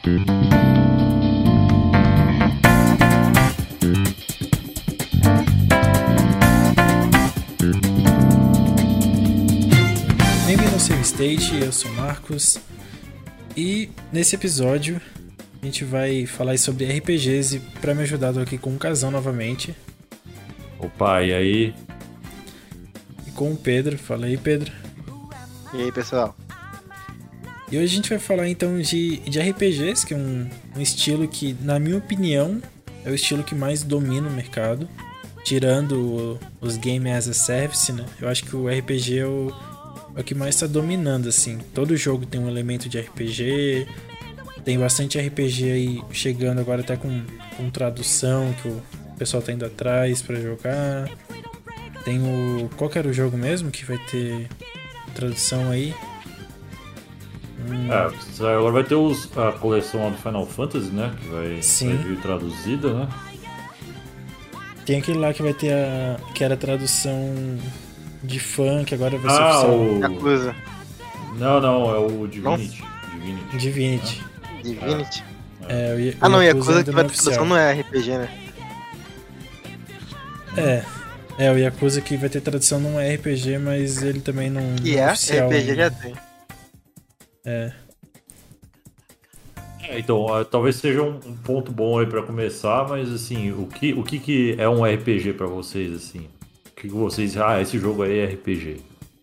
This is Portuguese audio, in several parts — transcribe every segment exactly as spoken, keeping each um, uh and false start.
Bem-vindo ao Save State, eu sou o Marcos e nesse episódio a gente vai falar sobre R P Gs e para me ajudar tô aqui com o Casão novamente. Opa, e aí? E com o Pedro. Fala aí, Pedro. E aí, pessoal? E hoje a gente vai falar então de, de R P Gs, que é um, um estilo que, na minha opinião, é o estilo que mais domina o mercado, tirando o, os Game as a Service, né? Eu acho que o R P G é o, é o que mais está dominando, assim. Todo jogo tem um elemento de R P G, tem bastante R P G aí chegando agora até com, com tradução, que o pessoal tá indo atrás pra jogar. Tem o... Qual que era o jogo mesmo que vai ter tradução aí? Hum. É, agora vai ter os, a coleção do Final Fantasy, né? Que vai, vai vir traduzida, né? Tem aquele lá que vai ter a... que era a tradução de fã, que agora vai ser ah, oficial. O... Yakuza. Não, não, é o Divinity. Não? Divinity. Divinity. É. Divinity? É, o, o ah, não, Yakuza, Yakuza que vai não ter tradução não é R P G, né? É. É, o Yakuza que vai ter tradução não é R P G, mas ele também não, que não é é oficial. R P G já tem. É. É, então, talvez seja um, um ponto bom aí pra começar, mas assim, o que, o que, que é um R P G pra vocês, assim? O que, que vocês... Ah, esse jogo aí é R P G.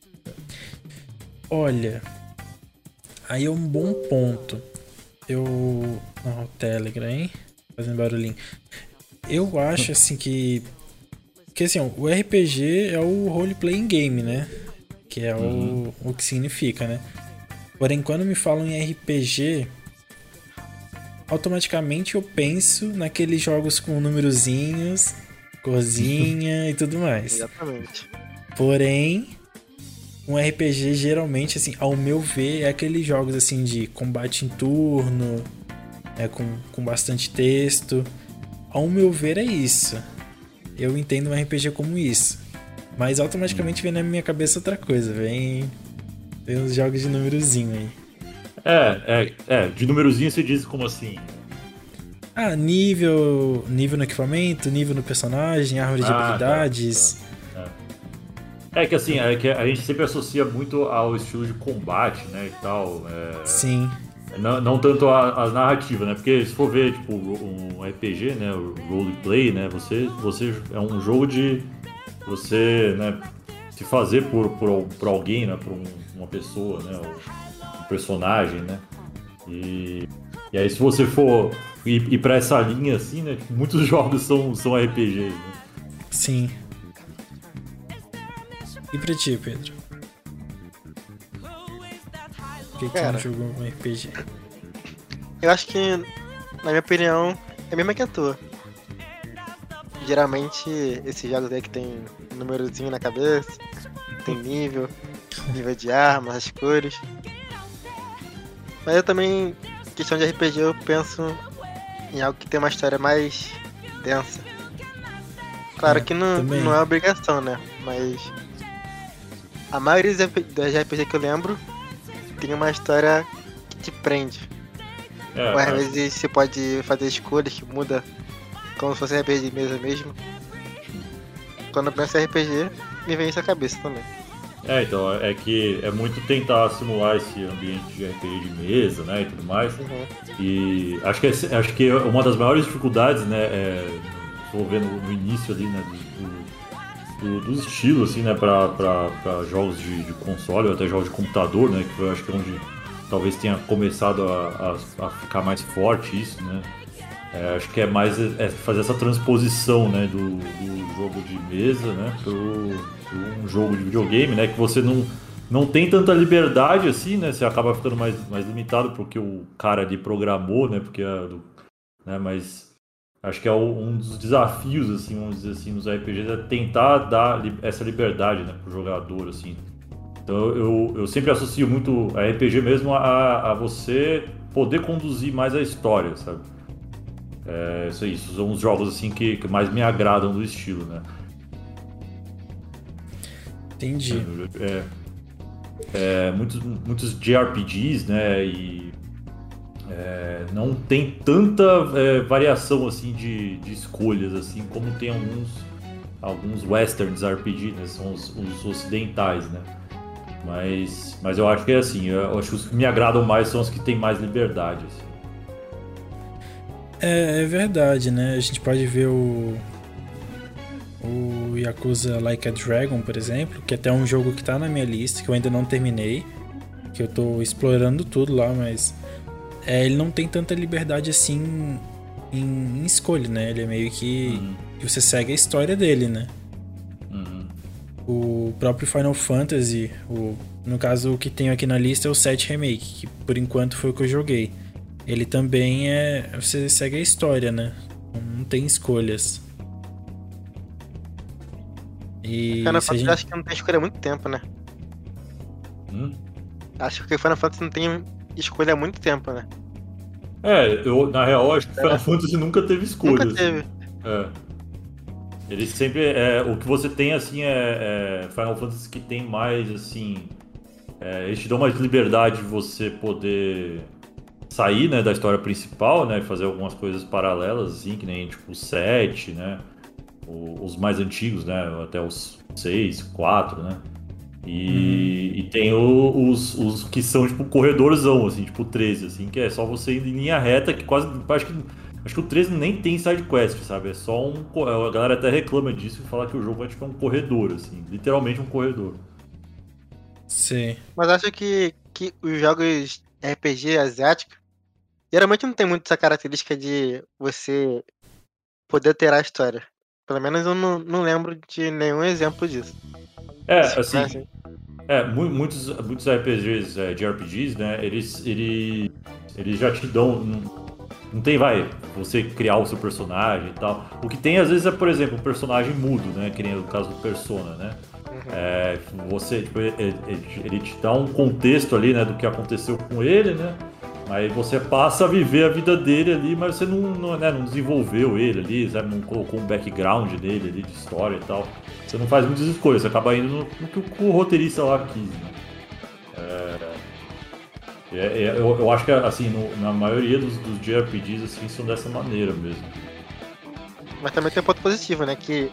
Olha, aí é um bom ponto. Eu... Oh, o Telegram, hein? Fazendo barulhinho. Eu acho, assim, que... Que, assim, o R P G é o Role Playing Game, né? Que é uhum. o, o que significa, né? Porém, quando me falam em R P G... automaticamente eu penso naqueles jogos com numerozinhos, corzinha e tudo mais. Exatamente. Porém, um R P G geralmente, assim, ao meu ver, é aqueles jogos assim de combate em turno, é, com, com bastante texto. Ao meu ver é isso. Eu entendo um R P G como isso. Mas automaticamente vem na minha cabeça outra coisa. Vem, vem uns jogos de numerozinho aí. É, é, é, de numerozinho você diz como assim? Ah, nível, nível no equipamento, nível no personagem, árvore de ah, habilidades. Tá, tá. É. é que assim, é que a gente sempre associa muito ao estilo de combate, né, e tal. É... Sim. Não, não tanto a, a narrativa, né, porque se for ver, tipo, um R P G, né, o roleplay, né, você, você é um jogo de você, né, se fazer por, por, por alguém, né, por um, uma pessoa, né, um personagem, né, e, e aí se você for ir, ir pra essa linha, assim, né, muitos jogos são, são R P Gs, né. Sim. E pra ti, Pedro? O que, que é um jogo um R P G? Eu acho que, na minha opinião, é a mesma que a tua. Geralmente, esses jogos aí que tem um númerozinho na cabeça, tem nível, nível de armas, as cores. Mas eu também, questão de R P G, eu penso em algo que tem uma história mais densa. Claro é, que não, não é obrigação, né? Mas a maioria das R P G que eu lembro tem uma história que te prende. É, Ou às é. vezes você pode fazer escolhas que muda como se fosse R P G de mesa mesmo. Quando eu penso em R P G, me vem isso à cabeça também. É, então, é que é muito tentar simular esse ambiente de R P G de mesa, né, e tudo mais. Uhum. E acho que, é, acho que uma das maiores dificuldades, né, é, estou vendo no início ali, né, do, do, dos estilos, assim, né, para jogos de, de console ou até jogos de computador, né, que eu acho que é onde talvez tenha começado a, a, a ficar mais forte isso, né. É, acho que é mais é fazer essa transposição, né, do, do jogo de mesa, né, pro, pro um jogo de videogame, né, que você não, não tem tanta liberdade assim, né, você acaba ficando mais, mais limitado porque o cara ali programou, né, porque é do, né, mas acho que é um dos desafios, assim, vamos dizer assim, nos R P Gs é tentar dar essa liberdade, né, pro jogador, assim. Então eu, eu sempre associo muito a R P G mesmo a, a você poder conduzir mais a história, sabe? É, isso aí, são os jogos assim que, que mais me agradam do estilo, né? Entendi. É, é, muitos, muitos J R P Gs, né? E é, não tem tanta é, variação assim de, de escolhas assim como tem alguns alguns westerns R P G, né? São os, os ocidentais, né? Mas, mas eu acho que é assim, eu acho que os que me agradam mais são os que têm mais liberdade. Assim. É, é verdade, né? A gente pode ver o o Yakuza Like a Dragon, por exemplo, que até é um jogo que tá na minha lista, que eu ainda não terminei, que eu tô explorando tudo lá, mas é, ele não tem tanta liberdade assim em, em escolha, né? Ele é meio que, uhum. que você segue a história dele, né? Uhum. O próprio Final Fantasy, o, no caso o que tenho aqui na lista é o sete Remake, que por enquanto foi o que eu joguei. Ele também é... você segue a história, né? Não tem escolhas. E Final Fantasy gente... acho que não tem escolha há muito tempo, né? Hum? Acho que Final Fantasy não tem escolha há muito tempo, né? É, eu, na real, acho que Final é. Fantasy nunca teve escolha. Nunca teve. Assim. É. Ele sempre... É, o que você tem, assim, é, é Final Fantasy que tem mais, assim... É, eles te dão mais liberdade de você poder sair, né, da história principal, né? Fazer algumas coisas paralelas, assim, que nem, tipo, o sete, né? Os mais antigos, né? Até os seis, quatro, né? E, hum. e tem o, os, os que são tipo corredorzão, assim, tipo treze, assim, que é só você indo em linha reta, que quase. Acho que, acho que o treze nem tem side quest, sabe? É só um. A galera até reclama disso e fala que o jogo é tipo um corredor, assim, literalmente um corredor. Sim. Mas acho que, que os jogos R P G asiáticos geralmente não tem muito essa característica de você poder ter a história. Pelo menos eu não, não lembro de nenhum exemplo disso. É, assim, é, muitos, muitos R P Gs é, de R P Gs, né, eles, eles, eles já te dão, não, não tem, vai, você criar o seu personagem e tal. O que tem às vezes é, por exemplo, um personagem mudo, né, que nem o caso do Persona, né. Uhum. É, você, tipo, ele, ele te dá um contexto ali, né, do que aconteceu com ele, né. Aí você passa a viver a vida dele ali, mas você não, não, né, não desenvolveu ele ali, sabe? Não colocou um background dele ali de história e tal. Você não faz muitas escolhas, você acaba indo no, no que o, o roteirista lá quis. Né? É, é, é, eu, eu acho que assim, no, na maioria dos, dos J R P Gs assim, são dessa maneira mesmo. Mas também tem um ponto positivo, né? Que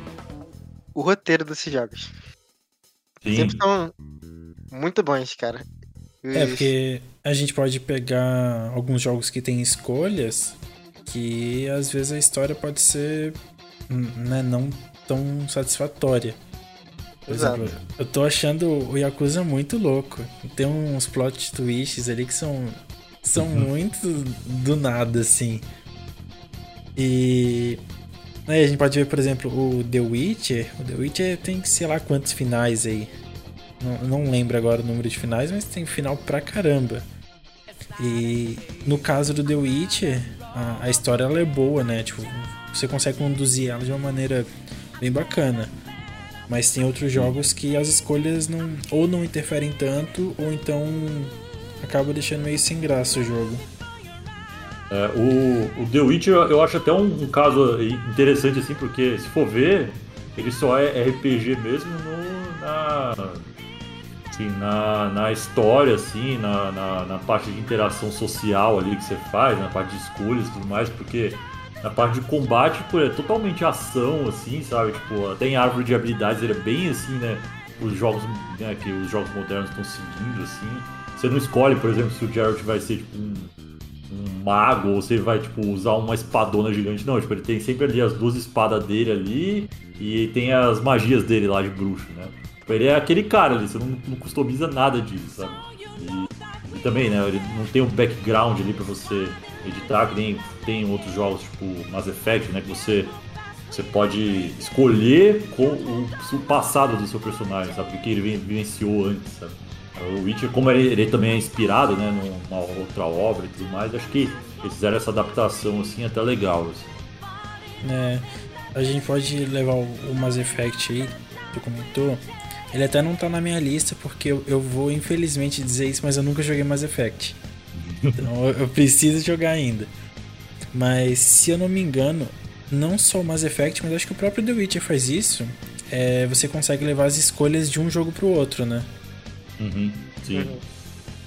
o roteiro desses jogos Sim. sempre são muito bons, cara. É, porque a gente pode pegar alguns jogos que tem escolhas que às vezes a história pode ser, né, não tão satisfatória. Por Exato. exemplo, eu tô achando o Yakuza muito louco. Tem uns plot twists ali que são, são uhum. muito do nada, assim. E aí a gente pode ver, por exemplo, o The Witcher. O The Witcher tem sei lá quantos finais aí. Não, não lembro agora o número de finais, mas tem final pra caramba. E no caso do The Witcher, a, a história ela é boa, né? Tipo, você consegue conduzir ela de uma maneira bem bacana. Mas tem outros jogos que as escolhas não, ou não interferem tanto, ou então acaba deixando meio sem graça o jogo. É, o, o The Witcher eu acho até um, um caso interessante, assim, porque se for ver, ele só é R P G mesmo no, na... Assim, na, na história, assim, na, na, na parte de interação social ali que você faz, na parte de escolhas e tudo mais, porque na parte de combate, pô, é totalmente ação, assim, sabe? Tipo, tem árvore de habilidades, ele é bem assim, né? Os jogos, né, que os jogos modernos estão seguindo, assim. Você não escolhe, por exemplo, se o Geralt vai ser tipo um, um mago ou se ele vai, tipo, usar uma espadona gigante. Não, tipo, ele tem sempre ali as duas espadas dele ali e tem as magias dele lá de bruxo, né? Ele é aquele cara ali, você não, não customiza nada disso, sabe? E, e também, né, ele não tem um background ali pra você editar, que nem tem outros jogos, tipo Mass Effect, né, que você, você pode escolher com o, o passado do seu personagem, sabe? O que ele vivenciou antes, sabe? O Witcher, como ele, ele também é inspirado, né, numa outra obra e tudo mais, acho que eles fizeram essa adaptação, assim, até legal, assim. É, a gente pode levar o, o Mass Effect aí, que tu comentou. Ele até não tá na minha lista, porque eu, eu vou infelizmente dizer isso, mas eu nunca joguei Mass Effect. Então eu, eu preciso jogar ainda. Mas se eu não me engano, não só o Mass Effect, mas acho que o próprio The Witcher faz isso. É, você consegue levar as escolhas de um jogo pro outro, né? Uhum, sim. Uhum.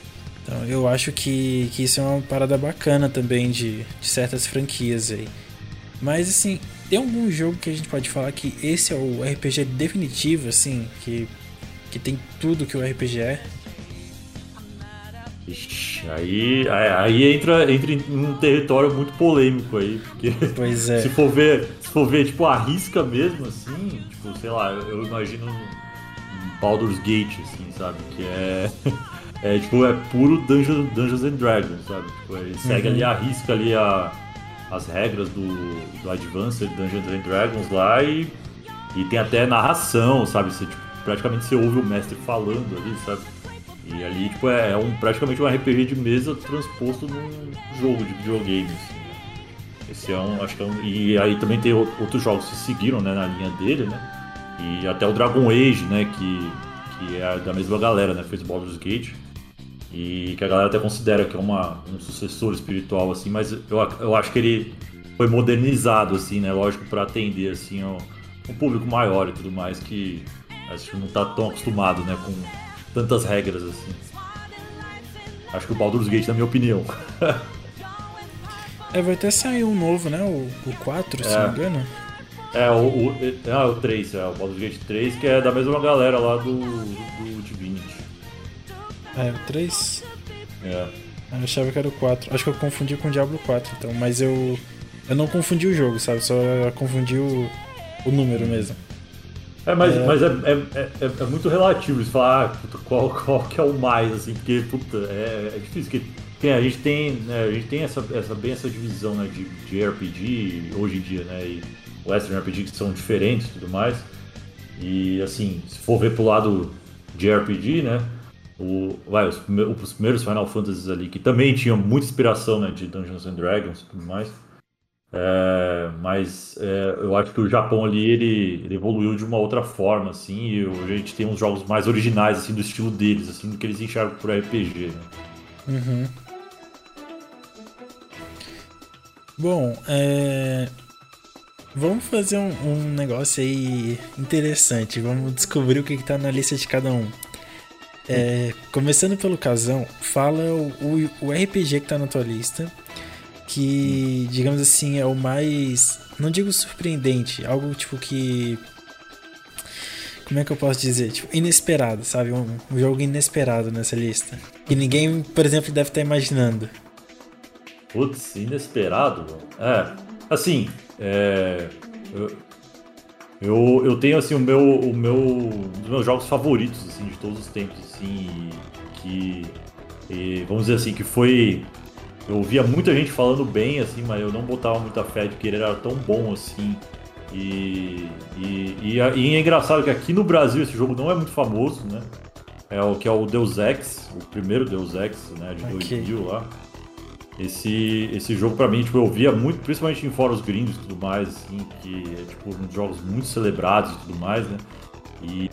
Então eu acho que, que isso é uma parada bacana também de, de certas franquias aí. Mas assim, tem algum jogo que a gente pode falar que esse é o R P G definitivo, assim, que, que tem tudo que o R P G é? Ixi, aí, aí entra, entra em um território muito polêmico aí, porque Pois é. se for ver, se for ver, tipo, a risca mesmo, assim, tipo, sei lá, eu, eu imagino um Baldur's Gate, assim, sabe, que é, é tipo, é puro Dungeons, Dungeons and Dragons, sabe, tipo, ele segue Uhum. ali a risca ali a, as regras do, do Advanced Dungeons and Dragons lá e, e tem até narração, sabe, você, tipo, praticamente você ouve o mestre falando ali, sabe. E ali, tipo, é, é um, praticamente um R P G de mesa transposto num jogo de videogame, assim, né? Esse é um, acho que é um... E aí também tem o- outros jogos que seguiram, né, na linha dele, né? E até o Dragon Age, né, que, que é da mesma galera, né? Fez o Baldur's Gate. E que a galera até considera que é uma, um sucessor espiritual, assim, mas eu, eu acho que ele foi modernizado, assim, né? Lógico, para atender, assim, ao, um público maior e tudo mais, que acho que não tá tão acostumado, né, com tantas regras, assim. Acho que o Baldur's Gate, na minha opinião. É, vai até sair um novo, né? O, o quatro, se não me engano. É, o, o, é, o três, é o Baldur's Gate três, que é da mesma galera lá do, do Divinity. É, o três? É. Eu achava que era o quatro. Acho que eu confundi com o Diablo quatro, então. Mas eu. Eu não confundi o jogo, sabe? Só confundi o, o número mesmo. É, mas, É. mas é, é, é, é muito relativo isso, falar, ah, puta, qual, qual que é o mais, assim, porque, puta, é, é difícil, porque tem, a gente tem, né, a gente tem essa, essa, bem essa divisão, né, de, de R P G hoje em dia, né, e Western R P G que são diferentes e tudo mais, e, assim, se for ver pro lado de R P G, né, o, vai, os, prime- os primeiros Final Fantasies ali, que também tinham muita inspiração, né, de Dungeons and Dragons e tudo mais. É, mas é, eu acho que o Japão ali ele, ele evoluiu de uma outra forma, assim, e hoje a gente tem uns jogos mais originais, assim, do estilo deles, assim, do que eles enxergam por R P G, né? Uhum. Bom, é. Vamos fazer um, um negócio aí interessante. Vamos descobrir o que, que tá na lista de cada um. É, começando pelo Casão, fala o, o, o R P G que tá na tua lista, que, digamos assim, é o mais, não digo surpreendente, algo tipo que, como é que eu posso dizer? Tipo, inesperado, sabe? Um, um jogo inesperado nessa lista. Que ninguém, por exemplo, deve estar imaginando. Putz, inesperado, mano. É, assim, é, eu, eu, eu tenho, assim, o meu, o meu, um dos meus jogos favoritos, assim, de todos os tempos, assim, que, e, vamos dizer assim, que foi... Eu ouvia muita gente falando bem, assim, mas eu não botava muita fé de que ele era tão bom assim. E, e, e, e é engraçado que aqui no Brasil esse jogo não é muito famoso, né? É o que é o Deus Ex, o primeiro Deus Ex, né, de Ok. dois mil lá. Esse, esse jogo pra mim, tipo, eu via muito, principalmente em fóruns gringos e tudo mais, assim, que é tipo um dos jogos muito celebrados e tudo mais, né? E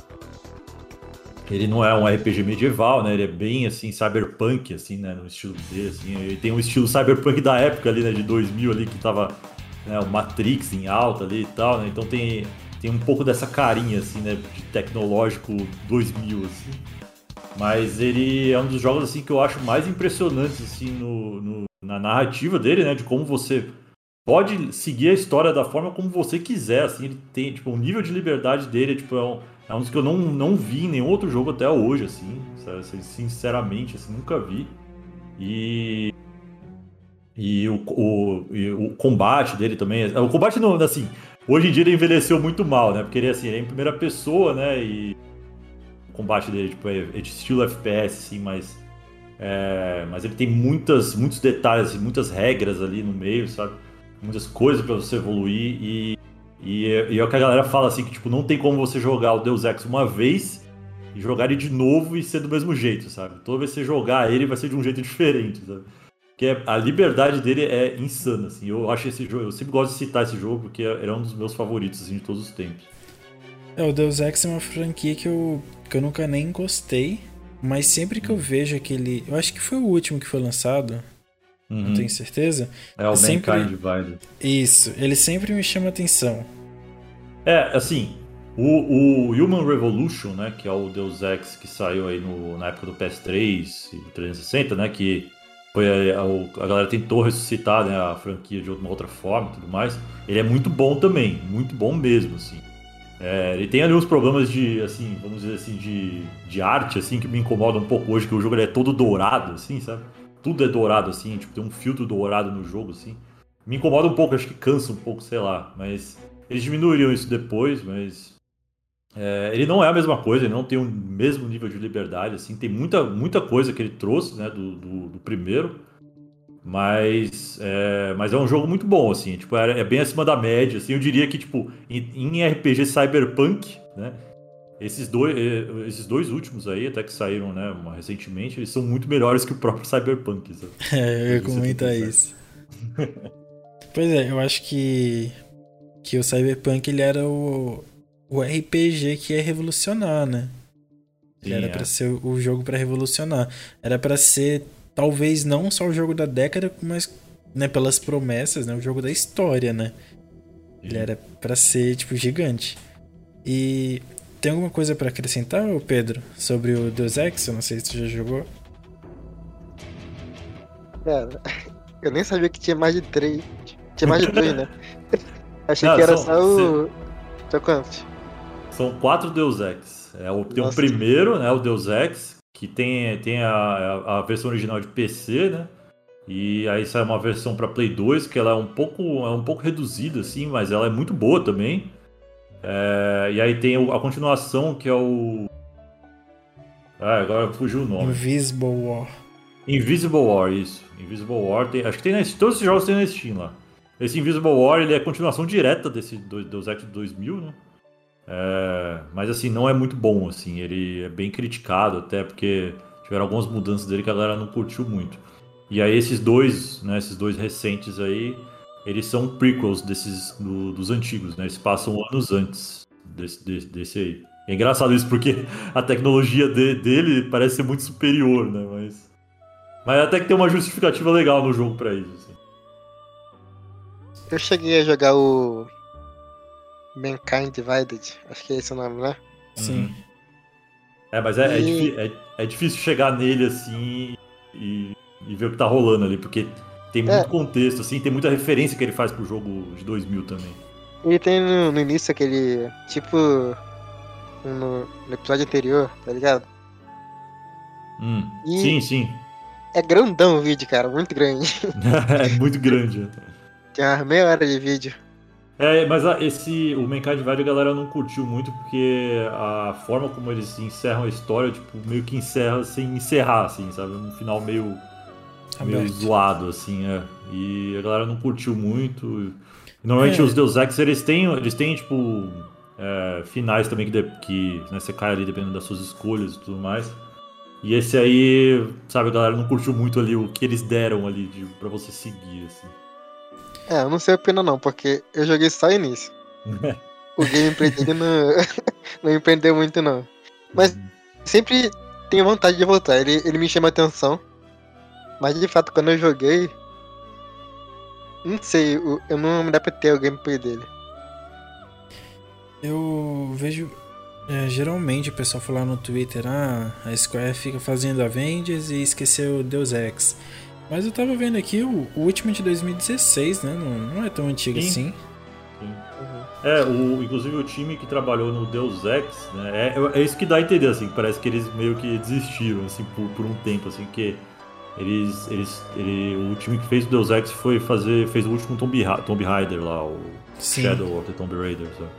ele não é um R P G medieval, né? Ele é bem, assim, cyberpunk, assim, né? No estilo dele, assim. Ele tem um estilo cyberpunk da época ali, né? De dois mil ali, que tava, né, o Matrix em alta ali e tal, né? Então tem, tem um pouco dessa carinha, assim, né? De tecnológico dois mil, assim. Mas ele é um dos jogos, assim, que eu acho mais impressionantes, assim, no, no- na narrativa dele, né? De como você pode seguir a história da forma como você quiser, assim, ele tem, tipo, o nível de liberdade dele, tipo, é um, é um dos que eu não, não vi em nenhum outro jogo até hoje, assim, sabe? Sinceramente, assim, nunca vi. E, e, o, o, e o combate dele também, o combate não, assim, hoje em dia ele envelheceu muito mal, né, porque ele, assim, ele é em primeira pessoa, né, e o combate dele, tipo, é, é de estilo F P S, assim, mas, é, mas ele tem muitas, muitos detalhes, assim, muitas regras ali no meio, sabe? Muitas coisas pra você evoluir e, e, é- e é o que a galera fala assim, que tipo, não tem como você jogar o Deus Ex uma vez e jogar ele de novo e ser do mesmo jeito, sabe? Toda vez que você jogar ele vai ser de um jeito diferente, sabe? Que é, a liberdade dele é insana, assim. Eu acho esse jogo, eu sempre gosto de citar esse jogo porque era um dos meus favoritos assim, de todos os tempos. É, o Deus Ex é uma franquia que eu, que eu nunca nem encostei, mas sempre que eu vejo aquele... Eu acho que foi o último que foi lançado, não Uhum. tenho certeza. É o Eu sempre... Mankind Divided. Isso, ele sempre me chama atenção. É, assim, O, o Human Revolution, né, que é o Deus Ex que saiu aí no, na época do P S três e trezentos e sessenta, né, que foi a, a, a galera tentou ressuscitar, né, a franquia de uma outra forma e tudo mais. Ele é muito bom também, muito bom mesmo, assim. É, ele tem ali uns problemas de, assim, vamos dizer assim, de, de arte, assim, que me incomoda um pouco hoje, que o jogo ele é todo dourado, assim, sabe? Tudo é dourado, assim, tipo, tem um filtro dourado no jogo, assim. Me incomoda um pouco, acho que cansa um pouco, sei lá, mas eles diminuiriam isso depois, mas é, ele não é a mesma coisa, ele não tem o mesmo nível de liberdade, assim, tem muita, muita coisa que ele trouxe, né, do, do, do primeiro, mas é, mas é um jogo muito bom, assim, tipo, é, é bem acima da média, assim, eu diria que, tipo, em, em R P G Cyberpunk, né, esses dois, eh, esses dois últimos aí, até que saíram, né, recentemente, eles são muito melhores que o próprio Cyberpunk, sabe? É, eu ia comentar isso. Pois é, eu acho que, que o Cyberpunk ele era o, o R P G que ia revolucionar, né? Ele Sim, era é. pra ser o jogo pra revolucionar. Era pra ser, talvez, não só o jogo da década, mas, né, pelas promessas, né, o jogo da história, né? Ele era pra ser, tipo, gigante. E tem alguma coisa pra acrescentar, ô Pedro, sobre o Deus Ex? Eu não sei se tu já jogou. Cara, eu nem sabia que tinha mais de três. Tinha mais de dois, né? Achei Não, que era são- só o. Só quantos? São quatro Deus Ex. É, o, tem o Nossa. primeiro, né, o Deus Ex, que tem, tem a, a, a versão original de P C, né? E aí sai uma versão para Play dois, que ela é um pouco, é um pouco reduzida, assim, mas ela é muito boa também. É, e aí tem o- a continuação, que é o. Ah, agora fugiu o nome. Invisible War. Invisible War, isso. Invisible War, tem, acho que tem na, todos esses jogos tem na Steam lá. Esse Invisible War, ele é a continuação direta desse do- Deus Ex de dois mil, né? É, mas assim, não é muito bom, assim, ele é bem criticado até porque tiveram algumas mudanças dele que a galera não curtiu muito. E aí esses dois, né, esses dois recentes aí, eles são prequels desses do- dos antigos, né? Eles passam anos antes desse, desse, desse aí. É engraçado isso porque a tecnologia de- dele parece ser muito superior, né? Mas, mas até que tem uma justificativa legal no jogo pra isso. Assim. Eu cheguei a jogar o. Mankind Divided. Acho que é esse o nome, né? Sim. Uhum. É, mas é, é, E. difí- é- é difícil chegar nele assim e, e ver o que tá rolando ali, porque tem É, muito contexto, assim, tem muita referência que ele faz pro jogo de dois mil também. ele tem no, no início aquele. Tipo. No, no episódio anterior, tá ligado? Hum, E sim, sim. é grandão o vídeo, cara. Muito grande. É muito grande. Tem umas meia hora de vídeo. É, mas a- esse, o Mankind Divided a galera não curtiu muito porque a forma como eles encerram a história, tipo, meio que encerra sem encerrar, assim, sabe? Um final meio, meio Aberto. zoado, assim, é. E a galera não curtiu muito. Normalmente É. os Deus Ex, eles têm, eles têm tipo, é, finais também que, de- que né, você cai ali dependendo das suas escolhas e tudo mais. E esse aí, sabe, a galera não curtiu muito ali o que eles deram ali de, pra você seguir, assim. É, eu não sei a pena não, porque eu joguei só o início. O gameplay dele não, não me prendeu muito não. Mas sempre tenho vontade de voltar, ele, ele me chama atenção. Mas de fato, quando eu joguei, não sei, eu, eu não me adaptei ao gameplay dele. Eu vejo é, geralmente o pessoal falar no Twitter, ah, a Square fica fazendo Avengers e esqueceu Deus Ex. Mas eu tava vendo aqui o, o último de dois mil e dezesseis, né? Não, não é tão antigo Sim. assim. Sim. É, o, inclusive o time que trabalhou no Deus Ex, né, é, é isso que dá a entender, assim, que parece que eles meio que desistiram, assim, por, por um tempo, assim, que eles, eles, ele, o time que fez o Deus Ex foi fazer, fez o último Tomb, Ra- Tomb Raider lá, o Sim. Shadow of the Tomb Raider, sabe?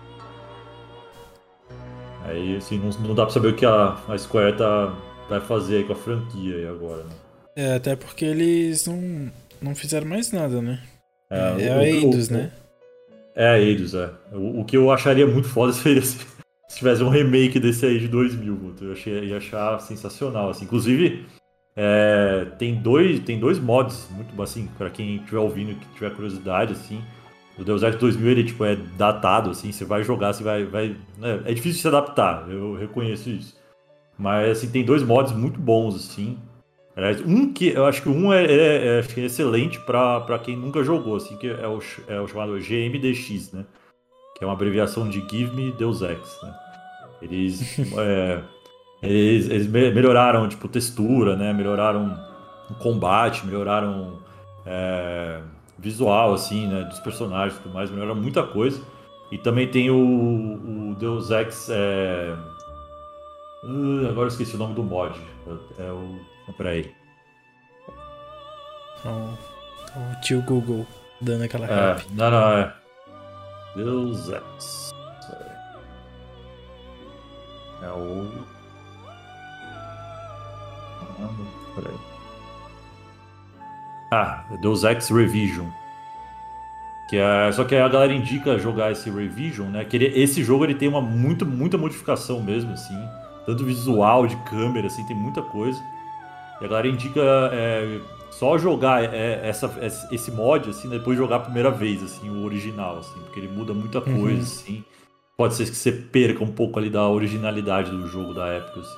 Aí, assim, não, não dá pra saber o que a, a Square tá, vai fazer aí com a franquia aí agora, né? É, até porque eles não, não fizeram mais nada, né? É, É, é o- a o- Eidos, o- né? É, a Eidos, é. O, o que eu acharia muito foda seria se, se tivesse um remake desse aí de dois mil, puto. Eu achei, ia achar sensacional, assim. Inclusive, é, tem, dois, tem dois mods, muito assim, pra quem estiver ouvindo e tiver curiosidade, assim. O Deus Ex dois mil, ele, tipo, é datado, assim, você vai jogar, você vai... vai né, é difícil de se adaptar, eu reconheço isso. Mas, assim, tem dois mods muito bons, assim. Aliás, um que eu acho que um é, é- é- acho que é excelente pra, pra quem nunca jogou, assim, que é o, ch- é o chamado G M D X, né? que é uma abreviação de Give Me Deus Ex, né? Eles, é, eles, eles melhoraram, tipo, textura, né? Melhoraram o combate, melhoraram é, visual, assim, né? Dos personagens e tudo mais, melhoraram muita coisa. E também tem o, o Deus Ex... É... Uh, agora eu esqueci o nome do mod. É o... Oh, peraí. Oh, o tio Google dando aquela É, rap. não, não, é... Deus Ex... É o... Peraí. Ah, Deus Ex Revision. Que é... Só que a galera indica jogar esse Revision, né? Que ele... esse jogo ele tem uma muito, muita modificação mesmo, assim. Tanto visual, de câmera, assim, tem muita coisa. E a galera indica é, só jogar é, essa, esse mod, assim, né, depois jogar a primeira vez, assim, o original, assim. Porque ele muda muita coisa, uhum. assim. Pode ser que você perca um pouco ali da originalidade do jogo da época, assim.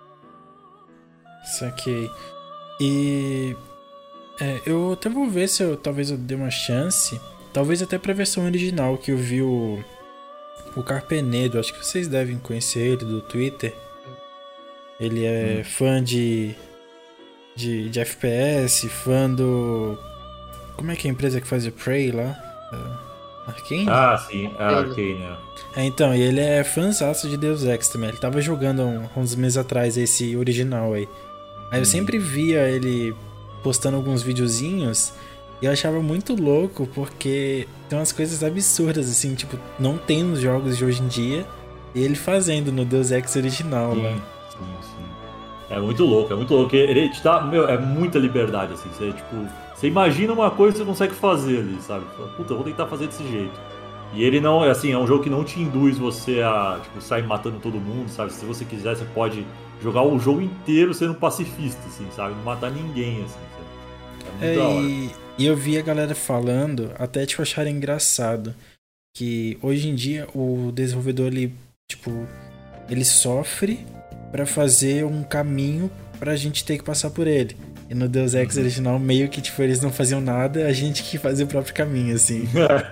Saquei. E... É, eu até vou ver se eu, talvez eu dê uma chance. Talvez até pra versão original, que eu vi o... O Carpenedo, acho que vocês devem conhecer ele do Twitter. Ele é hum. fã de, de... De F P S, fã do... Como é que é a empresa que faz o Prey lá? Arkane? Ah, sim, a Arkane, é. Então, e ele é fãzaço de Deus Ex também. Ele tava jogando um, uns meses atrás esse original aí. Aí eu hum. sempre via ele postando alguns videozinhos e eu achava muito louco porque tem umas coisas absurdas, assim, tipo, não tem nos jogos de hoje em dia e ele fazendo no Deus Ex original, sim, né? Sim, sim. É muito louco, é muito louco. Ele te dá, meu, é muita liberdade, assim. Você, tipo, você imagina uma coisa que você consegue fazer ali, sabe? Puta, eu vou tentar fazer desse jeito. E ele não, assim, é um jogo que não te induz você a, tipo, sair matando todo mundo, sabe? Se você quiser, você pode jogar o jogo inteiro sendo pacifista, assim, sabe? Não matar ninguém, assim, sabe? É muito é, da hora. E, e eu vi a galera falando, até tipo, acharem engraçado, que hoje em dia o desenvolvedor, ele, tipo, ele sofre pra fazer um caminho pra gente ter que passar por ele. E no Deus Ex original, meio que, tipo, eles não faziam nada, a gente que fazia o próprio caminho, assim.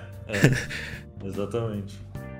é, exatamente.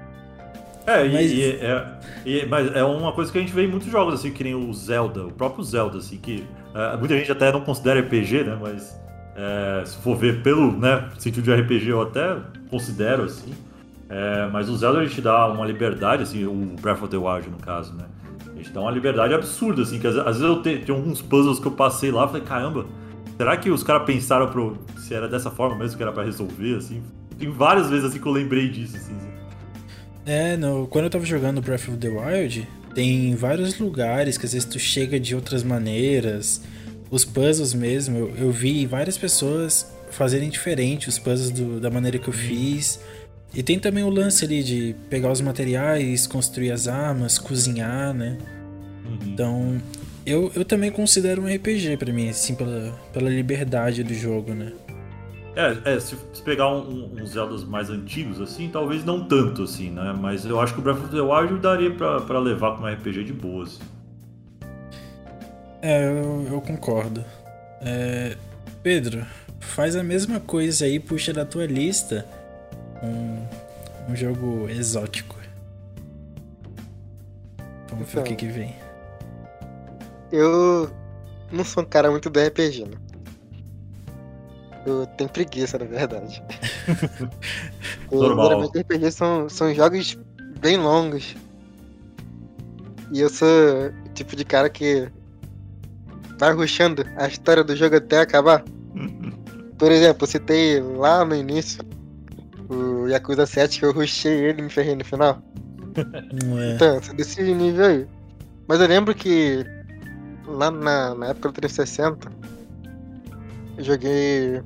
É, mas... E, e, é, e, mas é uma coisa que a gente vê em muitos jogos, assim, que nem o Zelda, o próprio Zelda, assim, que é, muita gente até não considera R P G, né, mas é, se for ver pelo, né, sentido de R P G eu até considero, assim, é, mas o Zelda a gente dá uma liberdade, assim, o Breath of the Wild, no caso, né, a gente dá uma liberdade absurda, assim, que às, às vezes eu tenho, tenho alguns puzzles que eu passei lá e falei, caramba, será que os caras pensaram pro, se era dessa forma mesmo que era pra resolver, assim, tem várias vezes, assim, que eu lembrei disso, assim. É, no, quando eu tava jogando Breath of the Wild, tem vários lugares que às vezes tu chega de outras maneiras. Os puzzles mesmo, eu, eu vi várias pessoas fazerem diferente os puzzles do, da maneira que eu fiz. E tem também o lance ali de pegar os materiais, construir as armas, cozinhar, né? Uhum. Então, eu, eu também considero um R P G pra mim, assim, pela, pela liberdade do jogo, né? É, é se, se pegar um, um, uns Zeldas mais antigos, assim, talvez não tanto, assim, né? Mas eu acho que o Breath of the Wild daria pra, pra levar como R P G de boa, assim. É, eu, eu concordo. É, Pedro, faz a mesma coisa aí, puxa da tua lista um, um jogo exótico. Vamos ver então, o que que vem. Eu não sou um cara muito do R P G, né? Eu tenho preguiça, na verdade. Normal. Geralmente R P G são, são jogos bem longos. E eu sou o tipo de cara que vai rushando a história do jogo até acabar. Por exemplo, eu citei lá no início o Yakuza sete, que eu rushei ele e me ferrei no final. Não é. Então, eu sou desse nível aí. Mas eu lembro que lá na, na época do trezentos e sessenta eu joguei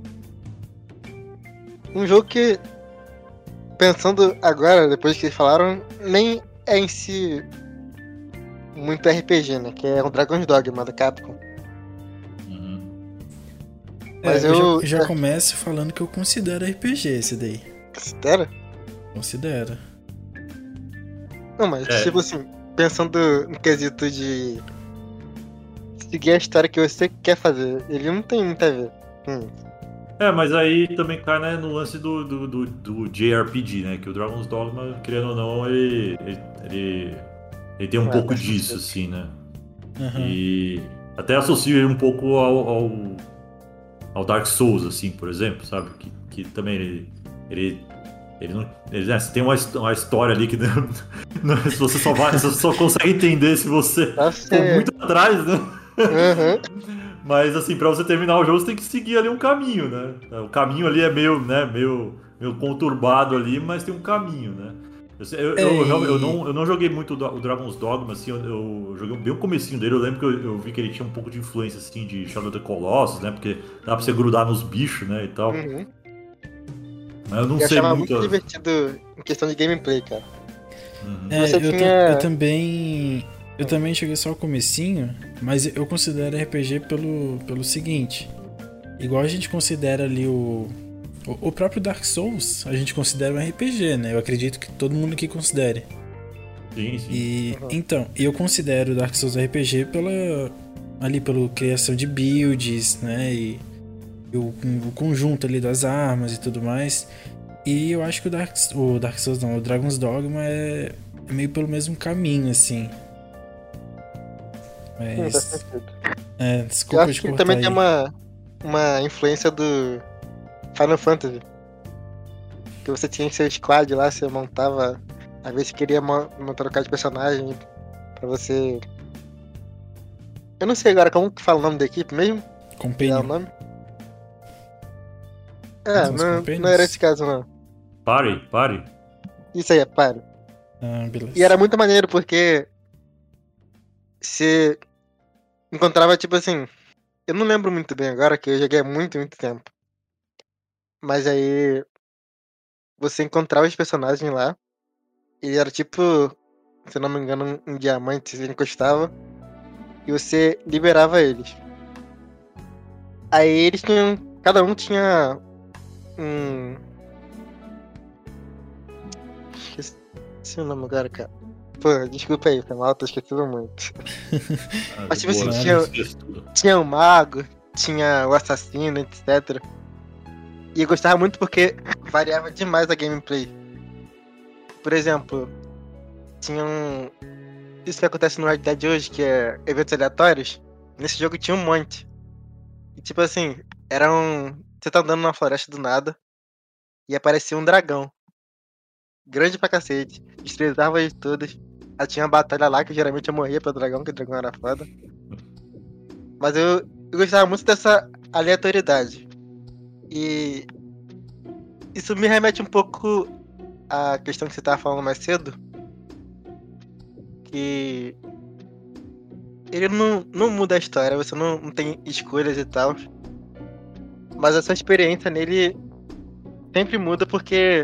um jogo que, pensando agora, depois que eles falaram, nem é em si muito R P G, né? Que é o Dragon's Dogma da Capcom. Uhum. Mas é, eu, eu já, já começo falando que eu considero R P G esse daí. Considera? Considero. Não, mas é. tipo assim, pensando no quesito de seguir a história que você quer fazer, ele não tem muito a ver com isso. É, mas aí também cai, né, no lance do, do, do, do J R P G, né? Que o Dragon's Dogma, querendo ou não, ele, ele, ele, ele tem um É, pouco faz disso, sentido. assim, né? Aham. E até associo ele um pouco ao, ao, ao Dark Souls, assim, por exemplo, sabe? Que, que também ele, ele, ele não. Ele, né, você tem uma, his- uma história ali que não, não- você só vai, você só consegue entender se você Só for você. muito atrás, né? Uhum. Mas assim, pra você terminar o jogo, você tem que seguir ali um caminho, né? O caminho ali é meio, né, meio, meio conturbado ali, mas tem um caminho, né? Eu, sei- eu, eu, real- eu Ei, não, eu não joguei muito o Dra- o Dragon's Dogma, assim, eu, eu joguei bem o comecinho dele, eu lembro que eu, eu vi que ele tinha um pouco de influência, assim, de Shadow of the Colossus, né? Porque dá pra você grudar nos bichos, né, e tal. Uhum. Mas eu não Eu sei achava muito... muito divertido em questão de gameplay, cara. Uhum. é, Você eu, tinha- ta- eu também. Eu também cheguei só ao comecinho, mas eu considero R P G pelo, pelo seguinte. Igual a gente considera ali o, o. o próprio Dark Souls, a gente considera um R P G, né? Eu acredito que todo mundo aqui considere. Sim, sim. E Uhum. então, eu considero Dark Souls R P G pela ali pela criação de builds, né, e, e o, o conjunto ali das armas e tudo mais. E eu acho que o Dark, o Dark Souls não, o Dragon's Dogma é, é meio pelo mesmo caminho, assim. Sim, faz Mas sentido. é, Eu desculpa acho te que cortar também aí. tem uma, uma influência do Final Fantasy. Que você tinha seu squad lá, você montava. Às vezes queria mo- mo- trocar de personagem pra você. Eu não sei agora como que fala o nome da equipe mesmo. Que é o Companion. nome. É, São os não, Companions? não era esse caso não. Pare, pare. Isso aí, é pare. Ah, beleza. E era muito maneiro porque você encontrava, tipo assim. Eu não lembro muito bem agora, que eu joguei há muito, muito tempo. Mas aí você encontrava os personagens lá. E era tipo, se eu não me engano, um, um diamante, você encostava. E você liberava eles. Aí eles tinham. Cada um tinha um. Esqueci o nome agora, cara. Pô, desculpa aí, foi mal, tô esquecendo muito. Ah, Mas, de tipo boa, assim, eu tinha- esqueço tudo. Tinha o mago, tinha o assassino, etcétera. E eu gostava muito porque variava demais a gameplay. Por exemplo, tinha um. Isso que acontece no Red Dead hoje, que é eventos aleatórios. Nesse jogo tinha um monte. E tipo assim, era um. Você tá andando na floresta do nada e aparecia um dragão. Grande pra cacete. Destruía as árvores todas. Aí tinha uma batalha lá que geralmente eu morria pro dragão, que o dragão era foda. Mas eu, eu gostava muito dessa aleatoriedade. E isso me remete um pouco à questão que você tava falando mais cedo. Que ele não, não muda a história, você não, não tem escolhas e tal. Mas a sua experiência nele sempre muda porque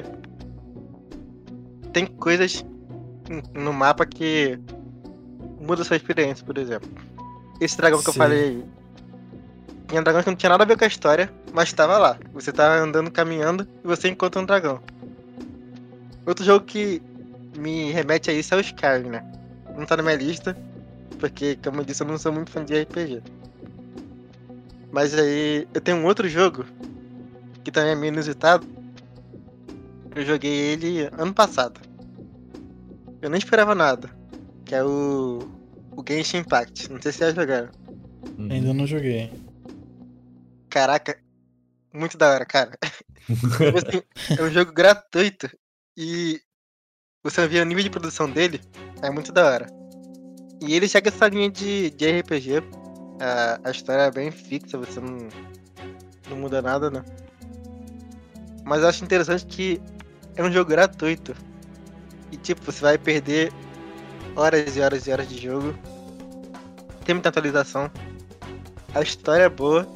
tem coisas em- no mapa que muda a sua experiência, por exemplo. Esse dragão que eu Sim. falei aí. Tinha um dragão que não tinha nada a ver com a história, mas tava lá. Você tava andando, caminhando e você encontra um dragão. Outro jogo que me remete a isso é o Skyrim, né? Não tá na minha lista, porque, como eu disse, eu não sou muito fã de R P G. Mas aí, eu tenho um outro jogo, que também é meio inusitado. Eu joguei ele ano passado. Eu nem esperava nada. Que é o, o Genshin Impact. Não sei se já jogaram. Uhum. Ainda não joguei. Caraca, muito da hora, cara. Tipo assim, é um jogo gratuito e você vê o nível de produção dele, é muito da hora. E ele segue essa linha de, de R P G. A, a história é bem fixa, você não, não muda nada, né? Mas eu acho interessante que é um jogo gratuito. E tipo, você vai perder horas e horas e horas de jogo. Tem muita atualização. A história é boa.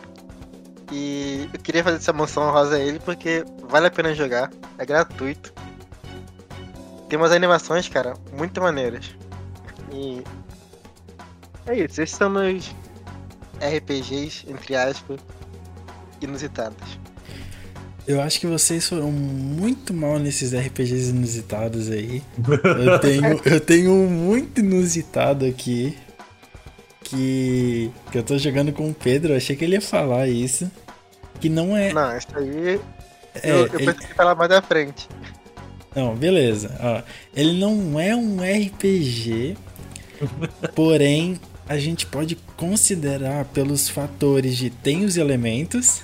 E eu queria fazer essa menção honrosa a ele porque vale a pena jogar. É gratuito. Tem umas animações, cara, muito maneiras. E é isso, esses são meus R P Gs, entre aspas, inusitados. Eu acho que vocês foram muito mal nesses R P Gs inusitados aí. Eu tenho, eu tenho um muito inusitado aqui. Que, que eu tô jogando com o Pedro. Eu achei que ele ia falar isso. que não é... Não, isso aí é, eu, eu ele- pensei que falar mais à frente. Não, beleza. Ó, ele não é um R P G, porém a gente pode considerar pelos fatores de tem os elementos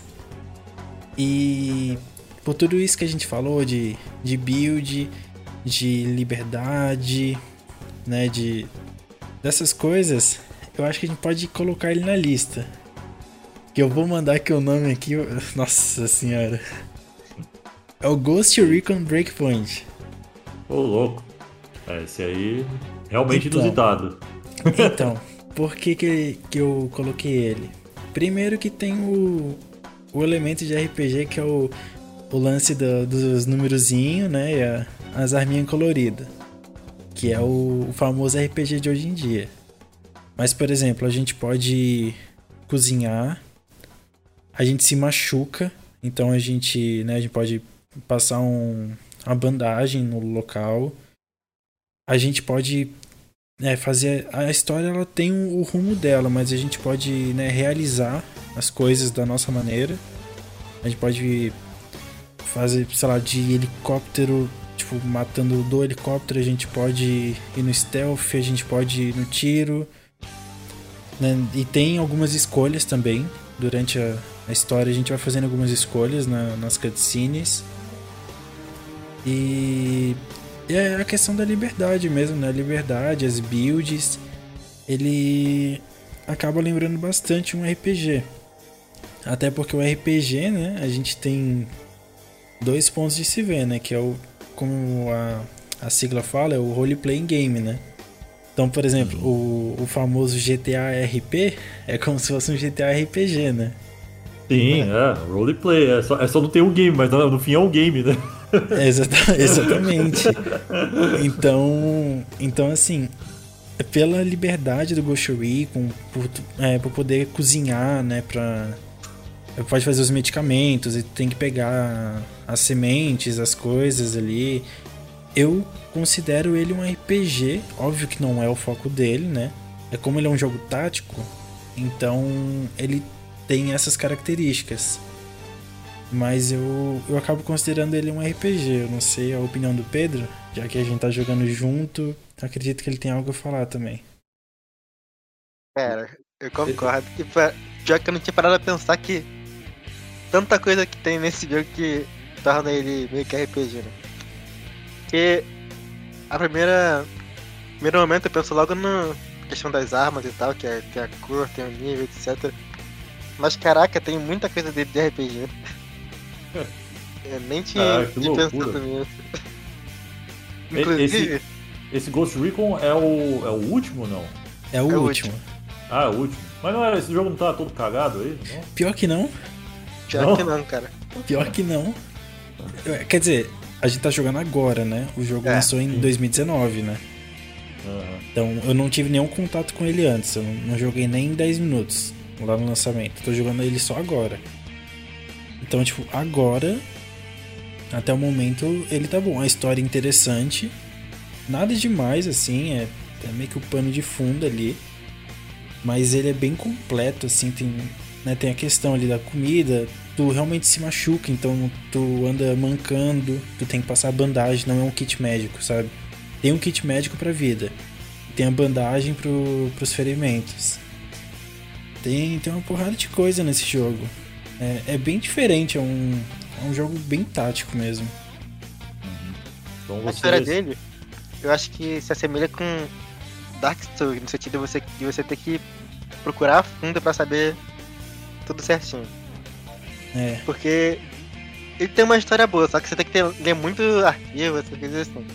e por tudo isso que a gente falou de, de build, de liberdade, né, de dessas coisas, eu acho que a gente pode colocar ele na lista. Que eu vou mandar aqui o nome aqui, eu- nossa senhora. É o Ghost Recon Breakpoint. Ô, louco. É, esse aí realmente Então. inusitado. Então, por que, que que eu coloquei ele? Primeiro que tem o, o elemento de R P G que é o, o lance do- dos numerozinhos, né? E a- as arminhas coloridas. Que é o, o famoso R P G de hoje em dia. Mas, por exemplo, a gente pode cozinhar, a gente se machuca, então a gente, né, a gente pode passar um, uma bandagem no local. A gente pode é, fazer... A história ela tem o rumo dela, mas a gente pode, né, realizar as coisas da nossa maneira. A gente pode fazer, sei lá, de helicóptero, tipo, matando do helicóptero, a gente pode ir no stealth, a gente pode ir no tiro, né? E tem algumas escolhas também. Durante a, a história a gente vai fazendo algumas escolhas na, nas cutscenes. E é a questão da liberdade mesmo, né? A liberdade, as builds. Ele acaba lembrando bastante um R P G. Até porque o R P G, né? A gente tem dois pontos de se ver, né? Que é o, como a, a sigla fala, é o Role Playing Game, né? Então, por exemplo, o, o famoso G T A R P é como se fosse um G T A R P G, né? Sim, é, roleplay. É só, é só não ter um game, mas no, no fim é um game, né? É exata- exatamente. Então, então, assim, pela liberdade do Ghost Recon, por, tu- é, por poder cozinhar, né? Pra, pode fazer os medicamentos e tem que pegar as sementes, as coisas ali. Eu considero ele um R P G, óbvio que não é o foco dele, né? É como ele é um jogo tático, então ele tem essas características. Mas eu, eu acabo considerando ele um R P G. Eu não sei a opinião do Pedro, já que a gente tá jogando junto, acredito que ele tem algo a falar também. Cara, eu concordo. E pra- pior que eu não tinha parado a pensar que tanta coisa que tem nesse jogo que torna ele meio que R P G, né? Porque a primeira. Primeiro momento eu penso logo na questão das armas e tal, que é, tem a cor, tem o nível, etcétera. Mas caraca, tem muita coisa dele de R P G. Eu nem tinha Ah, que tinha loucura. pensado nisso. E- Inclusive, Esse Ghost Recon é o, é o último ou não? É o É o último. Ah, é o último. Mas não era, esse jogo não tá todo cagado aí? Não? Pior que não, pior Não? que não, cara. pior que não. Eu- Quer dizer, a gente tá jogando agora, né? O jogo É, lançou em dois mil e dezenove, né? Aham. Então eu não tive nenhum contato com ele antes. Eu não, não joguei nem dez minutos lá no lançamento. Tô jogando ele só agora. Então, tipo, agora, até o momento, ele tá bom. A história é interessante. Nada demais, assim. É, é meio que o pano de fundo ali. Mas ele é bem completo, assim. Tem, né, tem a questão ali da comida. Tu realmente se machuca, então tu anda mancando. Tu tem que passar a bandagem. Não é um kit médico, sabe? Tem um kit médico pra vida. Tem a bandagem pro, pros ferimentos. Tem, tem uma porrada de coisa nesse jogo. É, é bem diferente, é um, é um jogo bem tático mesmo. Então A você... história dele, eu acho que se assemelha com Dark Souls, no sentido de você, de você ter que procurar a fundo pra saber tudo certinho. É, Porque ele tem uma história boa, só que você tem que ter, ler muito arquivo, essas coisas assim.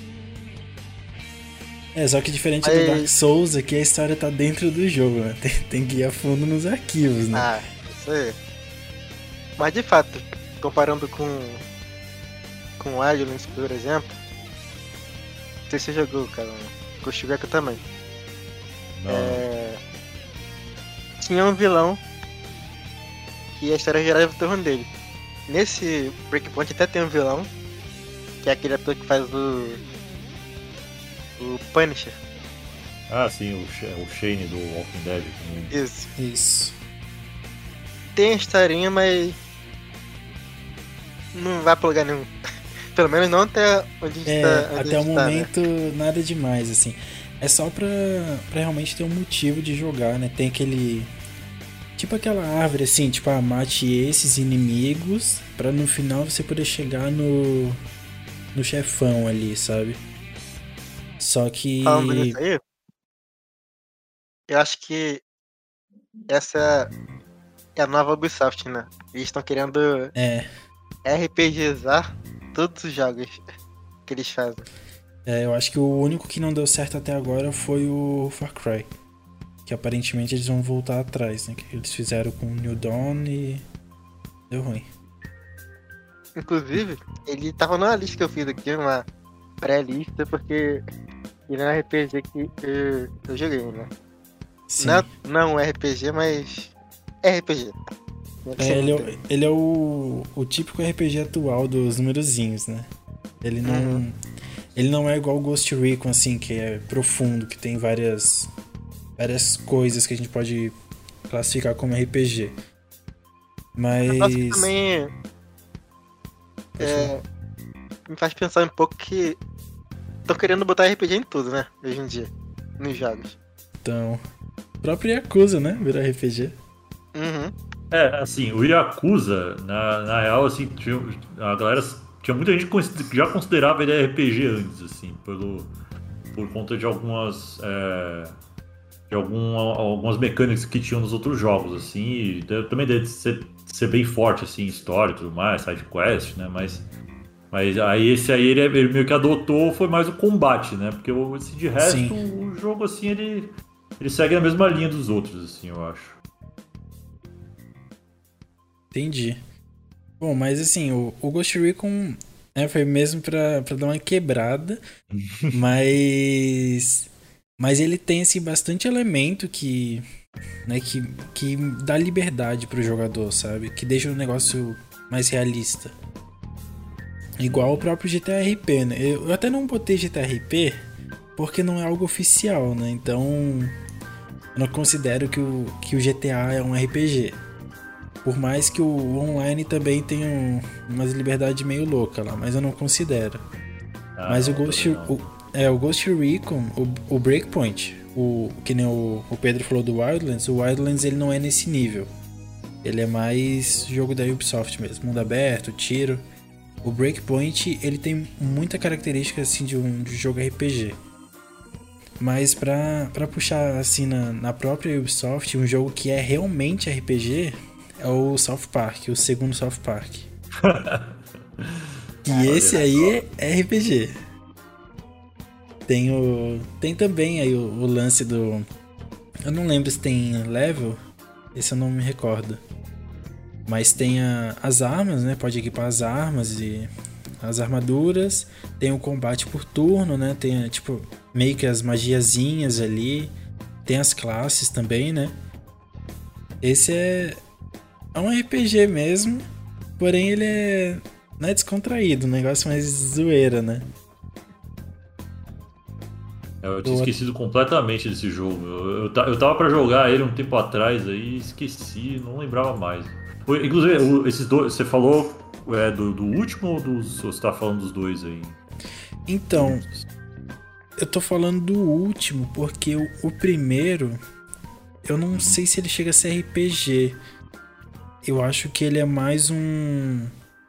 é só que diferente Mas- do Dark Souls, aqui a história tá dentro do jogo, né? Tem, tem que ir a fundo nos arquivos, né? Ah, isso aí. Mas de fato, comparando com com o Agilence, por exemplo, não sei se você jogou, cara, com o Shigeko também. Não, É... Tinha um vilão que a história girava em torno dele. Nesse Breakpoint até tem um vilão, que é aquele ator que faz o. O Punisher. Ah, sim, o, Sh- o Shane do Walking Dead. também. Isso. Isso. Tem a historinha, mas não vai pra lugar nenhum. Pelo menos não até onde a gente É, tá. Onde até a o gente tá, momento, né? nada demais, assim. É só pra, pra realmente ter um motivo de jogar, né? Tem aquele... Tipo aquela árvore, assim, tipo, ah, mate esses inimigos pra no final você poder chegar no... no chefão ali, sabe? Só que... Falando nisso aí, eu acho que essa é a nova Ubisoft, né? Eles estão querendo É, RPGizar todos os jogos que eles fazem. é, eu acho que o único que não deu certo até agora foi o Far Cry. Que aparentemente eles vão voltar atrás, né? Que eles fizeram com o New Dawn e... deu ruim. Inclusive, ele tava numa lista que eu fiz aqui, uma pré-lista, porque ele é um R P G que eu, eu joguei, né? Sim. Não, não um R P G, mas R P G. É, ele, é, ele é o, o típico R P G atual dos numerozinhos, né? Ele não, Uhum. ele não é igual o Ghost Recon, assim, que é profundo, que tem várias, várias coisas que a gente pode classificar como R P G. Mas... Nossa, que também é, me faz pensar um pouco que tô querendo botar R P G em tudo, né? Hoje em dia, nos jogos. Então, o próprio Yakuza, né? Virou R P G. Uhum. É, assim, o Yakuza, na, na real, assim, tinha, a galera... Tinha muita gente que já considerava ele R P G antes, assim, pelo, por conta de algumas... É, de algum, algumas mecânicas que tinham nos outros jogos, assim, e também deve ser, ser bem forte, assim, história e tudo mais, side quest, né, mas... Mas aí esse aí ele, ele meio que adotou, foi mais o combate, né, porque o, esse de resto, Sim. o jogo, assim, ele... Ele segue a mesma linha dos outros, assim, eu acho. Entendi. Bom, mas assim, o, o Ghost Recon, né, foi mesmo pra, pra dar uma quebrada, mas... Mas ele tem, assim, bastante elemento que... Né, que, que dá liberdade pro jogador, sabe? Que deixa o negócio mais realista. Igual o próprio G T A R P, né? Eu, eu até não botei G T A R P porque não é algo oficial, né? Então... Eu não considero que o, que o G T A é um R P G. Por mais que o online também tenha um, umas liberdades meio loucas lá, mas eu não considero. Ah, mas não, o Ghost, também não. o, é, o Ghost Recon, o, o Breakpoint, o, que nem o, o Pedro falou do Wildlands, o Wildlands ele não é nesse nível. Ele é mais jogo da Ubisoft mesmo, mundo aberto, tiro. O Breakpoint ele tem muita característica assim de um de jogo R P G. Mas pra, pra puxar assim na, na própria Ubisoft, um jogo que é realmente R P G é o South Park, o segundo South Park. E esse aí é R P G. Tem, o, tem também aí o, o lance do... Eu não lembro se tem level, esse eu não me recordo. Mas tem a, as armas, né? Pode equipar as armas e as armaduras. Tem o combate por turno, né? Tem tipo meio que as magiazinhas ali. Tem as classes também, né? Esse é, é um R P G mesmo, porém ele é, não é descontraído, um negócio mais zoeira, né? Eu tinha esquecido completamente desse jogo. Eu, eu, eu tava pra jogar ele um tempo atrás aí, esqueci, não lembrava mais. Foi, inclusive, o- esses dois, você falou é, do, do último ou dos, ou você tá falando dos dois aí? Então, eu tô falando do último, porque o, o primeiro, eu não sei se ele chega a ser R P G. Eu acho que ele é mais um...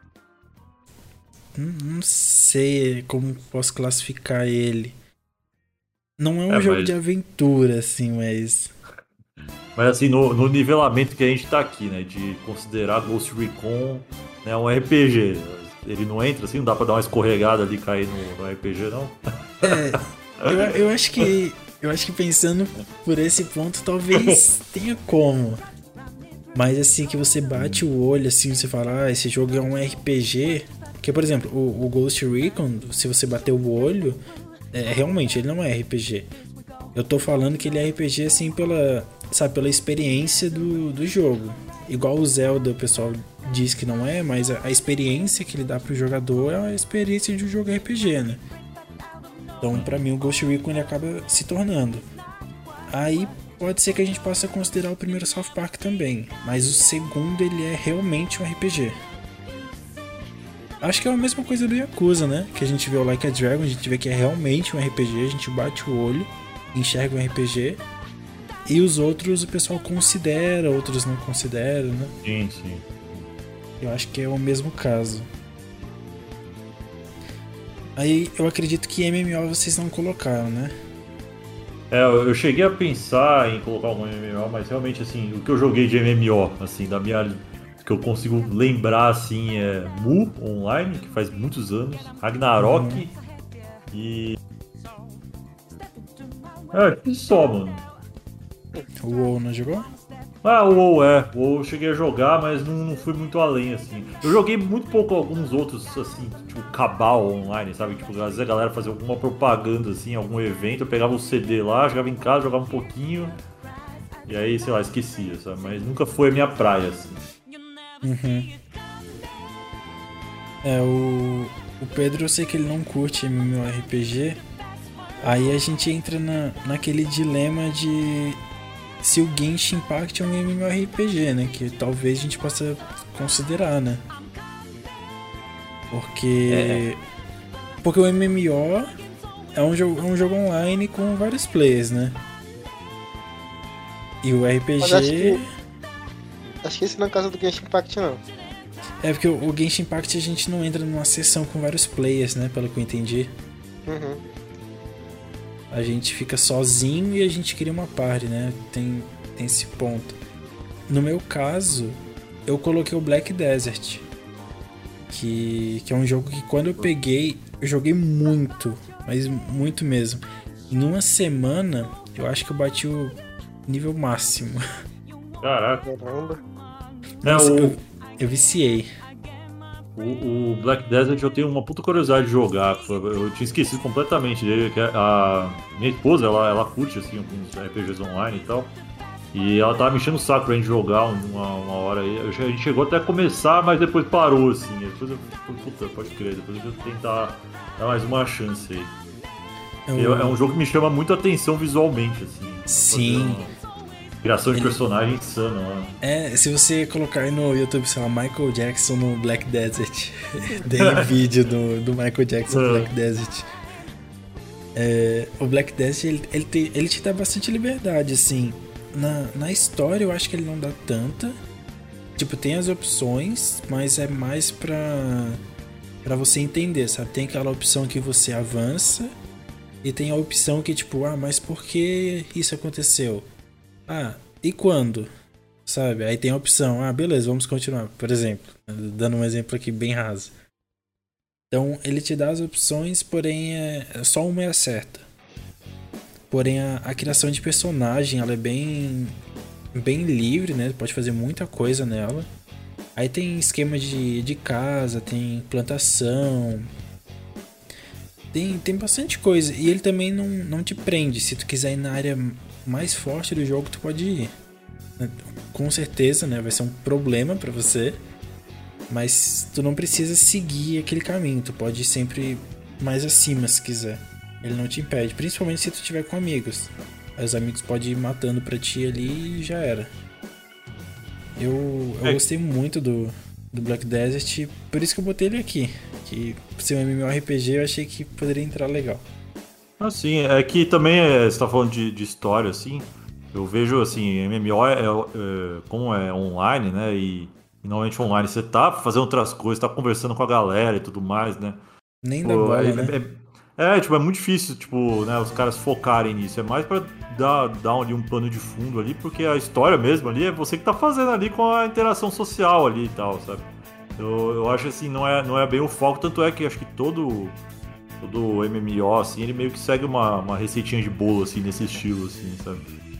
Não, não sei como posso classificar ele. Não é um É, jogo mas- de aventura, assim, mas... Mas assim, no, no nivelamento que a gente tá aqui, né? De considerar Ghost Recon, né, um R P G. Ele não entra assim, não dá pra dar uma escorregada ali e cair no, no R P G, não? É, eu, eu acho que... Eu acho que pensando por esse ponto, talvez tenha como. Mas assim, que você bate o olho, assim, você fala, ah, esse jogo é um R P G. Porque, por exemplo, o, o Ghost Recon, se você bater o olho, é, realmente, ele não é R P G. Eu tô falando que ele é R P G, assim, pela, sabe, pela experiência do, do jogo. Igual o Zelda, o pessoal diz que não é, mas a, a experiência que ele dá pro jogador é a experiência de um jogo R P G, né? Então, pra mim, o Ghost Recon ele acaba se tornando. Aí pode ser que a gente possa considerar o primeiro South Park também, mas o segundo ele é realmente um R P G. Acho que é a mesma coisa do Yakuza, né? Que a gente vê o Like a Dragon, a gente vê que é realmente um R P G, a gente bate o olho, enxerga um R P G, e os outros o pessoal considera, outros não consideram, né? Sim, sim. Eu acho que é o mesmo caso. Aí eu acredito que M M O vocês não colocaram, né? É, eu cheguei a pensar em colocar algum M M O, mas realmente, assim, o que eu joguei de M M O, assim, da minha... que eu consigo lembrar, assim, é Mu Online, que faz muitos anos, Ragnarok uhum. e... É, que só, mano. O WoW não jogou? Ah, o WoW é. O WoW eu cheguei a jogar, mas não, não fui muito além, assim. Eu joguei muito pouco alguns outros, assim, tipo Cabal Online, sabe? Tipo, às vezes a galera fazia alguma propaganda, assim, algum evento, eu pegava o C D lá, jogava em casa, jogava um pouquinho, e aí, sei lá, esquecia, sabe? Mas nunca foi a minha praia, assim. Uhum. É, o, o Pedro, eu sei que ele não curte MMORPG, aí a gente entra na, naquele dilema de... se o Genshin Impact é um MMORPG, né? Que talvez a gente possa considerar, né? Porque... É. Porque o M M O é um, jogo, é um jogo online com vários players, né? E o R P G... Mas acho que, acho que esse não é o caso do Genshin Impact, não. É porque o, o Genshin Impact a gente não entra numa sessão com vários players, né? Pelo que eu entendi. Uhum. A gente fica sozinho e a gente cria uma party, né? Tem, tem esse ponto. No meu caso, eu coloquei o Black Desert. Que, que é um jogo que quando eu peguei, eu joguei muito. Mas muito mesmo. Em uma semana, eu acho que eu bati o nível máximo. Caraca. Caramba. Nossa, É, o... eu, eu viciei. O, o Black Desert eu tenho uma puta curiosidade de jogar. Eu tinha esquecido completamente dele. Que a minha esposa, ela, ela curte assim, alguns R P Gs online e tal. E ela tava me enchendo o saco pra gente jogar uma, uma hora aí. A gente chegou até a começar, mas depois parou assim. Depois eu falei, puta, pode crer. Depois eu vou tentar dar mais uma chance aí. Eu... É um jogo que me chama muito a atenção visualmente, assim. Sim. Criação de Ele... personagem insana, né? É, se você colocar aí no YouTube, sei lá, Michael Jackson no Black Desert, tem vídeo do, do Michael Jackson no Black Desert. É, o Black Desert, ele, ele, te, ele te dá bastante liberdade, assim. Na, na história, eu acho que ele não dá tanta. Tipo, tem as opções, mas é mais pra, pra você entender, sabe? Tem aquela opção que você avança, e tem a opção que, tipo, ah, mas por que isso aconteceu? Ah, e quando? Sabe? Aí tem a opção, ah, beleza, vamos continuar. Por exemplo, dando um exemplo aqui bem raso. Então, ele te dá as opções, porém, é, só uma é a certa. Porém, a, a criação de personagem, ela é bem, bem livre, né? Pode fazer muita coisa nela. Aí tem esquema de, de casa, tem plantação... Tem, tem bastante coisa. E ele também não, não te prende. Se tu quiser ir na área mais forte do jogo, tu pode ir. Com certeza, né? Vai ser um problema pra você. Mas tu não precisa seguir aquele caminho. Tu pode ir sempre mais acima se quiser. Ele não te impede. Principalmente se tu estiver com amigos. Aí os amigos podem ir matando pra ti ali e já era. Eu, eu é. gostei muito do, do Black Desert. Por isso que eu botei ele aqui. Que por ser um MMORPG eu achei que poderia entrar legal. Assim, é que também é, você tá falando de, de história, assim. Eu vejo, assim, M M O é, é, como é online, né? E, e normalmente online você tá fazendo outras coisas, tá conversando com a galera e tudo mais, né? Nem Pô, dá bola, é, né? É, é, tipo, é muito difícil, tipo, né, os caras focarem nisso. É mais pra dar, dar ali um pano de fundo ali, porque a história mesmo ali é você que tá fazendo ali com a interação social ali e tal, sabe? Eu, eu acho assim, não é, não é bem o foco, tanto é que acho que todo, todo M M O, assim, ele meio que segue uma, uma receitinha de bolo, assim, nesse estilo, assim, sabe?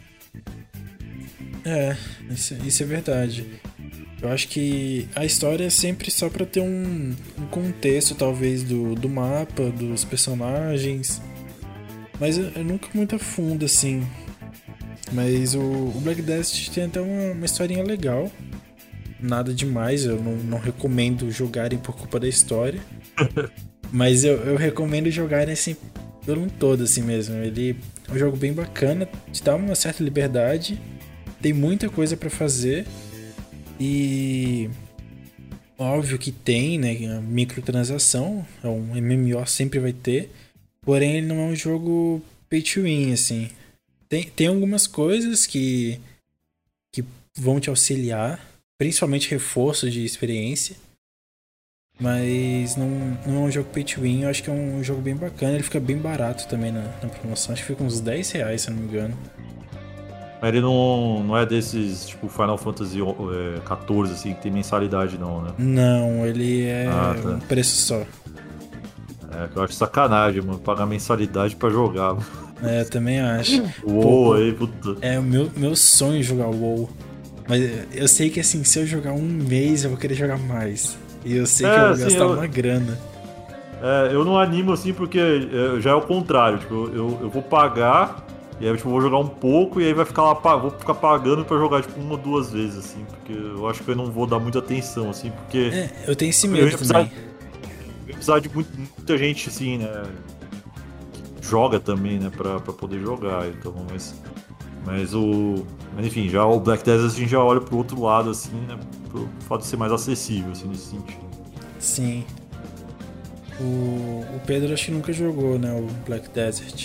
É, isso, isso é verdade. Eu acho que a história é sempre só pra ter um, um contexto, talvez, do, do mapa, dos personagens. Mas eu, eu nunca muito a fundo, assim. Mas o, o Black Desert tem até uma, uma historinha legal. Nada demais, eu não, não recomendo jogarem por culpa da história. Mas eu, eu recomendo jogarem assim, pelo um todo, assim mesmo. Ele é um jogo bem bacana, te dá uma certa liberdade, tem muita coisa pra fazer. E óbvio que tem, né? Microtransação, é um M M O, sempre vai ter. Porém, ele não é um jogo pay to win, assim. Tem, tem algumas coisas que, que vão te auxiliar, principalmente reforço de experiência. Mas não, não é um jogo pay to win, eu acho que é um jogo bem bacana. Ele fica bem barato também na, na promoção, acho que fica uns dez reais, se eu não me engano. Mas ele não, não é desses, tipo, Final Fantasy quatorze, assim, que tem mensalidade, não, né? Não, ele é Ah, tá. um preço só. É, que eu acho sacanagem, mano, pagar mensalidade pra jogar. É, eu também acho. Uou, Pô, aí, puta. É o meu, meu sonho jogar o WoW. Mas eu sei que assim, se eu jogar um mês, eu vou querer jogar mais. E eu sei É, que eu vou assim, gastar eu- uma grana. É, eu não animo, assim, porque é, já é o contrário. Tipo, eu, eu, eu vou pagar, e aí, tipo, eu vou jogar um pouco, e aí vai ficar lá, pa- vou ficar pagando pra jogar, tipo, uma ou duas vezes, assim. Porque eu acho que eu não vou dar muita atenção, assim, porque É, eu tenho esse eu medo ia precisar, também. eu ia precisar de muito- muita gente, assim, né? Que joga também, né? Pra, pra poder jogar. Então, mas. Mas o. Mas enfim, já o Black Desert a gente já olha pro outro lado, assim, né? Pro fato de ser mais acessível, assim, nesse sentido. Sim. O, o Pedro acho que nunca jogou, né? O Black Desert.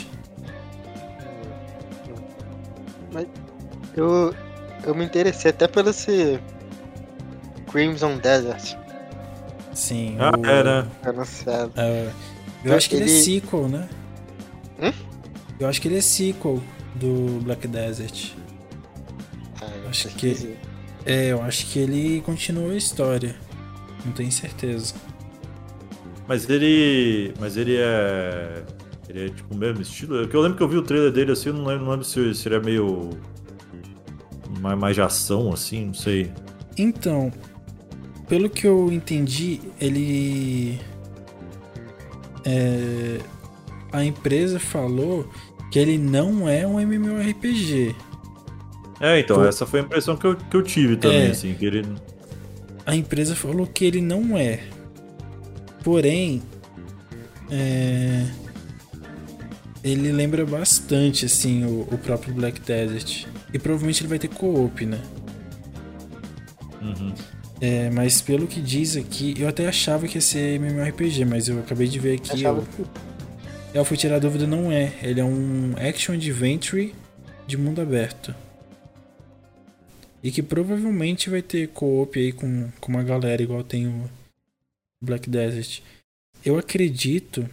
Mas eu, eu me interessei até pelo esse Crimson Desert Sim. Ah, o, é, né? anunciado. é, eu acho que ele é Ele- sequel, né? Hum? Eu acho que ele é sequel do Black Desert. Ah, eu Acho acho que- sim. É, eu acho que ele continuou a história. Não tenho certeza. Mas ele. Mas ele é. Ele é tipo o mesmo estilo. Porque eu lembro que eu vi o trailer dele assim, eu não lembro, não lembro se, se ele é meio. Mais, mais de ação, assim, não sei. Então, pelo que eu entendi, ele. É, a empresa falou que ele não é um MMORPG. É, então, Pô. essa foi a impressão que eu, que eu tive também, É. assim, que ele. A empresa falou que ele não é. Porém, é, ele lembra bastante assim o, o próprio Black Desert. E provavelmente ele vai ter co-op, né? Uhum. É, mas pelo que diz aqui, eu até achava que ia ser MMORPG, mas eu acabei de ver aqui. Achava Eu, que- eu fui tirar a dúvida, não é. Ele é um action adventure de mundo aberto. E que provavelmente vai ter co-op aí com, com uma galera, igual tem o Black Desert. Eu acredito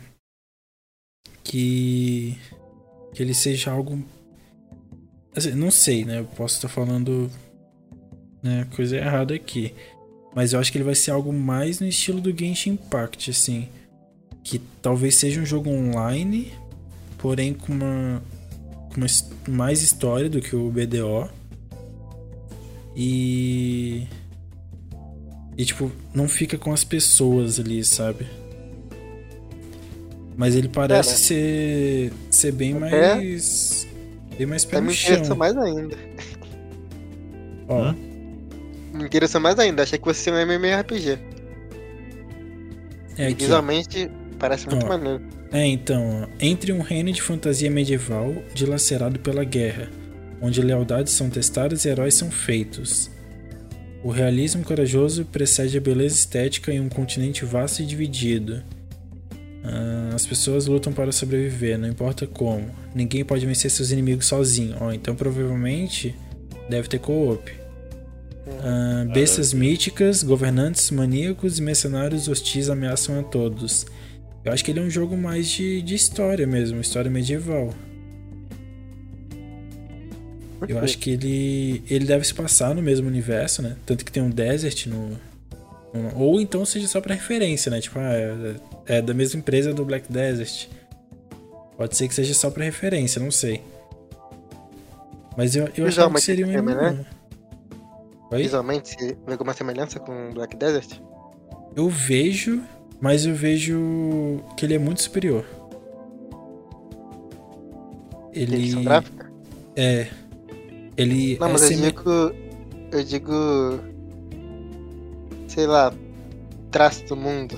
que, que ele seja algo. Assim, não sei, né? Eu posso estar falando, né, coisa errada aqui. Mas eu acho que ele vai ser algo mais no estilo do Genshin Impact, assim. Que talvez seja um jogo online, porém com uma, com uma his- mais história do que o B D O. E. E tipo, não fica com as pessoas ali, sabe? Mas ele parece Cara, ser. ser bem até- mais. Bem mais pé Até no me chão. interessou mais ainda. Ó, Hum? Me interessou mais ainda. Achei que fosse um MMORPG. é aqui. ó. Visualmente parece muito Ó. maneiro. É, então, ó, entre um reino de fantasia medieval dilacerado pela guerra, onde lealdades são testadas e heróis são feitos. O realismo corajoso precede a beleza estética em um continente vasto e dividido. Ah, as pessoas lutam para sobreviver, não importa como. Ninguém pode vencer seus inimigos sozinho. Ó, então provavelmente deve ter co-op. Ah, bestas míticas, governantes maníacos e mercenários hostis ameaçam a todos. Eu acho que ele é um jogo mais de, de história mesmo, história medieval. Eu acho que ele, ele deve se passar no mesmo universo, né? Tanto que tem um Desert no... no- ou então seja só pra referência, né? Tipo, ah, é, é da mesma empresa do Black Desert. Pode ser que seja só pra referência, não sei. Mas eu, eu achava que Visualmente seria um também, M M O. né? Oi? Visualmente, você vê alguma semelhança com Black Desert? Eu vejo, mas eu vejo que ele é muito superior. Ele... Edição gráfica? É. Ele Não, é mas eu semi- digo. Eu digo. Sei lá. Traço do mundo.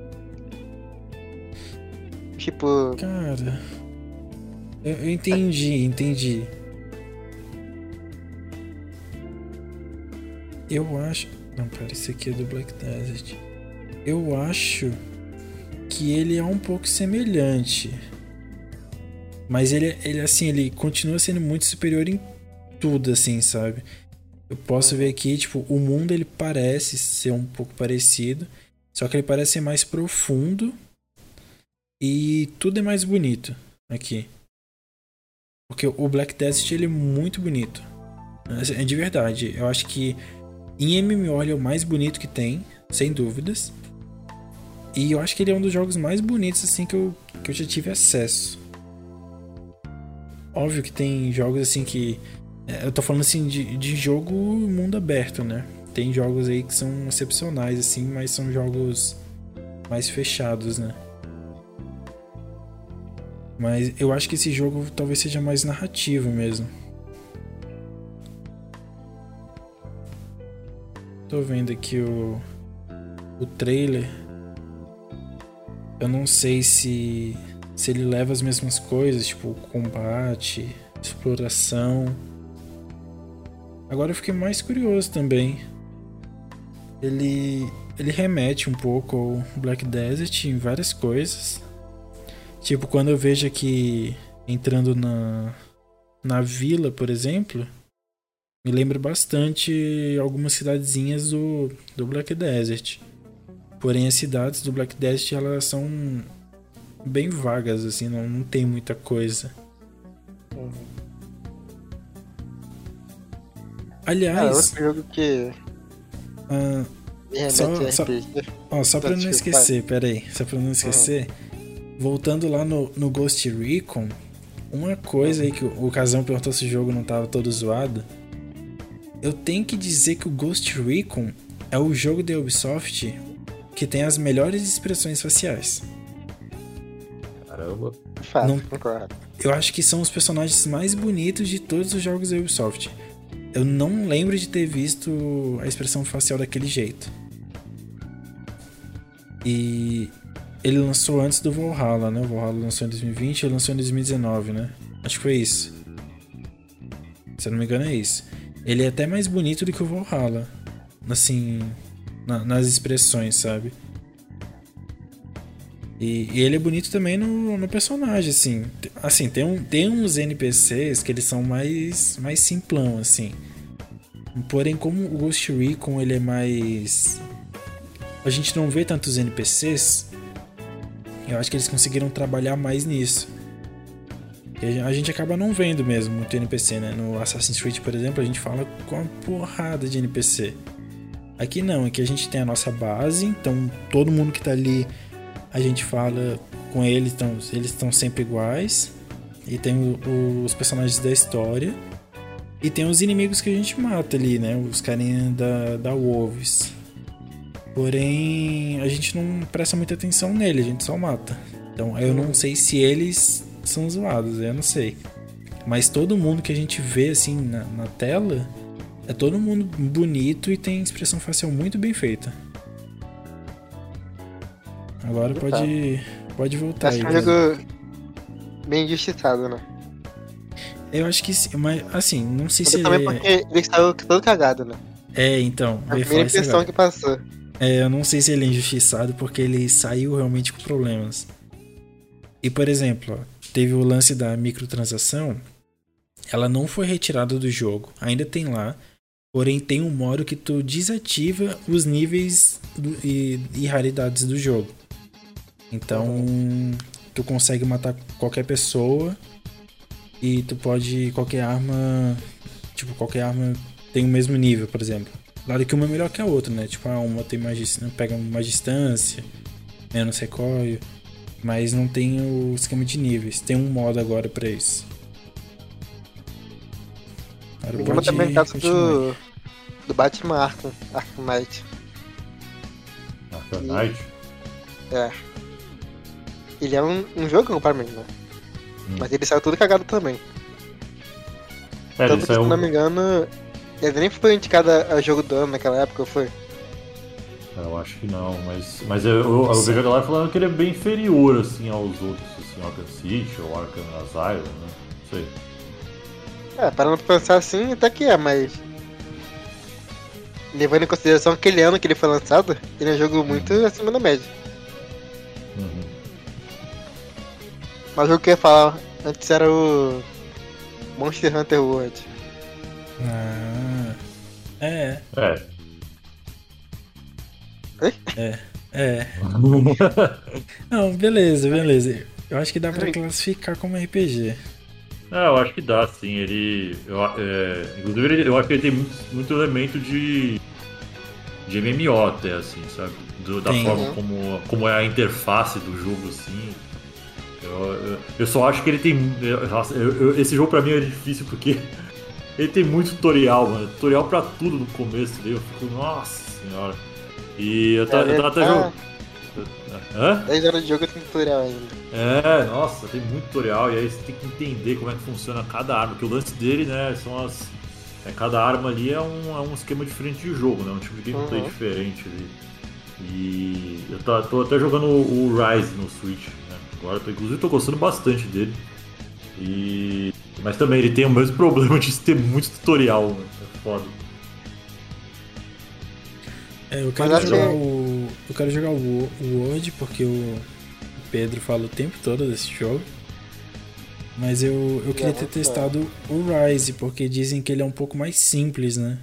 Tipo. Cara. Eu, eu entendi, entendi. Eu acho. Não, pera, esse aqui é do Black Desert. Eu acho que ele é um pouco semelhante. Mas ele, ele, assim, ele continua sendo muito superior em tudo, assim, sabe? Eu posso ver aqui, tipo, o mundo ele parece ser um pouco parecido, só que ele parece ser mais profundo e tudo é mais bonito aqui. Porque o Black Desert ele é muito bonito. É de verdade. Eu acho que em M M O ele é o mais bonito que tem, sem dúvidas. E eu acho que ele é um dos jogos mais bonitos assim que eu, que eu já tive acesso. Óbvio que tem jogos assim que... Eu tô falando assim de, de jogo mundo aberto, né? Tem jogos aí que são excepcionais assim, mas são jogos mais fechados, né? Mas eu acho que esse jogo talvez seja mais narrativo mesmo. Tô vendo aqui o, o trailer. Eu não sei se, se ele leva as mesmas coisas, tipo combate, exploração. Agora eu fiquei mais curioso também. Ele, ele remete um pouco ao Black Desert em várias coisas. Tipo, quando eu vejo aqui entrando na, na vila, por exemplo, me lembra bastante algumas cidadezinhas do, do Black Desert. Porém, as cidades do Black Desert, elas são bem vagas, assim, não, não tem muita coisa. Uhum. Aliás... Ah, outro jogo que... Ah, só, só, ó, só pra não esquecer, peraí, só pra não esquecer, uhum. Voltando lá no, no Ghost Recon, uma coisa aí que o, o Casão perguntou se o jogo não tava todo zoado. Eu tenho que dizer que o Ghost Recon é o jogo da Ubisoft que tem as melhores expressões faciais. Caramba. Fato, não, concordo. eu acho que são os personagens mais bonitos de todos os jogos da Ubisoft. Eu não lembro de ter visto a expressão facial daquele jeito. E ele lançou antes do Valhalla, né? O Valhalla lançou em dois mil e vinte, ele lançou em dois mil e dezenove, né? Acho que foi isso. Se eu não me engano é isso. Ele é até mais bonito do que o Valhalla. Assim, na, nas expressões, sabe? E, e ele é bonito também no, no personagem, assim. Assim, tem, um, tem uns N P Cs que eles são mais, mais simplão, assim. Porém, como o Ghost Recon ele é mais... A gente não vê tantos N P Cs. Eu acho que eles conseguiram trabalhar mais nisso. E a gente acaba não vendo mesmo muito N P C, né? No Assassin's Creed, por exemplo, a gente fala com uma porrada de N P C. Aqui não, aqui a gente tem a nossa base, então todo mundo que tá ali, a gente fala com eles, então eles estão sempre iguais. E tem o, os personagens da história. E tem os inimigos que a gente mata ali, né? Os carinha da, da Wolves. Porém, a gente não presta muita atenção nele, a gente só mata. Então eu não sei se eles são zoados, eu não sei. Mas todo mundo que a gente vê assim na, na tela é todo mundo bonito e tem expressão facial muito bem feita. Agora pode, pode voltar aí. Acho que é um jogo bem injustiçado, né? Eu acho que sim, mas assim, não sei Porque se também ele... porque ele saiu todo cagado, né? É, então. A primeira impressão que passou. É, eu não sei se ele é injustiçado porque ele saiu realmente com problemas. E, por exemplo, ó, teve o lance da microtransação. Ela não foi retirada do jogo. Ainda tem lá. Porém, tem um modo que tu desativa os níveis do, e, e raridades do jogo. Então, uhum. tu consegue matar qualquer pessoa. E tu pode... Qualquer arma... Tipo, qualquer arma tem o mesmo nível, por exemplo. Claro que uma é melhor que a outra, né? Tipo, ah, uma tem mais, pega mais distância, menos recoil, mas não tem o esquema de níveis. Tem um modo agora pra isso. Agora pode também no caso do, do Batman Arkham, Arkham Knight. Arkham Knight? É. Ele é um, um jogão pra mim, né? Hum. Mas ele saiu tudo cagado também. É, Tanto que, saiu... se não me engano... Ele nem foi indicado a jogo do ano naquela época, foi? Eu acho que não, mas, mas eu, eu, eu vejo a galera falando que ele é bem inferior assim, aos outros, assim, Arkham City ou Arkham Asylum, né? Não sei. É, parando pra pensar assim, até que é, mas... levando em consideração aquele ano que ele foi lançado, ele é um jogo muito acima da média. Uhum. Mas o jogo que eu ia falar antes era o Monster Hunter World. Ah. É. É. Oi? É. É. Não, beleza, beleza. Eu acho que dá pra classificar como R P G. É, eu acho que dá, sim. Ele. Eu, é, inclusive, ele, eu acho que ele tem muito, muito elemento de. de M M O até, assim, sabe? Do, da Tem. forma como, como é a interface do jogo, assim. Eu, eu, eu só acho que ele tem. Eu, eu, eu, esse jogo pra mim é difícil porque ele tem muito tutorial, mano. Tutorial pra tudo no começo ali. Eu fico, nossa senhora. E eu, tá, eu tava até jogando. Hã? dez horas de jogo tem tutorial ainda. É, nossa, tem muito tutorial e aí você tem que entender como é que funciona cada arma, porque o lance dele, né, são as... É, cada arma ali é um, é um esquema diferente de jogo, né, um tipo de gameplay Uhum. diferente ali. E eu tô, tô até jogando o, o Rise no Switch, né, agora, tô, inclusive tô gostando bastante dele. E... Mas também ele tem o mesmo problema de ter muito tutorial, né, é foda. É, eu quero Mas acho jogar que- o. Eu quero jogar o o World porque o Pedro fala o tempo todo desse jogo. Mas eu, eu queria ter muito testado o Rise, porque dizem que ele é um pouco mais simples, né?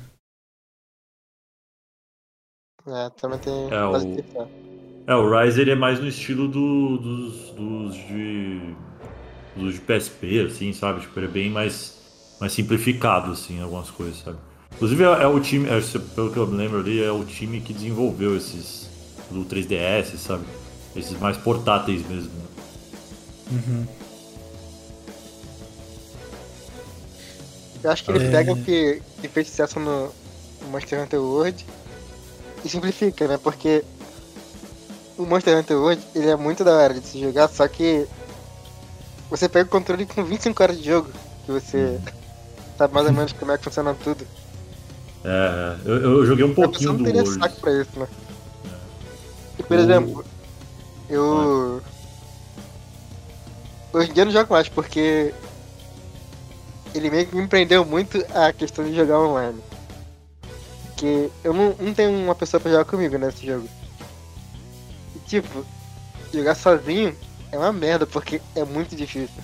É, também tem É, quase o- que tá. É, o Rise ele é mais no estilo do, dos, dos de. dos de P S P, assim, sabe? Tipo, ele é bem mais, mais simplificado, assim, algumas coisas, sabe? Inclusive é, é o time, é, se- pelo que eu me lembro ali, é o time que desenvolveu esses do três D S, sabe? Esses mais portáteis mesmo. Né? Uhum. Eu acho que ele É. pega o que, que fez sucesso no Monster Hunter World e simplifica, né? Porque o Monster Hunter World, ele é muito da hora de se jogar, só que você pega o controle com vinte e cinco horas de jogo, que você sabe mais ou menos como é que funciona tudo. É, eu, eu joguei um A pessoa pouquinho não do teria World. saco pra isso, né? E, por O- exemplo, eu... Hoje em dia eu não jogo mais, porque ele meio que me prendeu muito a questão de jogar online. Porque eu não, não tenho uma pessoa pra jogar comigo nesse jogo. E tipo, jogar sozinho é uma merda, porque é muito difícil.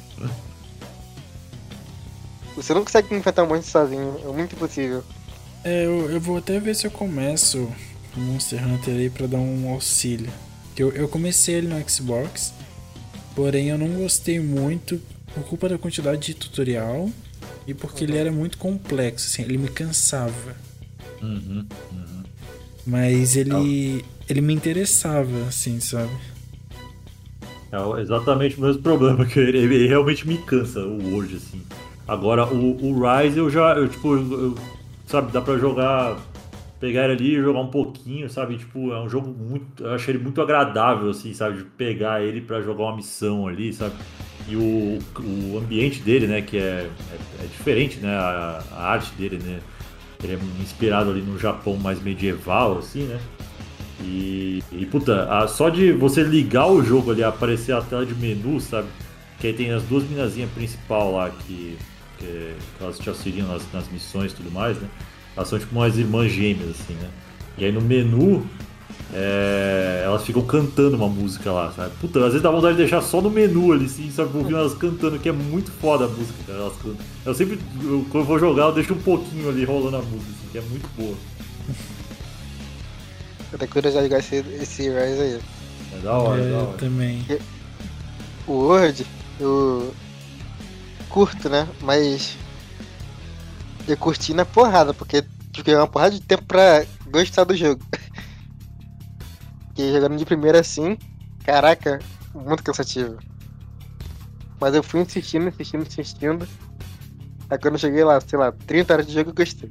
Você não consegue enfrentar um monte sozinho, é muito impossível. É, eu, eu vou até ver se eu começo o Monster Hunter aí pra dar um auxílio. Eu, eu comecei ele no Xbox, porém eu não gostei muito por culpa da quantidade de tutorial e porque ele era muito complexo, assim, ele me cansava. Uhum, uhum. Mas ele, ele me interessava, assim, sabe? É o- exatamente o mesmo problema, que ele, ele realmente me cansa, o World, assim. Agora, o, o Rise eu já, eu, tipo, eu- eu- sabe, dá pra jogar, pegar ele ali e jogar um pouquinho, sabe? Tipo, é um jogo muito, eu achei ele muito agradável, assim, sabe? De pegar ele pra jogar uma missão ali, sabe? E o, o ambiente dele, né, que é, é, é diferente, né? A, a arte dele, né? Ele é inspirado ali no Japão mais medieval, assim, né? E, e puta, a- só de você ligar o jogo ali, aparecer a tela de menu, sabe? Que aí tem as duas minazinhas principal lá que, que, que elas te auxiliam nas, nas missões e tudo mais, né? Elas são tipo umas irmãs gêmeas, assim, né? E aí no menu, é, elas ficam cantando uma música lá, sabe? Puta, às vezes dá vontade de deixar só no menu ali, assim, sabe? Ouvindo elas cantando, que é muito foda a música, cara. Elas cantam. Eu sempre, eu- quando eu vou jogar, eu deixo um pouquinho ali rolando a música, assim, que é muito boa. Eu tenho curiosidade de jogar esse, esse Rise aí. É da hora, é, É, da hora. também. O World, eu curto, né? Mas eu curti na porrada, porque fiquei uma porrada de tempo pra gostar do jogo. Porque jogando de primeira assim, caraca, muito cansativo. Mas eu fui insistindo, insistindo, insistindo. Aí quando eu cheguei lá, sei lá, trinta horas de jogo, eu gostei.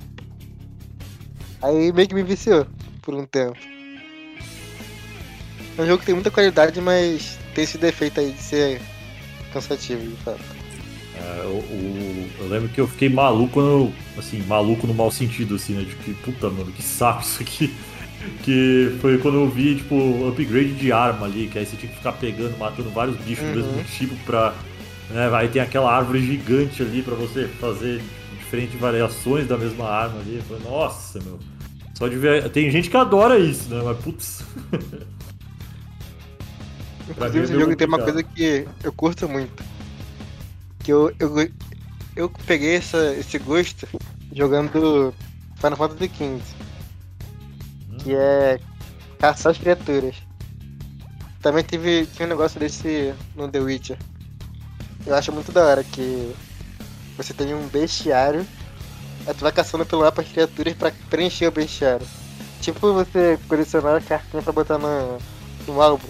Aí meio que me viciou por um tempo. É um jogo que tem muita qualidade, mas tem esse defeito aí de ser cansativo, de fato. É, o- o- eu lembro que eu fiquei maluco quando eu, assim, maluco no mau sentido, assim, né? De que, puta, mano, que saco isso aqui. Que foi quando eu vi, tipo, upgrade de arma ali, que aí você tinha que ficar pegando, matando vários bichos do Uhum. mesmo tipo pra. Né, aí tem aquela árvore gigante ali pra você fazer diferentes variações da mesma arma ali. Eu falei, nossa, meu. Só de ver. Tem gente que adora isso, né? Mas putz. Inclusive, esse jogo tem uma coisa que eu curto muito. Que eu, eu, eu peguei essa, esse gosto jogando Final Fantasy quinze. Hum. Que é caçar as criaturas. Também tive, tive um negócio desse no The Witcher. Eu acho muito da hora que você tem um bestiário, aí tu vai caçando pelo mapa as criaturas pra preencher o bestiário. Tipo você colecionar cartinha pra botar no, no álbum.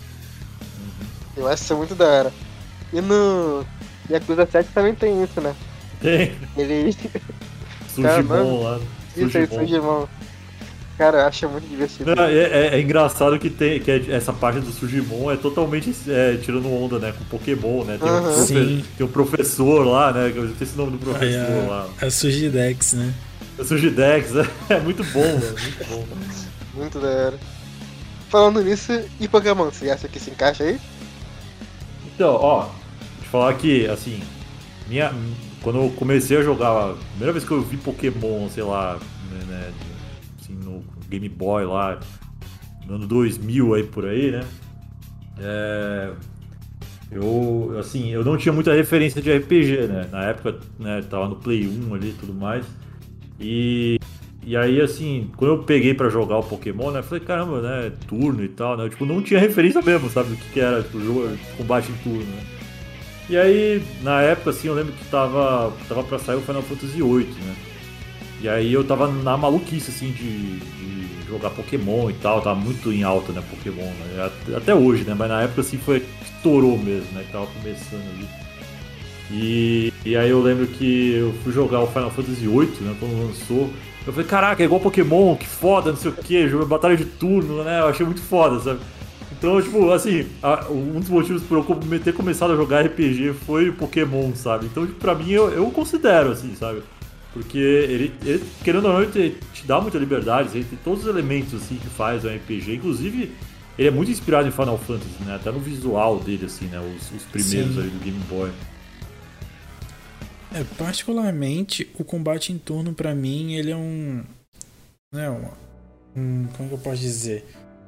Eu acho isso muito da hora. E no Yakuza sete também tem isso, né? Tem. Ele... Sujimon lá. Isso aí, Sujimon. Cara, eu acho muito divertido. Não, é, é, é engraçado que, tem, que é, essa parte do Sujimon é totalmente é, tirando onda, né? Com Pokémon, né? Tem, uhum. um profe- tem um professor lá, né? Eu esqueci o nome do professor Ai, a, lá. É Sugidex, né? É Sugidex, é muito bom, mano. Muito bom. Muito da hora. Falando nisso, e Pokémon, você acha que se encaixa aí? Então, ó, vou te falar que, assim, minha, quando eu comecei a jogar, a primeira vez que eu vi Pokémon, sei lá, né, assim, no Game Boy lá, no ano dois mil aí por aí, né, é, eu, assim, eu não tinha muita referência de R P G, né, na época, né, tava no Play um ali e tudo mais, e... E aí, assim, quando eu peguei pra jogar o Pokémon, né, eu falei, caramba, né, turno e tal, né, eu, tipo, não tinha referência mesmo, sabe, do que, que era, tipo, jogo, combate em turno, né. E aí, na época, assim, eu lembro que tava, tava pra sair o Final Fantasy oito, né, e aí eu tava na maluquice, assim, de, de jogar Pokémon e tal, tava muito em alta, né, Pokémon, né, até hoje, né, mas na época, assim, foi, estourou mesmo, né, que tava começando ali. E, e aí eu lembro que eu fui jogar o Final Fantasy oito, né, quando lançou. Eu falei, caraca, é igual Pokémon, que foda, não sei o que, jogo batalha de turno, né? Eu achei muito foda, sabe? Então, tipo, assim, a, um dos motivos por eu ter começado a jogar R P G foi o Pokémon, sabe? Então, tipo, pra mim, eu, eu considero, assim, sabe? Porque ele, ele querendo ou não, ele te, te dá muita liberdade, ele tem todos os elementos, assim, que faz o R P G. Inclusive, ele é muito inspirado em Final Fantasy, né? Até no visual dele, assim, né? Os, os primeiros Sim. ali do Game Boy. É, particularmente, o combate em turno, pra mim, ele é um... Né, um, um... Como é que eu posso dizer?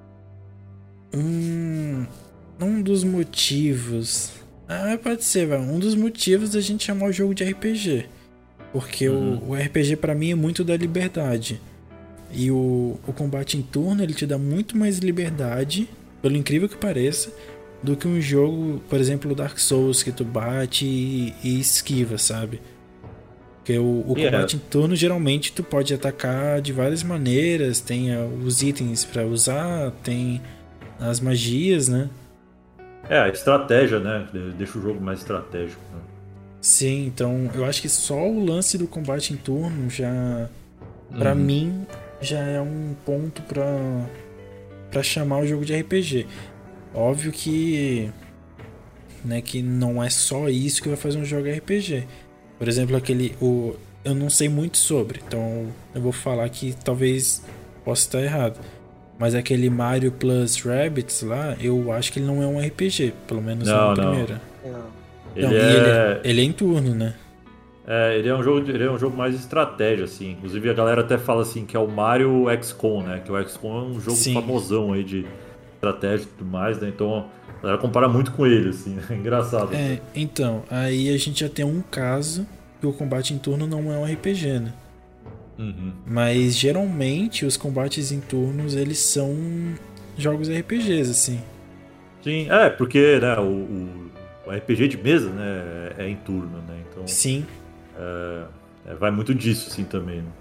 Um... Um dos motivos... Ah, pode ser, vai. Um dos motivos da gente chamar o jogo de R P G. Porque uhum. o, o R P G, pra mim, é muito da liberdade. E o, o combate em turno, ele te dá muito mais liberdade, pelo incrível que pareça, do que um jogo, por exemplo, Dark Souls, que tu bate e, e esquiva, sabe? Porque o, o yeah. combate em turno, geralmente, tu pode atacar de várias maneiras, tem uh, os itens pra usar, tem as magias, né? É, a estratégia, né? Deixa o jogo mais estratégico, né? Sim, então eu acho que só o lance do combate em turno já, pra uhum. mim, já é um ponto pra, pra chamar o jogo de R P G. Óbvio que, né, que não é só isso que vai fazer um jogo R P G. Por exemplo, aquele... O, eu não sei muito sobre, então eu vou falar que talvez possa estar errado. Mas aquele Mario Plus Rabbids lá, eu acho que ele não é um R P G, pelo menos não, na primeira. Não. Ele, não, é... Ele, é, ele é em turno, né? É, ele é um jogo, ele é um jogo mais estratégia, assim. Inclusive a galera até fala assim que é o Mario X COM, né? Que o X COM é um jogo Sim. famosão aí de estratégia e tudo mais, né? Então a galera compara muito com ele, assim. É engraçado. É, assim. Então, aí a gente já tem um caso que o combate em turno não é um R P G, né? Uhum. Mas geralmente os combates em turnos, eles são jogos R P Gs, assim. Sim, é, porque, né, o, o, o R P G de mesa, né, é em turno, né? Então. Sim. É, é, vai muito disso, assim, também, né?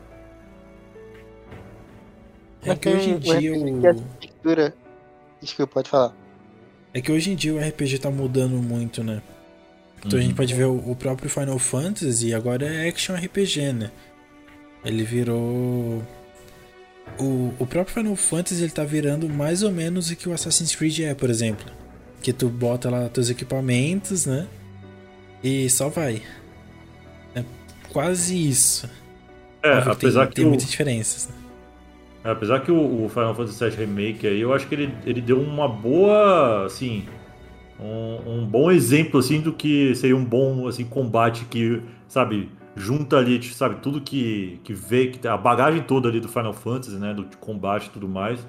É que hoje em dia o... Textura... Desculpa, pode falar. É que hoje em dia o R P G tá mudando muito, né? Então uhum. a gente pode ver o, o próprio Final Fantasy agora é Action R P G, né? Ele virou... O, o próprio Final Fantasy ele tá virando mais ou menos o que o Assassin's Creed é, por exemplo. Que tu bota lá teus equipamentos, né? E só vai. É quase isso. É, Óbvio apesar tem, que tem o... muitas diferenças, né? Apesar que o, o Final Fantasy sete Remake aí, eu acho que ele, ele deu uma boa, assim, um, um bom exemplo, assim, do que seria um bom, assim, combate que, sabe, junta ali, sabe, tudo que, que vê, que a bagagem toda ali do Final Fantasy, né, do combate e tudo mais,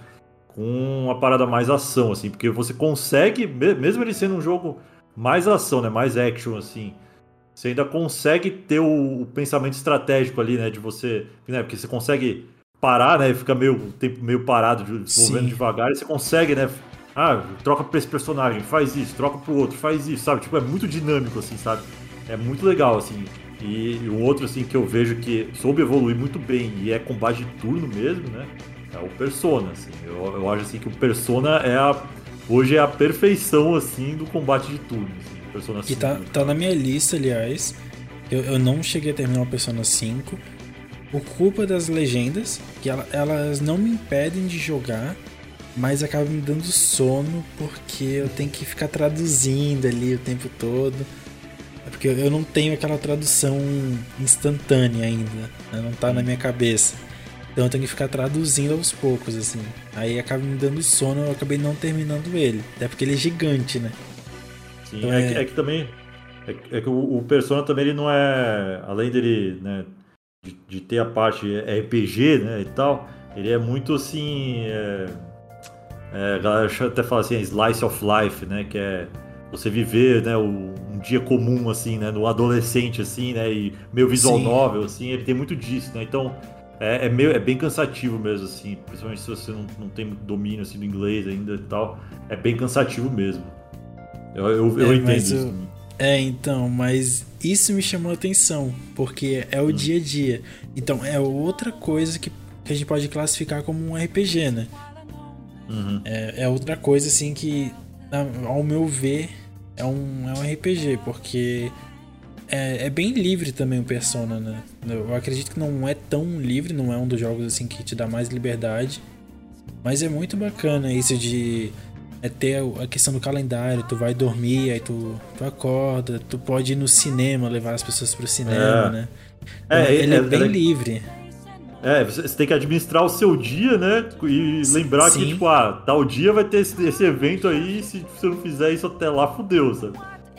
com uma parada mais ação, assim, porque você consegue, mesmo ele sendo um jogo mais ação, né, mais action, assim, você ainda consegue ter o, o pensamento estratégico ali, né, de você, né, porque você consegue parar, né, fica meio tempo meio parado, movendo devagar, e você consegue, né, ah, troca pra esse personagem, faz isso, troca pro outro, faz isso, sabe, tipo, é muito dinâmico, assim, sabe, é muito legal, assim. E um outro, assim, que eu vejo que soube evoluir muito bem e é combate de turno mesmo, né? É o Persona, assim. Eu, eu acho, assim, que o Persona é a... Hoje é a perfeição, assim, do combate de turno, assim. Persona cinco. E tá, tá na minha lista, aliás. Eu, eu não cheguei a terminar o Persona cinco. Por culpa das legendas, que ela, elas não me impedem de jogar, mas acabam me dando sono, porque eu tenho que ficar traduzindo ali o tempo todo. Porque eu não tenho aquela tradução instantânea ainda, né? Não tá na minha cabeça. Então eu tenho que ficar traduzindo aos poucos, assim. Aí acaba me dando sono, eu acabei não terminando ele. Até porque ele é gigante, né? Sim, então, é, é... Que, é que também... É, é que o, o Persona também, ele não é... Além dele, né, de, de ter a parte R P G, né, e tal, ele é muito, assim... É, é, a galera até fala assim, slice of life, né, que é... Você viver, né, um dia comum, assim, né, no adolescente, assim, né, e meio visual Sim. novel, assim, ele tem muito disso, né, então é, é, meio, é bem cansativo mesmo, assim, principalmente se você não, não tem muito domínio, assim, do inglês ainda e tal, é bem cansativo mesmo. Eu, eu, eu é, entendo isso. Eu... É, então, mas isso me chamou a atenção, porque é o hum. dia a dia. Então, é outra coisa que, que a gente pode classificar como um R P G, né? Uhum. É, é outra coisa, assim, que, ao meu ver, é um, é um R P G, porque é, é bem livre também o Persona, né? Eu acredito que não é tão livre, não é um dos jogos assim que te dá mais liberdade, mas é muito bacana isso de é ter a questão do calendário, tu vai dormir, aí tu, tu acorda, tu pode ir no cinema, levar as pessoas pro cinema, é. né? Então, é, ele é, é bem é, livre. É, você tem que administrar o seu dia, né? E lembrar Sim. que, tipo, ah, tal dia vai ter esse, esse evento aí, e se você não fizer isso até lá, fudeu, sabe?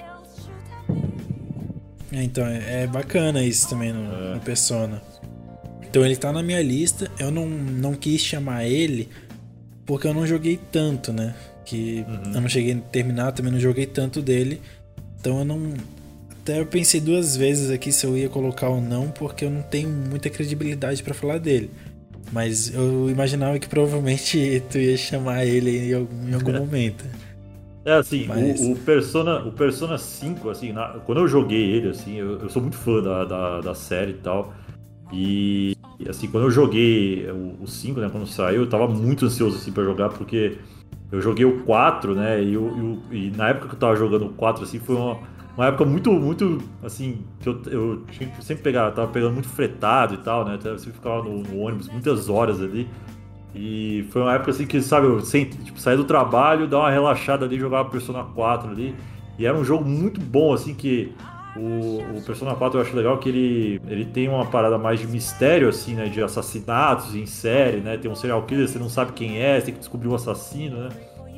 É, então, é, é bacana isso também no, é. no Persona. Então ele tá na minha lista, eu não, não quis chamar ele porque eu não joguei tanto, né? Que uhum. eu não cheguei a terminar, também não joguei tanto dele. Então eu não... Até eu pensei duas vezes aqui se eu ia colocar ou não, porque eu não tenho muita credibilidade pra falar dele. Mas eu imaginava que provavelmente tu ia chamar ele em algum, em algum momento. É assim, Mas... o, o, Persona, o Persona cinco, assim, na, quando eu joguei ele, assim, eu, eu sou muito fã da, da, da série e tal. E assim, quando eu joguei o, o cinco, né, quando saiu, eu tava muito ansioso assim, pra jogar, porque eu joguei o quatro, né, e, eu, eu, e na época que eu tava jogando o quatro, assim, foi uma, uma época muito, muito, assim, que eu, eu tinha que sempre pegar, eu tava pegando muito fretado e tal, né, eu sempre ficava no, no ônibus muitas horas ali. E foi uma época assim que, sabe, eu sempre, tipo, saí do trabalho, dar uma relaxada ali, jogava Persona quatro ali. E era um jogo muito bom, assim, que o, o Persona quatro eu acho legal que ele, ele tem uma parada mais de mistério, assim, né, de assassinatos em série, né, tem um serial killer, você não sabe quem é, você tem que descobrir o assassino, né.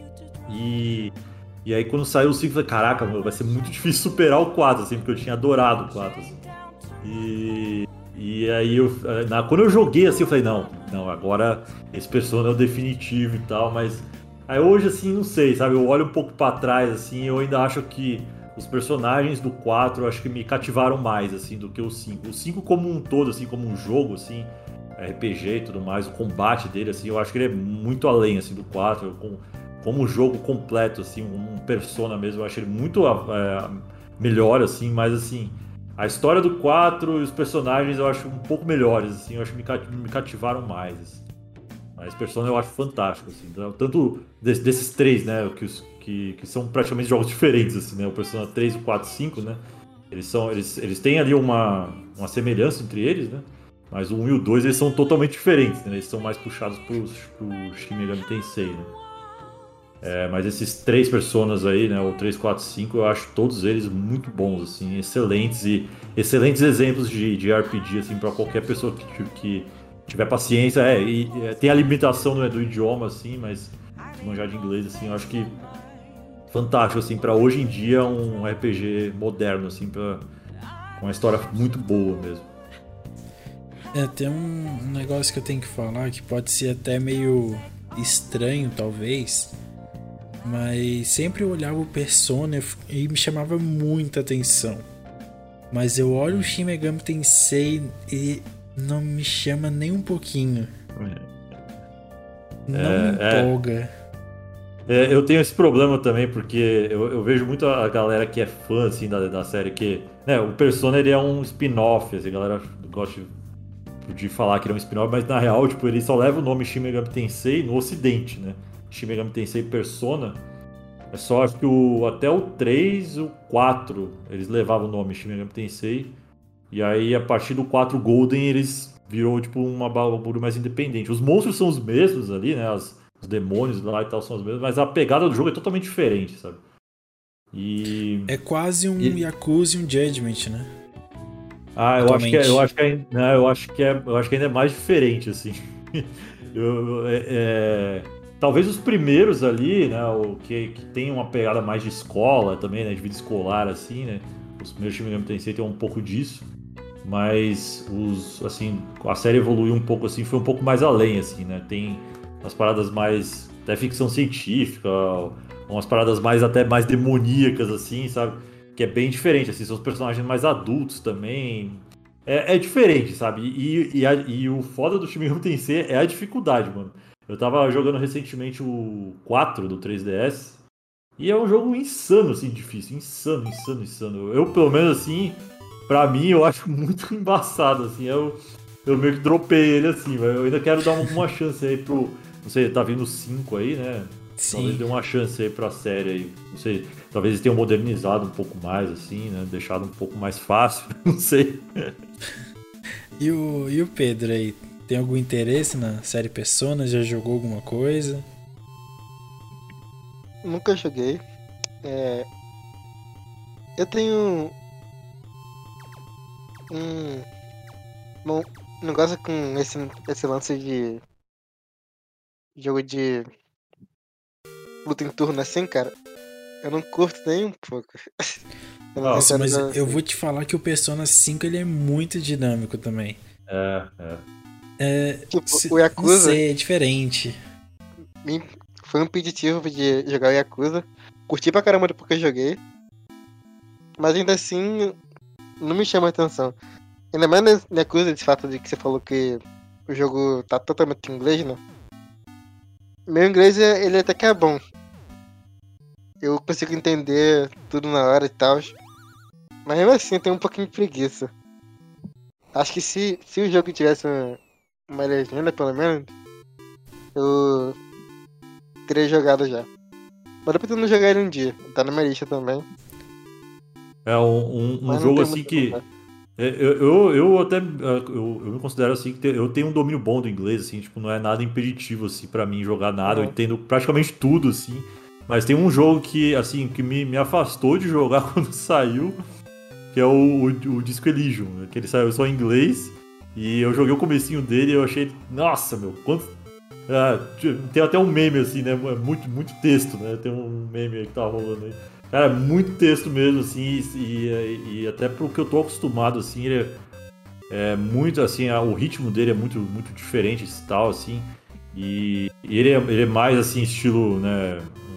E, e aí quando saiu o cinco, eu falei, caraca, meu, vai ser muito difícil superar o quatro, assim, porque eu tinha adorado o quatro, assim. E... E aí, eu, na, quando eu joguei assim, eu falei, não, não, agora esse Persona é o definitivo e tal, mas... Aí hoje, assim, não sei, sabe, eu olho um pouco pra trás, assim, eu ainda acho que os personagens do quatro, eu acho que me cativaram mais, assim, do que o cinco. O cinco como um todo, assim, como um jogo, assim, R P G e tudo mais, o combate dele, assim, eu acho que ele é muito além, assim, do quatro, como, como um jogo completo, assim, um Persona mesmo, eu acho ele muito é, melhor, assim, mas, assim... A história do quatro e os personagens eu acho um pouco melhores, assim, eu acho que me cativaram mais. Assim. Mas Persona eu acho fantástico, assim, tanto desses três, né, que, que, que são praticamente jogos diferentes, assim, né, o Persona três, o quatro, cinco, né, eles, são, eles, eles têm ali uma, uma semelhança entre eles, né, mas o um e o dois eles são totalmente diferentes, né, eles são mais puxados pro, pro Shin Megami Tensei, né. É, mas esses três personas aí, né, o três, quatro, cinco, eu acho todos eles muito bons, assim, excelentes e excelentes exemplos de, de R P G, assim, para qualquer pessoa que, que tiver paciência. É, e é, tem a limitação, né, do idioma, assim, mas se manjar de inglês, assim, eu acho que fantástico, assim, para hoje em dia um R P G moderno, assim, pra, uma história muito boa mesmo. É, tem um, um negócio que eu tenho que falar que pode ser até meio estranho, talvez, mas sempre eu olhava o Persona e me chamava muita atenção. Mas eu olho o Shin Megami Tensei e não me chama nem um pouquinho. Não é, me empolga. É, é, eu tenho esse problema também, porque eu, eu vejo muito a galera que é fã assim, da, da série, que né, o Persona ele é um spin-off, assim, a galera gosta de de falar que ele é um spin-off, mas na real, tipo, ele só leva o nome Shin Megami Tensei no ocidente, né? Shin Megami Tensei Persona. É só, acho que o, até o três, o quatro, eles levavam o nome Shin Megami Tensei. E aí, a partir do quatro Golden, eles virou, tipo, uma bagulho mais independente. Os monstros são os mesmos ali, né? As, os demônios lá e tal são os mesmos, mas a pegada do jogo é totalmente diferente, sabe? E... É quase um e... Yakuza e um Judgment, né? Ah, eu acho, que é, eu, acho que é, não, eu acho que é, eu acho que ainda é mais diferente, assim. eu, é, é, talvez os primeiros ali, né, o que, que tem uma pegada mais de escola também, né, de vida escolar, assim, né. Os primeiros Shin Megami Tensei tem um pouco disso, mas os, assim, a série evoluiu um pouco, assim, foi um pouco mais além, assim, né. Tem as paradas mais até ficção científica, umas paradas mais até mais demoníacas, assim, sabe? Que é bem diferente, assim, são os personagens mais adultos também. É, é diferente, sabe? E, e, a, e o foda do Shin Megami Tensei é a dificuldade, mano. Eu tava jogando recentemente o quatro do três D S e é um jogo insano, assim, difícil. Insano, insano, insano. Eu, pelo menos, assim, pra mim, eu acho muito embaçado, assim. Eu, eu meio que dropei ele, assim, mas eu ainda quero dar uma chance aí pro... Não sei, tá vindo o cinco aí, né? Sim. Talvez dê uma chance aí pra série aí. Não sei, talvez eles tenham modernizado um pouco mais, assim, né? Deixado um pouco mais fácil, não sei. E o, e o Pedro aí? Tem algum interesse na série Persona? Já jogou alguma coisa? Nunca joguei. É... Eu tenho um bom negócio com esse, esse lance de jogo de luta em turno assim, cara. Eu não curto nem um pouco. Eu não Nossa, mas assim. eu vou te falar que o Persona cinco ele é muito dinâmico também. É, é. É, Tipo, se, o Yakuza... Não sei, é diferente. Foi um impeditivo de jogar o Yakuza. Curti pra caramba depois que eu joguei. Mas ainda assim, não me chama a atenção. Ainda mais no Yakuza, esse fato de que você falou que o jogo tá totalmente em inglês, né? Meu inglês, ele até que é bom. Eu consigo entender tudo na hora e tal. Mas mesmo assim, eu tenho um pouquinho de preguiça. Acho que se, se o jogo tivesse uma, uma legenda, pelo menos, eu teria jogado já. Mas eu pretendo jogar ele um dia. Tá na minha lista também. É um, um, um jogo assim que... Eu, eu, eu até eu, eu me considero assim que eu tenho um domínio bom do inglês, assim, tipo, não é nada impeditivo assim para mim jogar nada, uhum. Eu entendo praticamente tudo, assim. Mas tem um jogo que, assim, que me, me afastou de jogar quando saiu, que é o, o, o Disco Elysium, que ele saiu só em inglês, e eu joguei o comecinho dele e eu achei, nossa, meu, quanto... Ah, tem até um meme, assim, né, muito, muito texto, né, tem um meme aí que tá rolando aí. Cara, muito texto mesmo, assim, e, e, e até pro que eu tô acostumado, assim, ele é, é muito, assim, a, o ritmo dele é muito, muito diferente e tal, assim, e, e ele, é, ele é mais, assim, estilo, né,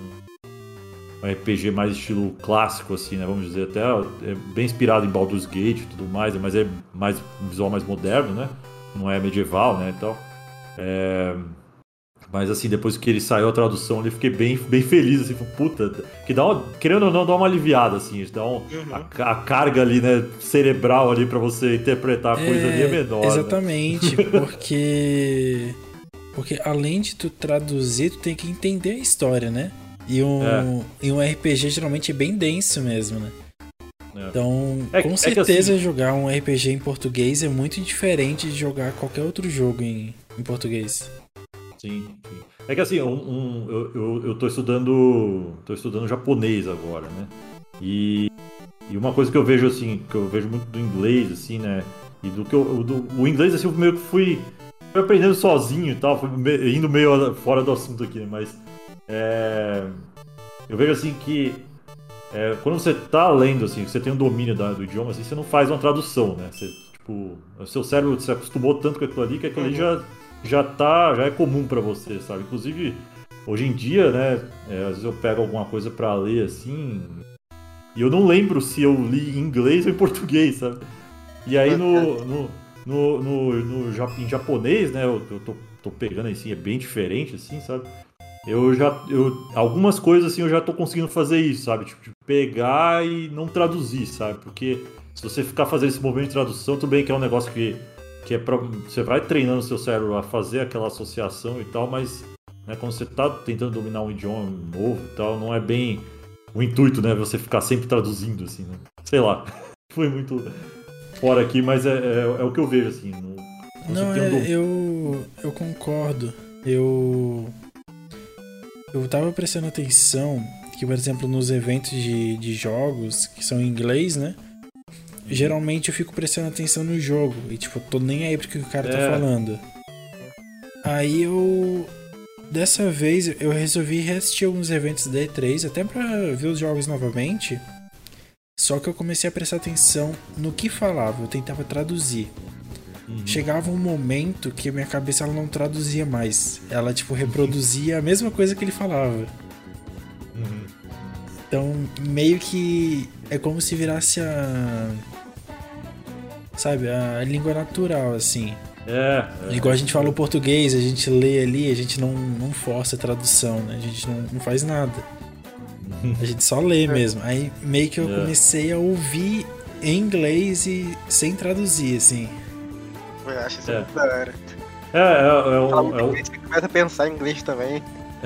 um R P G mais estilo clássico, assim, né, vamos dizer, até é bem inspirado em Baldur's Gate e tudo mais, mas é mais, um visual mais moderno, né, não é medieval, né, e tal. É... Mas assim, depois que ele saiu a tradução, eu fiquei bem, bem feliz, assim, puta, que dá uma, querendo ou não, dá uma aliviada, assim, dá um, uhum. a, a carga ali, né, cerebral ali pra você interpretar a coisa é, ali é menor. Exatamente, né? porque porque além de tu traduzir, tu tem que entender a história, né? E um, é. e um R P G geralmente é bem denso mesmo, né? É. Então, é, com certeza é assim, jogar um R P G em português é muito diferente de jogar qualquer outro jogo em, em português. Sim, sim. É que assim, um, um, eu, eu, eu tô estudando. tô estudando japonês agora, né? E, e uma coisa que eu vejo assim, que eu vejo muito do inglês, assim, né? E do que eu. Do, o inglês, assim, eu meio que fui, fui aprendendo sozinho e tal, fui me, indo meio fora do assunto aqui, né? Mas é, eu vejo assim que é, quando você tá lendo, assim, você tem um domínio da, do idioma, assim, você não faz uma tradução, né? Você, tipo, o seu cérebro se acostumou tanto com aquilo ali que aquilo ali já, já tá, já é comum pra você, sabe? Inclusive, hoje em dia, né, é, às vezes eu pego alguma coisa pra ler, assim, e eu não lembro se eu li em inglês ou em português, sabe? E aí no, no, no, no, no, no em japonês, né, eu, eu tô, tô pegando assim, é bem diferente, assim, sabe? Eu já, eu, algumas coisas assim eu já tô conseguindo fazer isso, sabe? Tipo, de pegar e não traduzir, sabe? Porque se você ficar fazendo esse movimento de tradução, tudo bem que é um negócio que, que é pra, você vai treinando o seu cérebro a fazer aquela associação e tal, mas né, quando você tá tentando dominar um idioma novo e tal, não é bem o intuito, né? Você ficar sempre traduzindo, assim, né? Sei lá, foi muito fora aqui, mas é, é, é o que eu vejo, assim. No, não, é, um eu, eu concordo. Eu... Eu tava prestando atenção que, por exemplo, nos eventos de, de jogos, que são em inglês, né? Geralmente eu fico prestando atenção no jogo. E, tipo, eu tô nem aí pro que o cara é. tá falando. Aí eu... Dessa vez eu resolvi reassistir alguns eventos da E três, até pra ver os jogos novamente. Só que eu comecei a prestar atenção no que falava. Eu tentava traduzir. Uhum. Chegava um momento que a minha cabeça ela não traduzia mais. Ela, tipo, reproduzia a mesma coisa que ele falava. Uhum. Então, meio que é como se virasse a... Sabe, a língua natural, assim. É, é. Igual a gente fala o português, a gente lê ali, a gente não, não força a tradução, né? A gente não, não faz nada. A gente só lê mesmo. Aí meio que eu é. comecei a ouvir em inglês e sem traduzir, assim. Eu acho isso é. muito da hora. É, é, é, o, é o... Você começa a pensar em inglês também.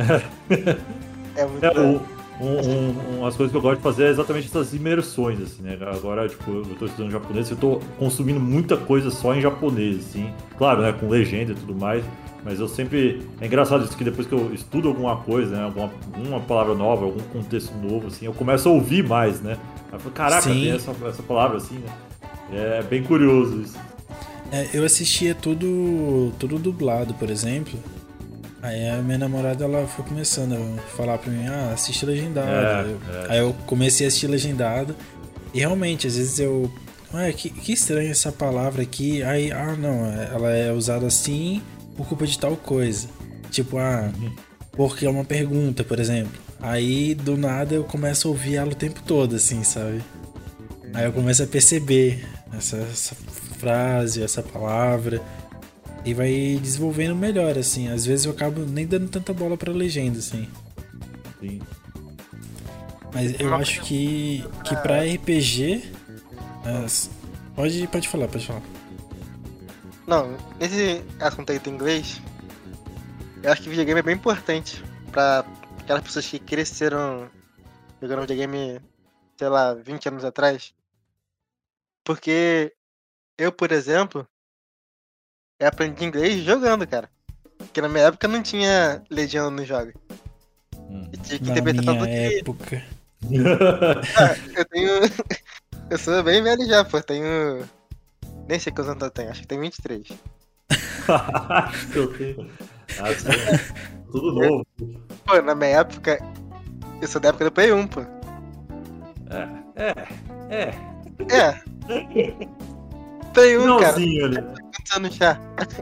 É, é muito é, o, um, um, Umas coisas que eu gosto de fazer é exatamente essas imersões, assim, né? Agora, tipo, eu tô estudando japonês, eu tô consumindo muita coisa só em japonês, assim. Claro, né, com legenda e tudo mais, mas eu sempre... É engraçado isso, que depois que eu estudo alguma coisa, né, alguma uma palavra nova, algum contexto novo, assim, eu começo a ouvir mais, né? Aí eu falo, caraca, Sim. tem essa, essa palavra, assim, né? É bem curioso isso. É, eu assistia tudo, tudo dublado, por exemplo. Aí a minha namorada ela foi começando a falar pra mim, ah, assiste legendado. É, eu, é. Aí eu comecei a assistir legendado. E realmente, às vezes eu... Ah, que, que estranho essa palavra aqui. Aí, ah, não, ela é usada assim por culpa de tal coisa. Tipo, ah, uhum. porque é uma pergunta, por exemplo. Aí, do nada, eu começo a ouvir ela o tempo todo, assim, sabe? Aí eu começo a perceber essa, essa frase, essa palavra, e vai desenvolvendo melhor, assim. Às vezes eu acabo nem dando tanta bola pra legenda, assim. Sim. Mas eu acho que, que pra R P G... As... Pode, pode falar, pode falar. Não, nesse assunto aí do inglês, eu acho que videogame é bem importante pra aquelas pessoas que cresceram jogando videogame, sei lá, vinte anos atrás. Porque eu, por exemplo, eu aprendi inglês jogando, cara. Porque na minha época não tinha legenda nos jogos. Hum. Eu tinha que Na interpretar minha tudo que... época... Ah, eu tenho... Eu sou bem velho já, pô. Tenho... Nem sei quantos anos eu tenho, acho que tenho vinte e três. Eu tenho... Ah, sim. Tudo novo. Pô, na minha época... Eu sou da época do Play um, pô. É, é, é. É. Play um, cara. Ali. Quantos anos já?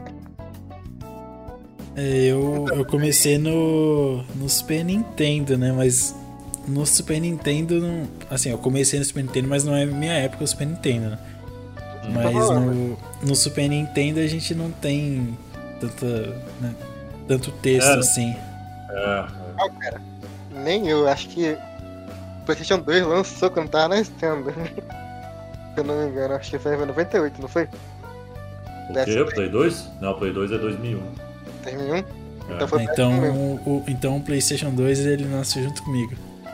Eu, eu comecei no, no Super Nintendo, né? Mas no Super Nintendo, não, assim, eu comecei no Super Nintendo, mas não é minha época o Super Nintendo, né? Mas no, no Super Nintendo a gente não tem tanta, né, tanto texto é. assim. É. Ah, cara, nem eu. Acho que o PlayStation dois lançou quando tava nascendo. Se eu não me engano, acho que foi em noventa e oito, não foi? O quê? Play dois? Não, Play dois é dois mil e um. dois mil e um? É. Então foi então, o, o, então o PlayStation dois ele nasceu junto comigo.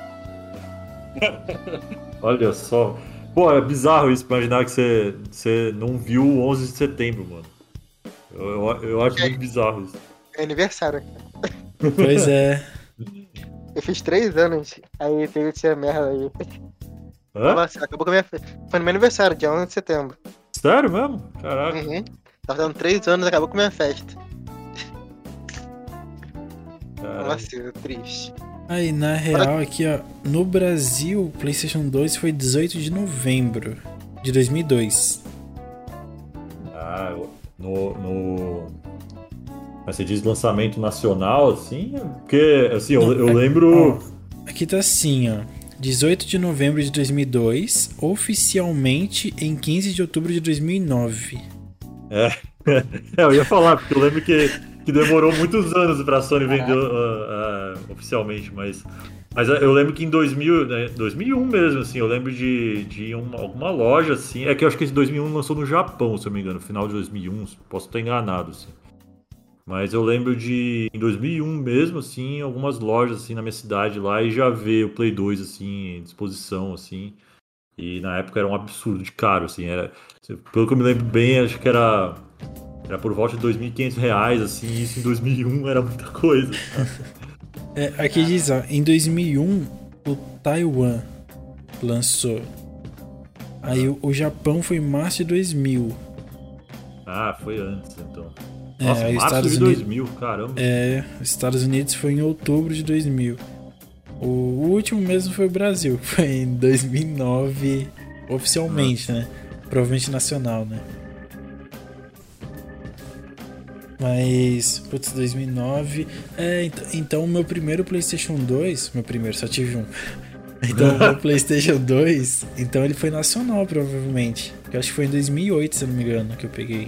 Olha só. Pô, é bizarro isso, imaginar que você, você não viu o onze de setembro, mano. Eu, eu, eu acho muito bizarro isso. É aniversário. Pois é. Eu fiz três anos, aí teve essa merda aí. Hã? Nossa, acabou com a minha festa. Foi no meu aniversário, dia onze de setembro. Sério mesmo? Caraca. Uhum. Tava dando três anos, acabou com a minha festa. Caraca. Nossa, triste. Aí, na real, aqui, ó, no Brasil, o PlayStation dois foi dezoito de novembro de dois mil e dois. Ah, eu- no... no... Mas você diz lançamento nacional, assim? Porque, assim, eu, eu lembro... Ó, aqui tá assim, ó. dezoito de novembro de dois mil e dois, oficialmente em quinze de outubro de dois mil e nove. É, é, eu ia falar, porque eu lembro que, que demorou muitos anos pra Sony vender uh, uh, oficialmente, mas, mas eu lembro que em dois mil, né, dois mil e um mesmo, assim, eu lembro de, de uma, alguma loja, assim, é que eu acho que esse dois mil e um lançou no Japão, se eu não me engano, final de dois mil e um, posso estar enganado, assim. Mas eu lembro de, em dois mil e um mesmo, assim, algumas lojas, assim, na minha cidade lá, e já ver o Play dois, assim, em disposição, assim. E na época era um absurdo de caro, assim, era... Pelo que eu me lembro bem, acho que era... Era por volta de dois mil e quinhentos reais, assim, e isso em dois mil e um era muita coisa. É, aqui diz, ó, em dois mil e um, o Taiwan lançou. Aí o, o Japão foi em março de dois mil. Ah, foi antes, então. É, Nossa, aí os março Estados de Unidos- dois mil, caramba. É, os Estados Unidos foi em outubro de dois mil. O, o último mesmo foi o Brasil, foi em dois mil e nove, oficialmente, né? Provavelmente nacional, né? Mas, putz, dois mil e nove. É, ent- então o meu primeiro PlayStation dois, meu primeiro, só tive um. Então o meu PlayStation dois, então ele foi nacional, provavelmente. Eu acho que foi em dois mil e oito, se eu não me engano, que eu peguei.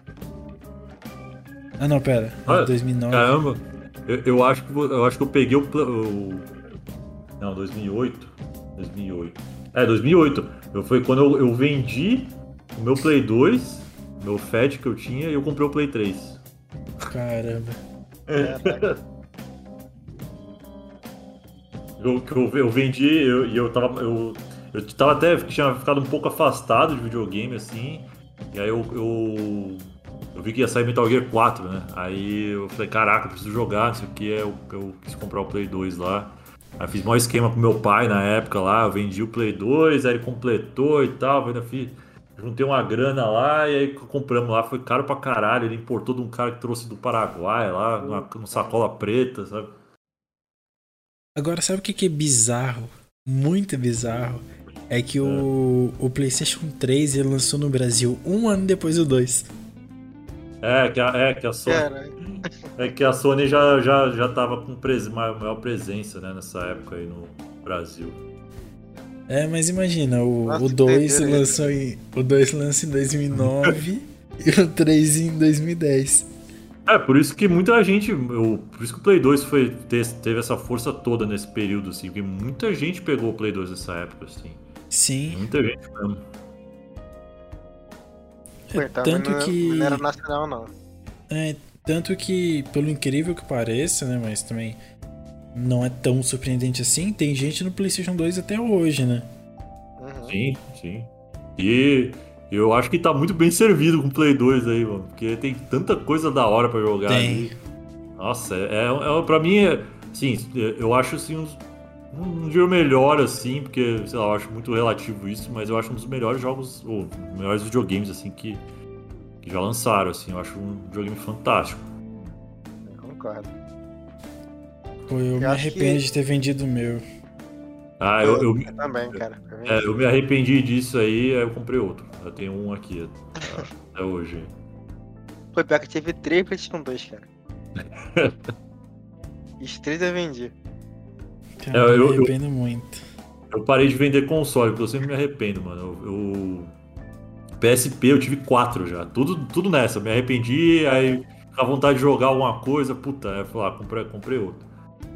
Ah, não, pera. Olha, dois mil e nove. Caramba, eu, eu, acho que, eu acho que eu peguei o, pla- o... Não, dois mil e oito. dois mil e oito. É, dois mil e oito. Eu, foi quando eu, eu vendi o meu Play dois, meu Fat que eu tinha, e eu comprei o Play três. Caramba. Caraca. Eu, que eu, eu vendi e eu, e eu tava. Eu, eu tava até. Tinha ficado um pouco afastado de videogame, assim. E aí eu, eu. eu vi que ia sair Metal Gear quatro, né? Aí eu falei, caraca, eu preciso jogar, não sei o que. Eu, eu quis comprar o Play dois lá. Aí fiz maior esquema pro meu pai na época lá. Eu vendi o Play dois, aí ele completou e tal. Eu ainda fiz. Juntei uma grana lá e aí compramos lá. Foi caro pra caralho. Ele importou de um cara que trouxe do Paraguai lá, numa, numa sacola preta, sabe? Agora, sabe o que que é bizarro? Muito bizarro. É que o, o PlayStation três ele lançou no Brasil um ano depois do dois. É, que a, é, que a Sony. Caralho. É que a Sony já, já, já tava com pres, maior, maior presença, né, nessa época aí no Brasil. É, mas imagina, o, Nossa, o que dois doideira, lançou em, o dois lança em dois mil e nove e o três em dois mil e dez. É, por isso que muita gente. Eu, por isso que o Play dois foi, te- teve essa força toda nesse período, assim, porque muita gente pegou o Play dois nessa época, assim. Sim, Muita gente mesmo. Pô, então tanto não, que- não era nacional, não. é, tanto que, pelo incrível que pareça, né, mas também não é tão surpreendente assim, tem gente no PlayStation dois até hoje, né? Uhum. Sim, sim. E eu acho que tá muito bem servido com o Play dois aí, mano. Porque tem tanta coisa da hora pra jogar Tem. ali. Nossa, é, é, é, pra mim, é, assim, eu acho assim, uns, não digo melhor assim, porque, sei lá, eu acho muito relativo isso, mas eu acho um dos melhores jogos, ou melhores videogames, assim, que, que já lançaram, assim. Eu acho um videogame fantástico. Eu concordo. Pô, eu, me acho arrependo que- de ter vendido o meu. Ah, eu, eu, Eu também, cara. Pra mim, é, eu me arrependi disso aí, aí eu comprei outro. Eu tenho um aqui até, até hoje. Foi pior que eu tive três PlayStation dois, cara. E os três eu vendi. Cara, É, eu, eu- me arrependo muito. Eu parei de vender console, porque eu sempre me arrependo, mano. Eu, eu- P S P eu tive quatro já. Tudo, tudo nessa. Me arrependi, aí com a vontade de jogar alguma coisa, puta, aí eu falei, ah, comprei, comprei outro.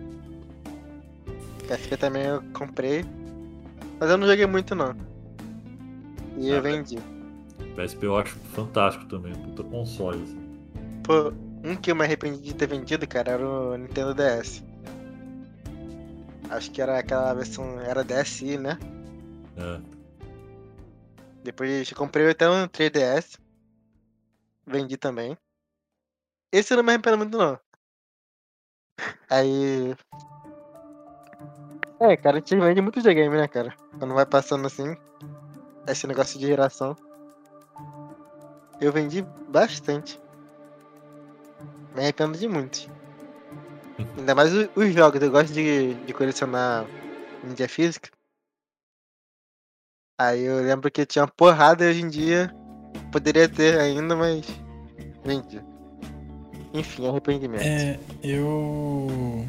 P S P também eu comprei. Mas eu não joguei muito, não. E eu Ah, vendi. P S P eu acho fantástico também, puta console. Assim. Pô, um que eu me arrependi de ter vendido, cara, era o Nintendo D S. Acho que era aquela versão. Era D S i, né? É. Depois eu comprei até um três D S. Vendi também. Esse eu não me arrependo muito, não. Aí. É, cara, a gente vende muito videogame, né, cara? Quando vai passando assim, esse negócio de geração. Eu vendi bastante. Me arrependo de muitos. Ainda mais os, os jogos, eu gosto de, de colecionar mídia física. Aí eu lembro que tinha uma porrada e hoje em dia poderia ter ainda, mas vendi. Enfim, arrependimento. É, eu.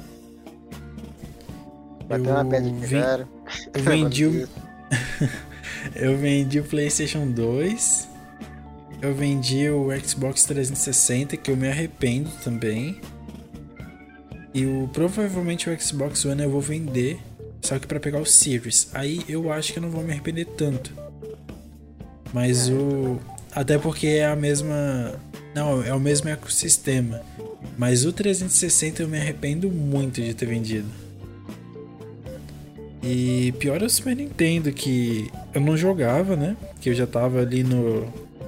Bateu na pedra que ven- era. Eu vendi o. Eu vendi o PlayStation dois. Eu vendi o Xbox trezentos e sessenta, que eu me arrependo também. E o, provavelmente o Xbox One eu vou vender, só que pra pegar o Series. Aí eu acho que eu não vou me arrepender tanto. Mas o... Até porque é a mesma... Não, é o mesmo ecossistema. Mas o trezentos e sessenta eu me arrependo muito de ter vendido. E pior é o Super Nintendo, que eu não jogava, né? Que eu já tava ali no...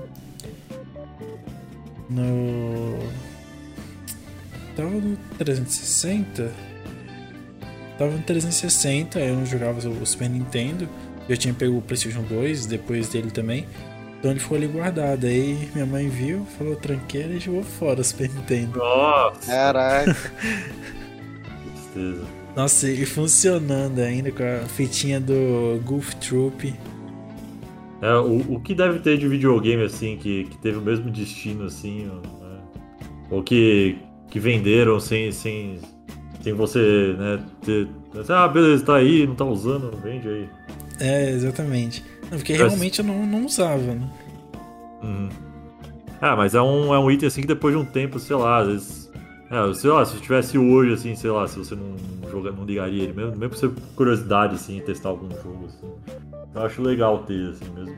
No... Tava no trezentos e sessenta? Tava no trezentos e sessenta, eu não jogava o Super Nintendo. Eu tinha pego o PlayStation dois depois dele também. Então ele ficou ali guardado. Aí minha mãe viu, falou tranqueira e jogou fora o Super Nintendo. Nossa! Caraca. Tristeza. Nossa, e funcionando ainda com a fitinha do Goof Troop. É, o, o que deve ter de videogame assim, que, que teve o mesmo destino assim, né? Ou que, que venderam sem, sem, sem você, né, ter... Ah, beleza, tá aí, não tá usando, vende aí. É, exatamente. Não, porque Mas- realmente eu não, não usava, né? Uhum. Ah, mas é um, é um item assim que depois de um tempo, sei lá, às vezes. É, sei lá, se eu tivesse hoje, assim, sei lá, se você não, não, joga, não ligaria ele mesmo, mesmo por ser curiosidade, assim, testar algum jogo, assim. Eu acho legal ter, assim, mesmo.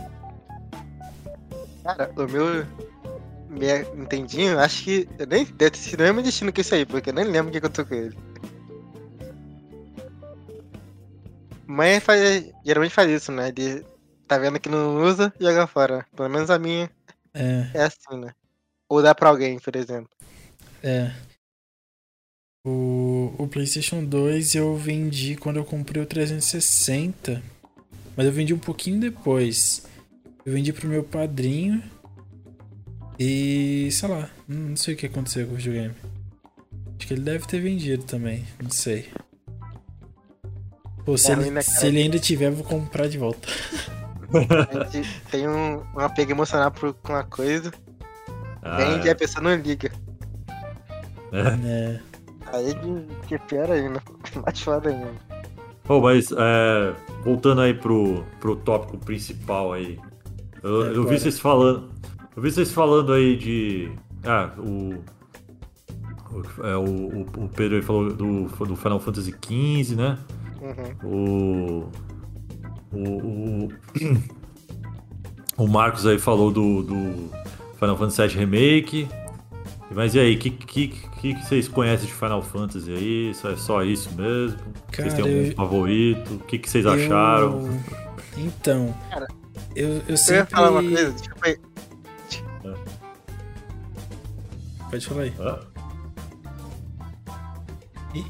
Cara, o meu meu Nintendinho, acho que eu nem deve ter sido o mesmo destino que isso aí, porque eu nem lembro o que, que eu tô com ele. Mãe faz, geralmente faz isso, né? De tá vendo que não usa, joga fora. Pelo menos a minha É, é assim, né? Ou dá pra alguém, por exemplo. é. O, o PlayStation dois eu vendi quando eu comprei o trezentos e sessenta, mas eu vendi um pouquinho depois. Eu vendi pro meu padrinho e, sei lá, não sei o que aconteceu com o videogame. Acho que ele deve ter vendido também, não sei. Pô, se, É ele, ruim, né, cara? se ele ainda tiver, eu vou comprar de volta. A gente tem um, um apego emocional por, com uma coisa, Ah, vende e é. a pessoa não liga. É, Aí que, que é pior ainda, mais foda ainda. Pô, mas é, voltando aí pro, pro tópico principal aí. Eu, É, eu vi bora. vocês falando. Eu vi vocês falando aí de. Ah, o. O, é, o, o, o Pedro aí falou do, do Final Fantasy quinze, né? Uhum. O. O. O, o Marcos aí falou do, do Final Fantasy sete Remake. Mas e aí, o que, que, que, que vocês conhecem de Final Fantasy aí? Isso é só isso mesmo? Cara, vocês têm algum eu- favorito? O que, que vocês eu- acharam? Então, Cara, eu, eu Eu ia sempre... falar uma coisa, desculpa aí. Pode falar aí. Ah, Ih.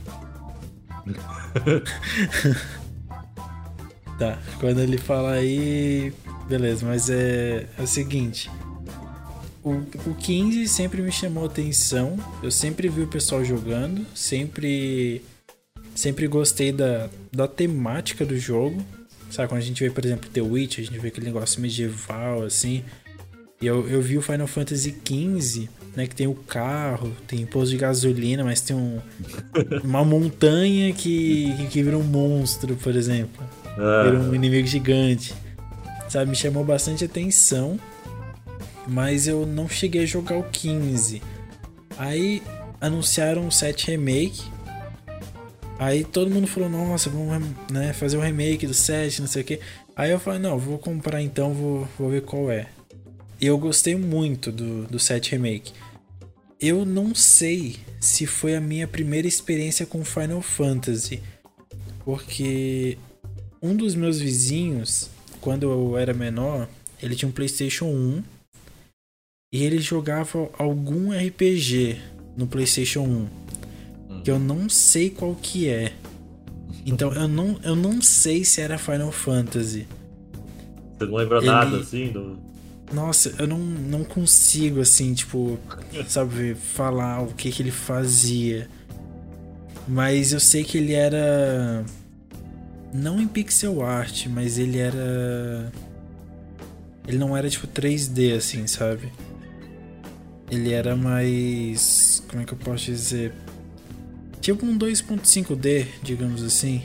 Tá, quando ele fala aí, beleza, mas é, é o seguinte, o, o quinze sempre me chamou atenção, eu sempre vi o pessoal jogando, sempre sempre gostei da, da temática do jogo, sabe, quando a gente vê, por exemplo, The Witch, a gente vê aquele negócio medieval, assim, e eu, eu vi o Final Fantasy quinze, né, que tem o carro, tem posto de gasolina, mas tem um, uma montanha que, que vira um monstro, por exemplo. Vira um inimigo gigante. Sabe, me chamou bastante atenção. Mas eu não cheguei a jogar o quinze. Aí anunciaram o sete Remake. Aí todo mundo falou, nossa, vamos, né, fazer um remake do sete, não sei o que. Aí eu falei, não, vou comprar então, vou, vou ver qual é. E eu gostei muito do, do sete Remake. Eu não sei se foi a minha primeira experiência com Final Fantasy. Porque um dos meus vizinhos, quando eu era menor, ele tinha um PlayStation um e ele jogava algum R P G no PlayStation um, que eu não sei qual que é. Então eu não, eu não sei se era Final Fantasy. Você não lembra Ele- nada assim? Do... Nossa, eu não, não consigo, assim, tipo, sabe, falar o que, que ele fazia. Mas eu sei que ele era. Não em pixel art, mas ele era. Ele não era tipo três D, assim, sabe? Ele era mais. Como é que eu posso dizer? Tipo um dois ponto cinco D, digamos assim.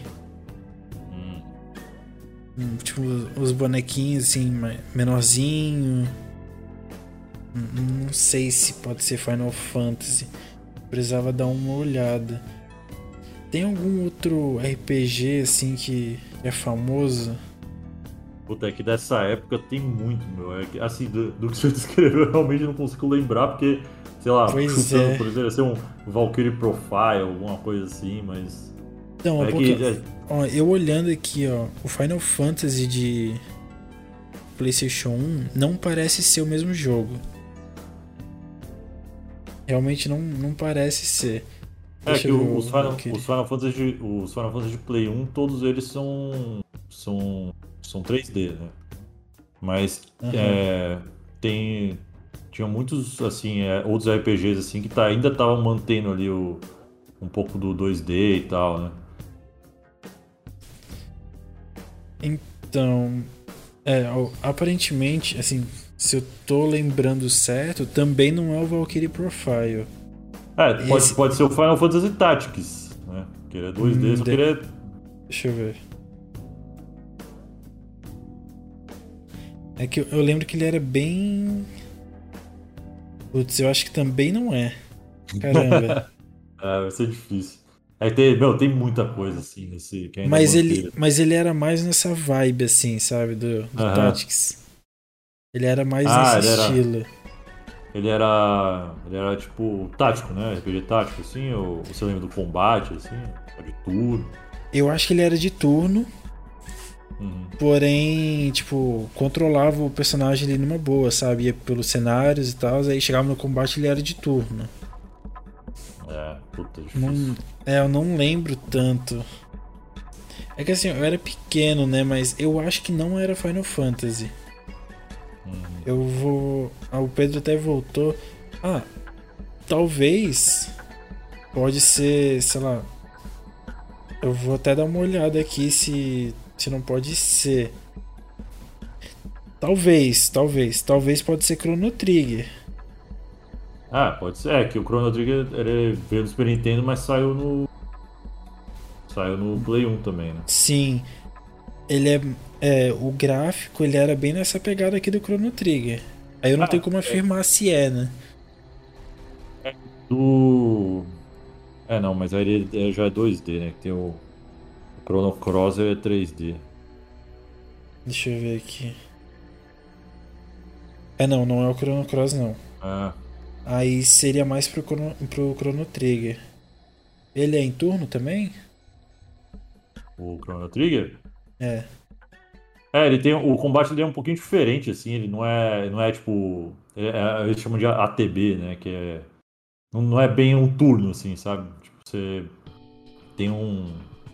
Hum. Tipo, os bonequinhos assim, menorzinho. Não sei se pode ser Final Fantasy. Precisava dar uma olhada. Tem algum outro R P G assim que é famoso? Puta, é que dessa época tem muito, meu. É que, assim, do, do que você descreveu, eu realmente não consigo lembrar, porque, sei lá, Pois chutando, é. por exemplo, ia ser um Valkyrie Profile, alguma coisa assim, mas. Não, é é porque, que. É... ó, eu olhando aqui, ó, o Final Fantasy de PlayStation um não parece ser o mesmo jogo. Realmente não, não parece ser. É Deixa que eu ver os o Final, Valkyrie. os Final Fantasy, os Final Fantasy de Play um, todos eles são são são três D, né? Mas Aham. é, tem tinha muitos assim, é, outros R P Gs assim que tá, ainda estavam mantendo ali o, um pouco do dois D e tal, né? Então, é, ó, aparentemente, assim, se eu tô lembrando certo, também não é o Valkyrie Profile. É, pode, Esse, pode ser o Final Fantasy Tactics, né? Que ele é dois D, hum, só que de- ele é. deixa eu ver. É que eu, eu lembro que ele era bem. Putz, eu acho que também não é. Caramba. É, vai ser difícil. É que tem, meu, tem muita coisa assim nesse que ainda Mas ele, manteve. mas ele era mais nessa vibe, assim, sabe? Do, do Aham. Tactics. Ele era mais Ah, nesse ele era. estilo. Ele era. Ele era tipo tático, né? R P G tático, assim, ou você lembra do combate, assim, ou de turno. Eu acho que ele era de turno, Uhum. porém, tipo, controlava o personagem ali numa boa, sabe? Ia pelos cenários e tal, aí chegava no combate ele era de turno. É, puta, Não, difícil. é, eu não lembro tanto. É que assim, eu era pequeno, né? Mas eu acho que não era Final Fantasy. Uhum. Eu vou. Ah, o Pedro até voltou. Ah, talvez. Pode ser, sei lá. Eu vou até dar uma olhada aqui se, se não pode ser. Talvez, talvez. Talvez pode ser Chrono Trigger. Ah, pode ser. É que o Chrono Trigger ele veio do Super Nintendo, mas saiu no. Saiu no Play um também, né? Sim, ele é, é. O gráfico ele era bem nessa pegada aqui do Chrono Trigger. Aí eu não tenho Ah, como é. afirmar se é, né? Do. É, não, mas aí ele é- já é dois D, né? Que tem o. O Chrono Cross é três D. Deixa eu ver aqui. É não, não é o Chrono Cross não. Ah, Aí seria mais pro Chrono, pro Chrono Trigger. Ele é em turno também? o Chrono Trigger? É. É, ele tem. O combate dele é um pouquinho diferente, assim, ele não é. Não é tipo. é- é- eles chamam de A T B, né? Que é. Não, não é bem um turno, assim, sabe? Tipo, você tem um.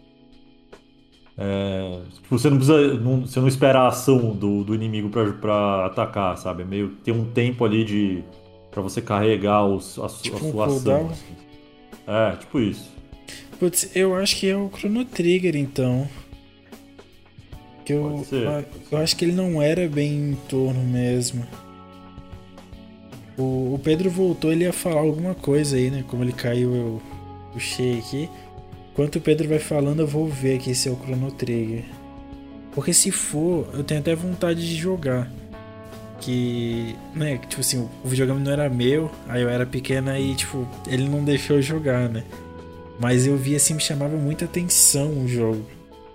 É, tipo, você não precisa. Não, você não espera a ação do, do inimigo pra, pra atacar, sabe? É meio. Tem um tempo ali de. Pra você carregar os, a, su- a Tipo um sua ação, cooldown. assim. É, tipo isso. Putz, eu acho que é o Chrono Trigger então. Que Pode eu, ser. ah, Pode eu ser. acho que ele não era bem em torno mesmo. O, o Pedro voltou, ele ia falar alguma coisa aí, né? Como ele caiu, eu puxei aqui. Enquanto o Pedro vai falando, eu vou ver aqui se é o Chrono Trigger. Porque se for, eu tenho até vontade de jogar. Que, né, tipo assim, o videogame não era meu, aí eu era pequena e, tipo, ele não deixou eu jogar, né? Mas eu vi assim, me chamava muita atenção o jogo.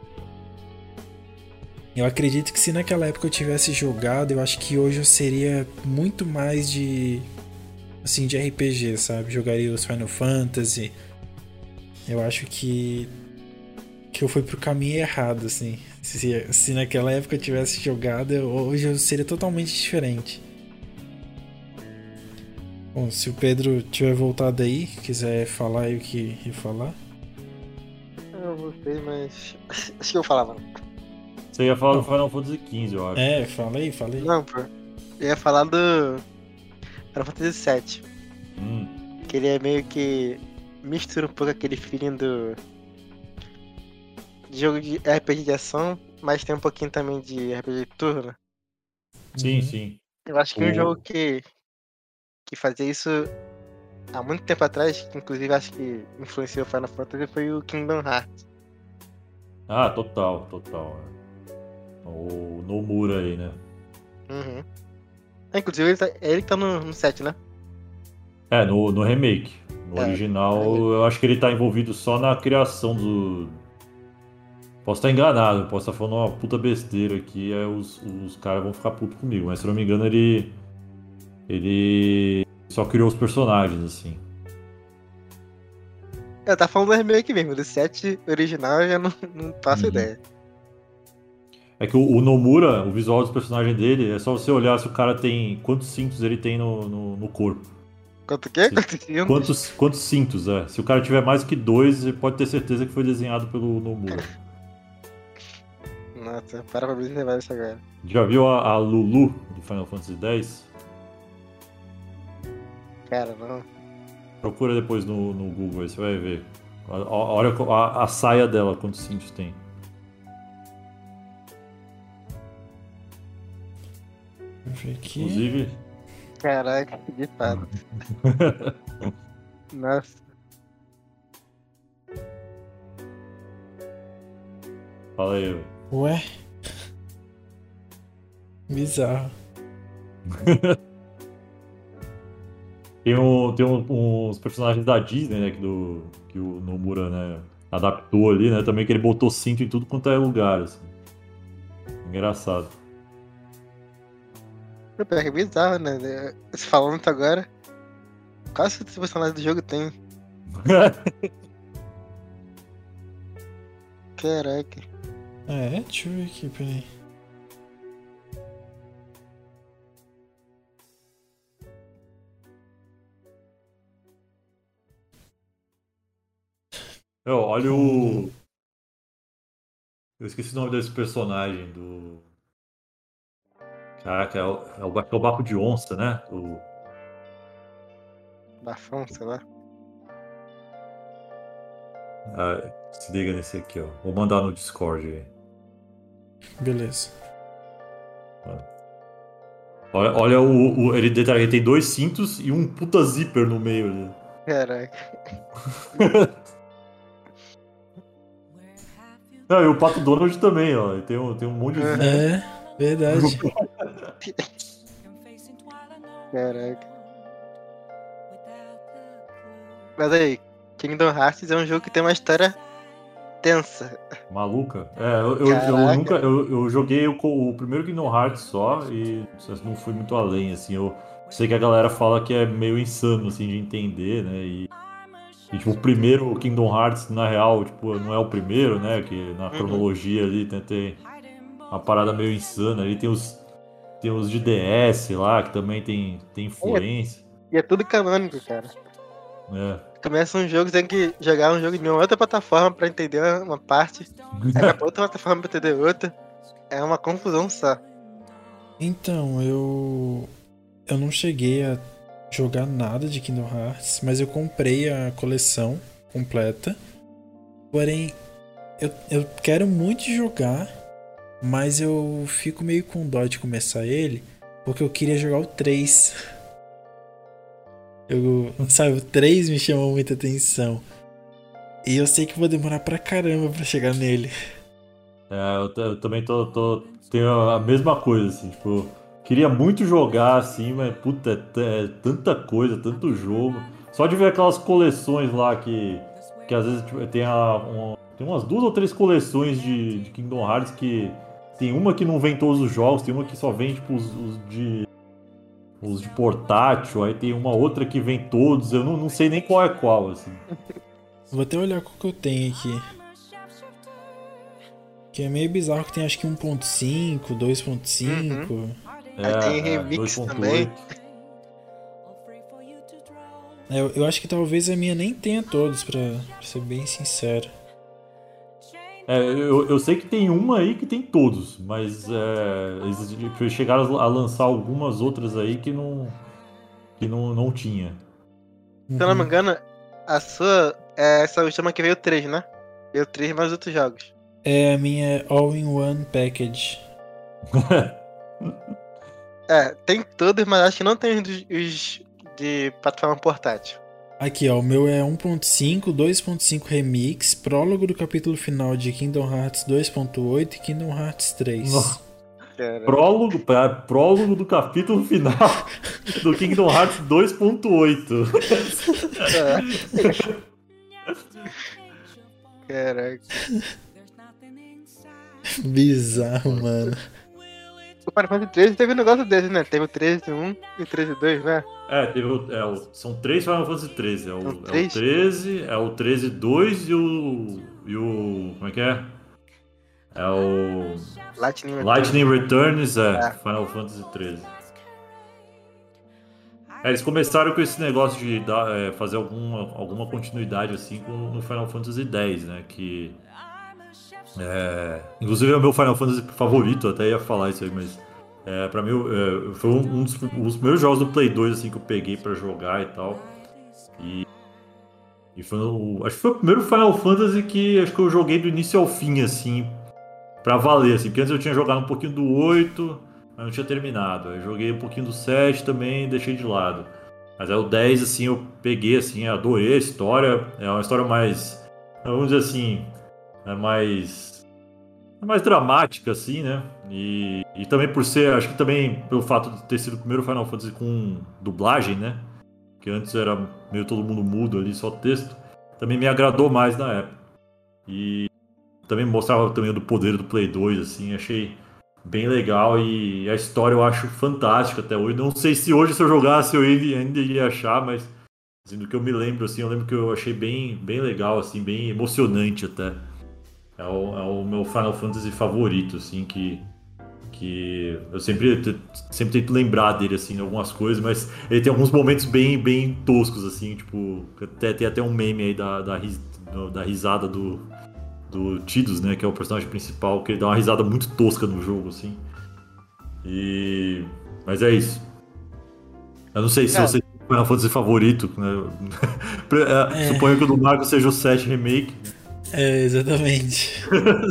Eu acredito que se naquela época eu tivesse jogado, eu acho que hoje eu seria muito mais de, assim, de R P G, sabe? Jogaria os Final Fantasy. Eu acho que que eu fui pro caminho errado, assim. Se, se naquela época eu tivesse jogado, eu- hoje eu seria totalmente diferente. Bom, se o Pedro tiver voltado aí, quiser falar aí o que ia falar. Eu voltei, mas. Acho que eu falava. Você ia falar do Não. Final Fantasy quinze, eu acho. É, fala aí, fala aí. Não, pô. Eu ia falar do Final Fantasy sete. Hum. Que ele é meio que mistura um pouco aquele feeling do de jogo de R P G de ação, mas tem um pouquinho também de R P G de turno. Sim, Uhum. sim. Eu acho que O- um jogo que, que fazia isso há muito tempo atrás, que inclusive acho que influenciou Final Fantasy, foi o Kingdom Hearts. Ah, total, total. é. O Nomura aí, né? Uhum. Ah, inclusive ele tá, ele que tá no, no sete, né? É, no, no remake. No É, original, no remake. eu acho que ele tá envolvido só na criação do. Posso estar enganado, posso estar falando uma puta besteira aqui, aí os, os caras vão ficar putos comigo, mas se eu não me engano, ele. Ele só criou os personagens, assim. Eu tava falando do remake mesmo, do sete original eu já não, não faço Uhum. ideia. É que o, o Nomura, o visual dos personagens dele, é só você olhar se o cara tem. Quantos cintos ele tem no, no, no corpo. Quanto o quê? Se- Quantos cintos? quantos, quantos cintos, é. Se o cara tiver mais que dois, você pode ter certeza que foi desenhado pelo Nomura. Nossa, para pra observar isso agora. Já viu a, a Lulu do Final Fantasy X? Cara, não. Procura depois no, no Google aí, você vai ver. A- a- Olha a, a saia dela, quantos cintos tem. Deixa eu ver aqui. Inclusive. Caraca, de fato. Nossa. Fala aí, velho. Ué? Bizarro. Tem, um, tem um- uns personagens da Disney, né? Que, do, que o Nomura, né, adaptou ali, né? Também que ele botou cinto em tudo quanto é lugar, assim. Engraçado. Pô, pior que é bizarro, né? Você falando isso agora. Quase todos os personagens do jogo tem. Caraca. É, deixa eu ver aqui, peraí. Eu, olha Hum. o. Eu esqueci o nome desse personagem do. Caraca, é o, é o, é o Bafo de Onça, né? O... Bafão, sei lá. Ah, se liga nesse aqui, ó. Vou mandar no Discord aí. Beleza. Olha, olha o, o- ele, detalhe, ele tem dois cintos e um puta zíper no meio ali. Caraca. Não, e o Pato Donald também, ó. Ele tem um, tem um monte de zíper. É, verdade. Caraca. Mas aí, Kingdom Hearts é um jogo que tem uma história tensa. Maluca? É, eu, eu, eu Caraca. nunca. Eu, eu joguei o, o primeiro Kingdom Hearts só e não fui muito além, assim. Eu sei que a galera fala que é meio insano, assim, de entender, né? E, e, tipo, o primeiro Kingdom Hearts, na real, tipo, não é o primeiro, né? Que na Uhum. cronologia ali tem, tem uma parada meio insana. Ali tem os, tem os de D S lá, que também tem, tem influência. E é tudo canônico, cara. É. Começa um jogo, tem que jogar um jogo em outra plataforma pra entender uma parte. Aí vai pra outra plataforma pra entender outra. É uma confusão só. Então, eu. Eu não cheguei a jogar nada de Kingdom Hearts, mas eu comprei a coleção completa. Porém, eu, eu quero muito jogar, mas eu fico meio com dó de começar ele, porque eu queria jogar o três. Eu, sabe, o três me chamou muita atenção. E eu sei que vou demorar pra caramba pra chegar nele. É, eu, t- eu também tô, tô- tenho a mesma coisa, assim, tipo, queria muito jogar, assim, mas, puta, é, t- é tanta coisa, tanto jogo. Só de ver aquelas coleções lá que, que às vezes tipo, tem, a, uma- tem umas duas ou três coleções de, de Kingdom Hearts que tem uma que não vem todos os jogos, tem uma que só vem, tipo, os, os de, os de portátil, aí tem uma outra que vem todos, eu não, não sei nem qual é qual, assim. Vou até olhar qual que eu tenho aqui. Que é meio bizarro que tem acho que um ponto cinco, dois ponto cinco. Aí tem É, remix dois ponto também. oito. É, eu, eu acho que talvez a minha nem tenha todos, pra, pra ser bem sincero. É, eu, eu sei que tem uma aí que tem todos, mas é, eles chegaram a lançar algumas outras aí que não, que não, não tinha. Se eu não me engano, a sua é essa última que veio três, né? Veio três mais outros jogos. É a minha All-in-One Package. É, tem todos, mas acho que não tem os, os de plataforma portátil. Aqui, ó, o meu é um ponto cinco, dois ponto cinco Remix, prólogo do capítulo final de Kingdom Hearts dois ponto oito e Kingdom Hearts três. Nossa. Prólogo, pra, prólogo do capítulo final do Kingdom Hearts dois ponto oito. Caraca. Bizarro, mano. O Final Fantasy treze teve um negócio desse, né? Teve o treze um e o treze dois, né? É, teve o, é, o, são três Final Fantasy treze. É o, São é o três? treze, é o treze dois e o. E o. Como é que é? É o. Lightning Returns. Lightning Returns, é, É. Final Fantasy treze. É, eles começaram com esse negócio de dar, é, fazer alguma, alguma continuidade assim com, no Final Fantasy dez, né? Que. É, inclusive é o meu Final Fantasy favorito, eu até ia falar isso aí, mas. É, pra mim, é, foi um, um, dos, um dos primeiros jogos do Play dois assim, que eu peguei pra jogar e tal. E. E foi o, acho que foi o primeiro Final Fantasy que acho que eu joguei do início ao fim, assim. Pra valer, assim. Porque antes eu tinha jogado um pouquinho do oito, mas não tinha terminado. Eu joguei um pouquinho do sete também e deixei de lado. Mas aí o dez, assim, eu peguei, assim, adorei a história. É uma história mais, vamos dizer assim, é mais, é mais dramática, assim, né? E, e também por ser, acho que também pelo fato de ter sido o primeiro Final Fantasy com dublagem, né? Que antes era meio todo mundo mudo ali, só texto. Também me agradou mais na época. E também mostrava também do poder do Play dois, assim, achei bem legal e a história eu acho fantástica até hoje. Não sei se hoje, se eu jogasse, eu ainda iria achar, mas assim, do que eu me lembro, assim, eu lembro que eu achei bem, bem legal, assim, bem emocionante até. É o, é o meu Final Fantasy favorito, assim, que, que eu sempre, sempre tento lembrar dele, assim, em algumas coisas, mas ele tem alguns momentos bem, bem toscos, assim, tipo, até, tem até um meme aí da, da, ris, da risada do do Tidus, né, que é o personagem principal, que ele dá uma risada muito tosca no jogo, assim. E... Mas é isso. Eu não sei se É. você tem Final Fantasy favorito, né? É. Suponho que o do Marco seja o sete Remake. É, exatamente.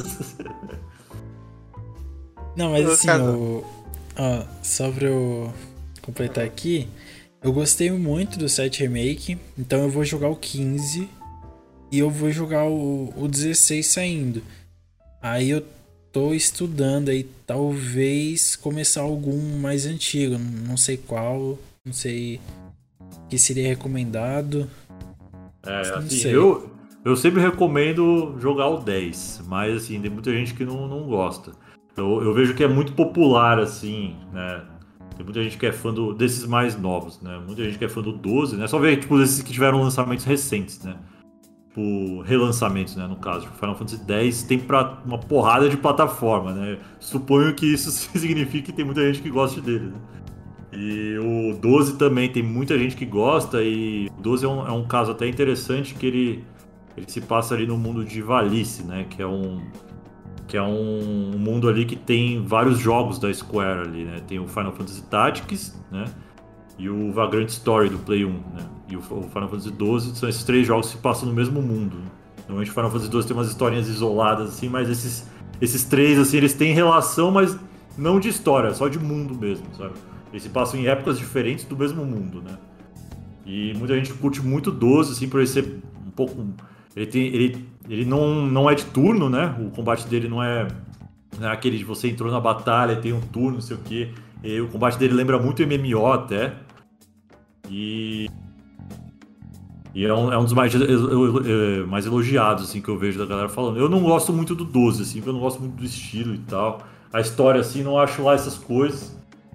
Não, mas assim, o... Ó, só pra eu completar aqui, eu gostei muito do sete Remake, então eu vou jogar o quinze e eu vou jogar o, o dezesseis saindo. Aí eu tô estudando aí, talvez começar algum mais antigo, não sei qual, não sei o que seria recomendado. É, Não assim, sei. eu, eu sempre recomendo jogar o dez, mas assim, tem muita gente que não, não gosta. Eu, eu vejo que é muito popular, assim, né? Tem muita gente que é fã do, desses mais novos, né? Muita gente que é fã do doze, né? Só ver, tipo, esses que tiveram lançamentos recentes, né? Tipo, relançamentos, né? No caso, tipo, Final Fantasy dez tem pra uma porrada de plataforma, né? Suponho que isso signifique que tem muita gente que gosta dele, né? E o doze também tem muita gente que gosta, e o doze é um, é um caso até interessante, que ele, ele se passa ali no mundo de Valice, né? Que é um... que é um mundo ali que tem vários jogos da Square ali, né? Tem o Final Fantasy Tactics, né? E o Vagrant Story do Play um, né? E o Final Fantasy doze, são esses três jogos que se passam no mesmo mundo. Normalmente o Final Fantasy doze tem umas historinhas isoladas, assim, mas esses, esses três, assim, eles têm relação, mas não de história, só de mundo mesmo, sabe? Eles se passam em épocas diferentes do mesmo mundo, né? E muita gente curte muito o doze, assim, por ele ser um pouco... Ele, tem, ele, ele não, não é de turno, né? O combate dele não é, não é aquele de você entrou na batalha, tem um turno, não sei o quê. E o combate dele lembra muito M M O até. E... E é um, é um dos mais, mais elogiados, assim, que eu vejo da galera falando. Eu não gosto muito do doze, assim, porque eu não gosto muito do estilo e tal. A história, assim, não acho lá essas coisas.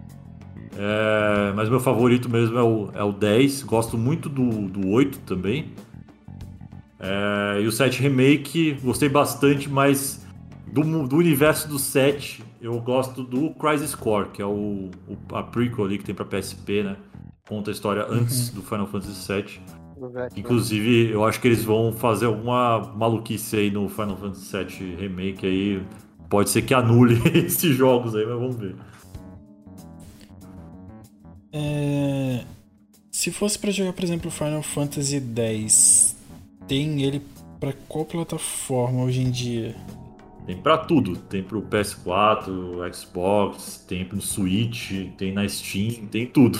É, mas meu favorito mesmo é o, é o dez. Gosto muito do, do oito também. É, e o sete Remake, gostei bastante, mas do, do universo do sete, eu gosto do Crisis Core, que é o, o, a prequel ali que tem pra P S P, né? Conta a história antes Uhum. do Final Fantasy sete. Inclusive, eu acho que eles vão fazer alguma maluquice aí no Final Fantasy sete Remake aí. Pode ser que anule esses jogos aí, mas vamos ver. É... Se fosse pra jogar, por exemplo, Final Fantasy dez, tem ele pra qual plataforma hoje em dia? Tem pra tudo. Tem pro P S quatro, Xbox, tem pro Switch, tem na Steam, tem tudo.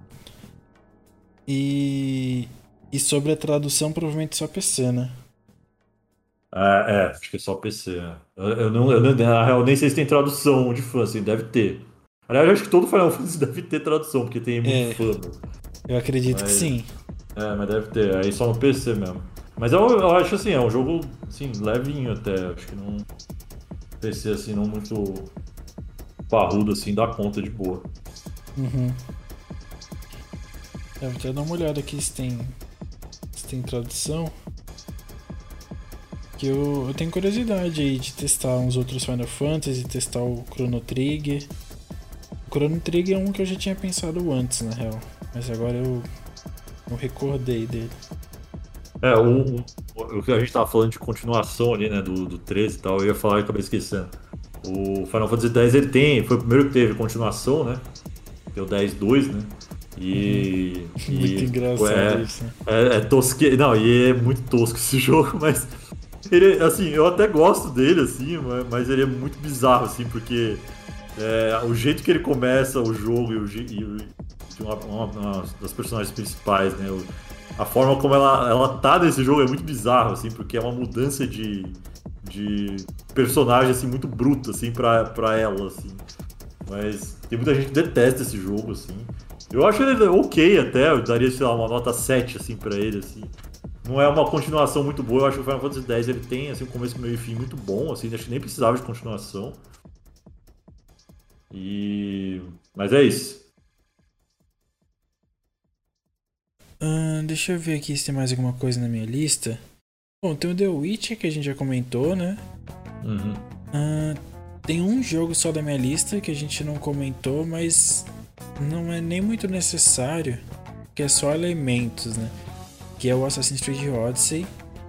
E... E sobre a tradução, provavelmente só P C, né? É, é, acho que é só P C. É. Eu, eu não, eu, não, na real, nem sei se tem tradução de fã, assim, deve ter. Aliás, eu acho que todo Final Fantasy deve ter tradução, porque tem muito É. fã. Né? Eu acredito Mas- que sim. É, mas deve ter. Aí só no P C mesmo. Mas eu, eu acho assim, é um jogo assim, levinho até. Acho que não. P C assim, não muito parrudo assim, dá conta de boa. Uhum. Eu vou até dar uma olhada aqui se tem, se tem tradução. Que eu, eu tenho curiosidade aí de testar uns outros Final Fantasy, testar o Chrono Trigger. O Chrono Trigger é um que eu já tinha pensado antes, na real. Mas agora eu, eu recordei dele. É, o, o, o que a gente tava falando de continuação ali, né, do, do treze e tal, eu ia falar e acabei esquecendo. O Final Fantasy dez ele tem, foi o primeiro que teve continuação, né? Tem o dez dois, né? E. e Muito engraçado é, isso, né? É, é tosque... Não, e é muito tosco esse jogo, mas. Ele, assim, eu até gosto dele, assim, mas- mas ele é muito bizarro, assim, porque é, o jeito que ele começa o jogo e, o, je- e o- de uma, uma- uma das personagens principais, né? o- a forma como ela, ela tá nesse jogo é muito bizarro, assim, porque é uma mudança de, de personagem, assim, muito bruta, assim, pra, pra ela, assim. Mas tem muita gente que detesta esse jogo, assim. Eu acho ele ok até, eu daria, sei lá, uma nota sete, assim, pra ele, assim. Não é uma continuação muito boa, eu acho que o Final Fantasy dez ele tem, assim, um começo, meio e fim muito bom, assim, acho que nem precisava de continuação. E... Mas é isso. Ah, deixa eu ver aqui se tem mais alguma coisa na minha lista. Bom, tem o The Witcher que a gente já comentou, né? Uhum. Ah, tem um jogo só da minha lista que a gente não comentou, mas não é nem muito necessário, que é só elementos, né? Que é o Assassin's Creed Odyssey.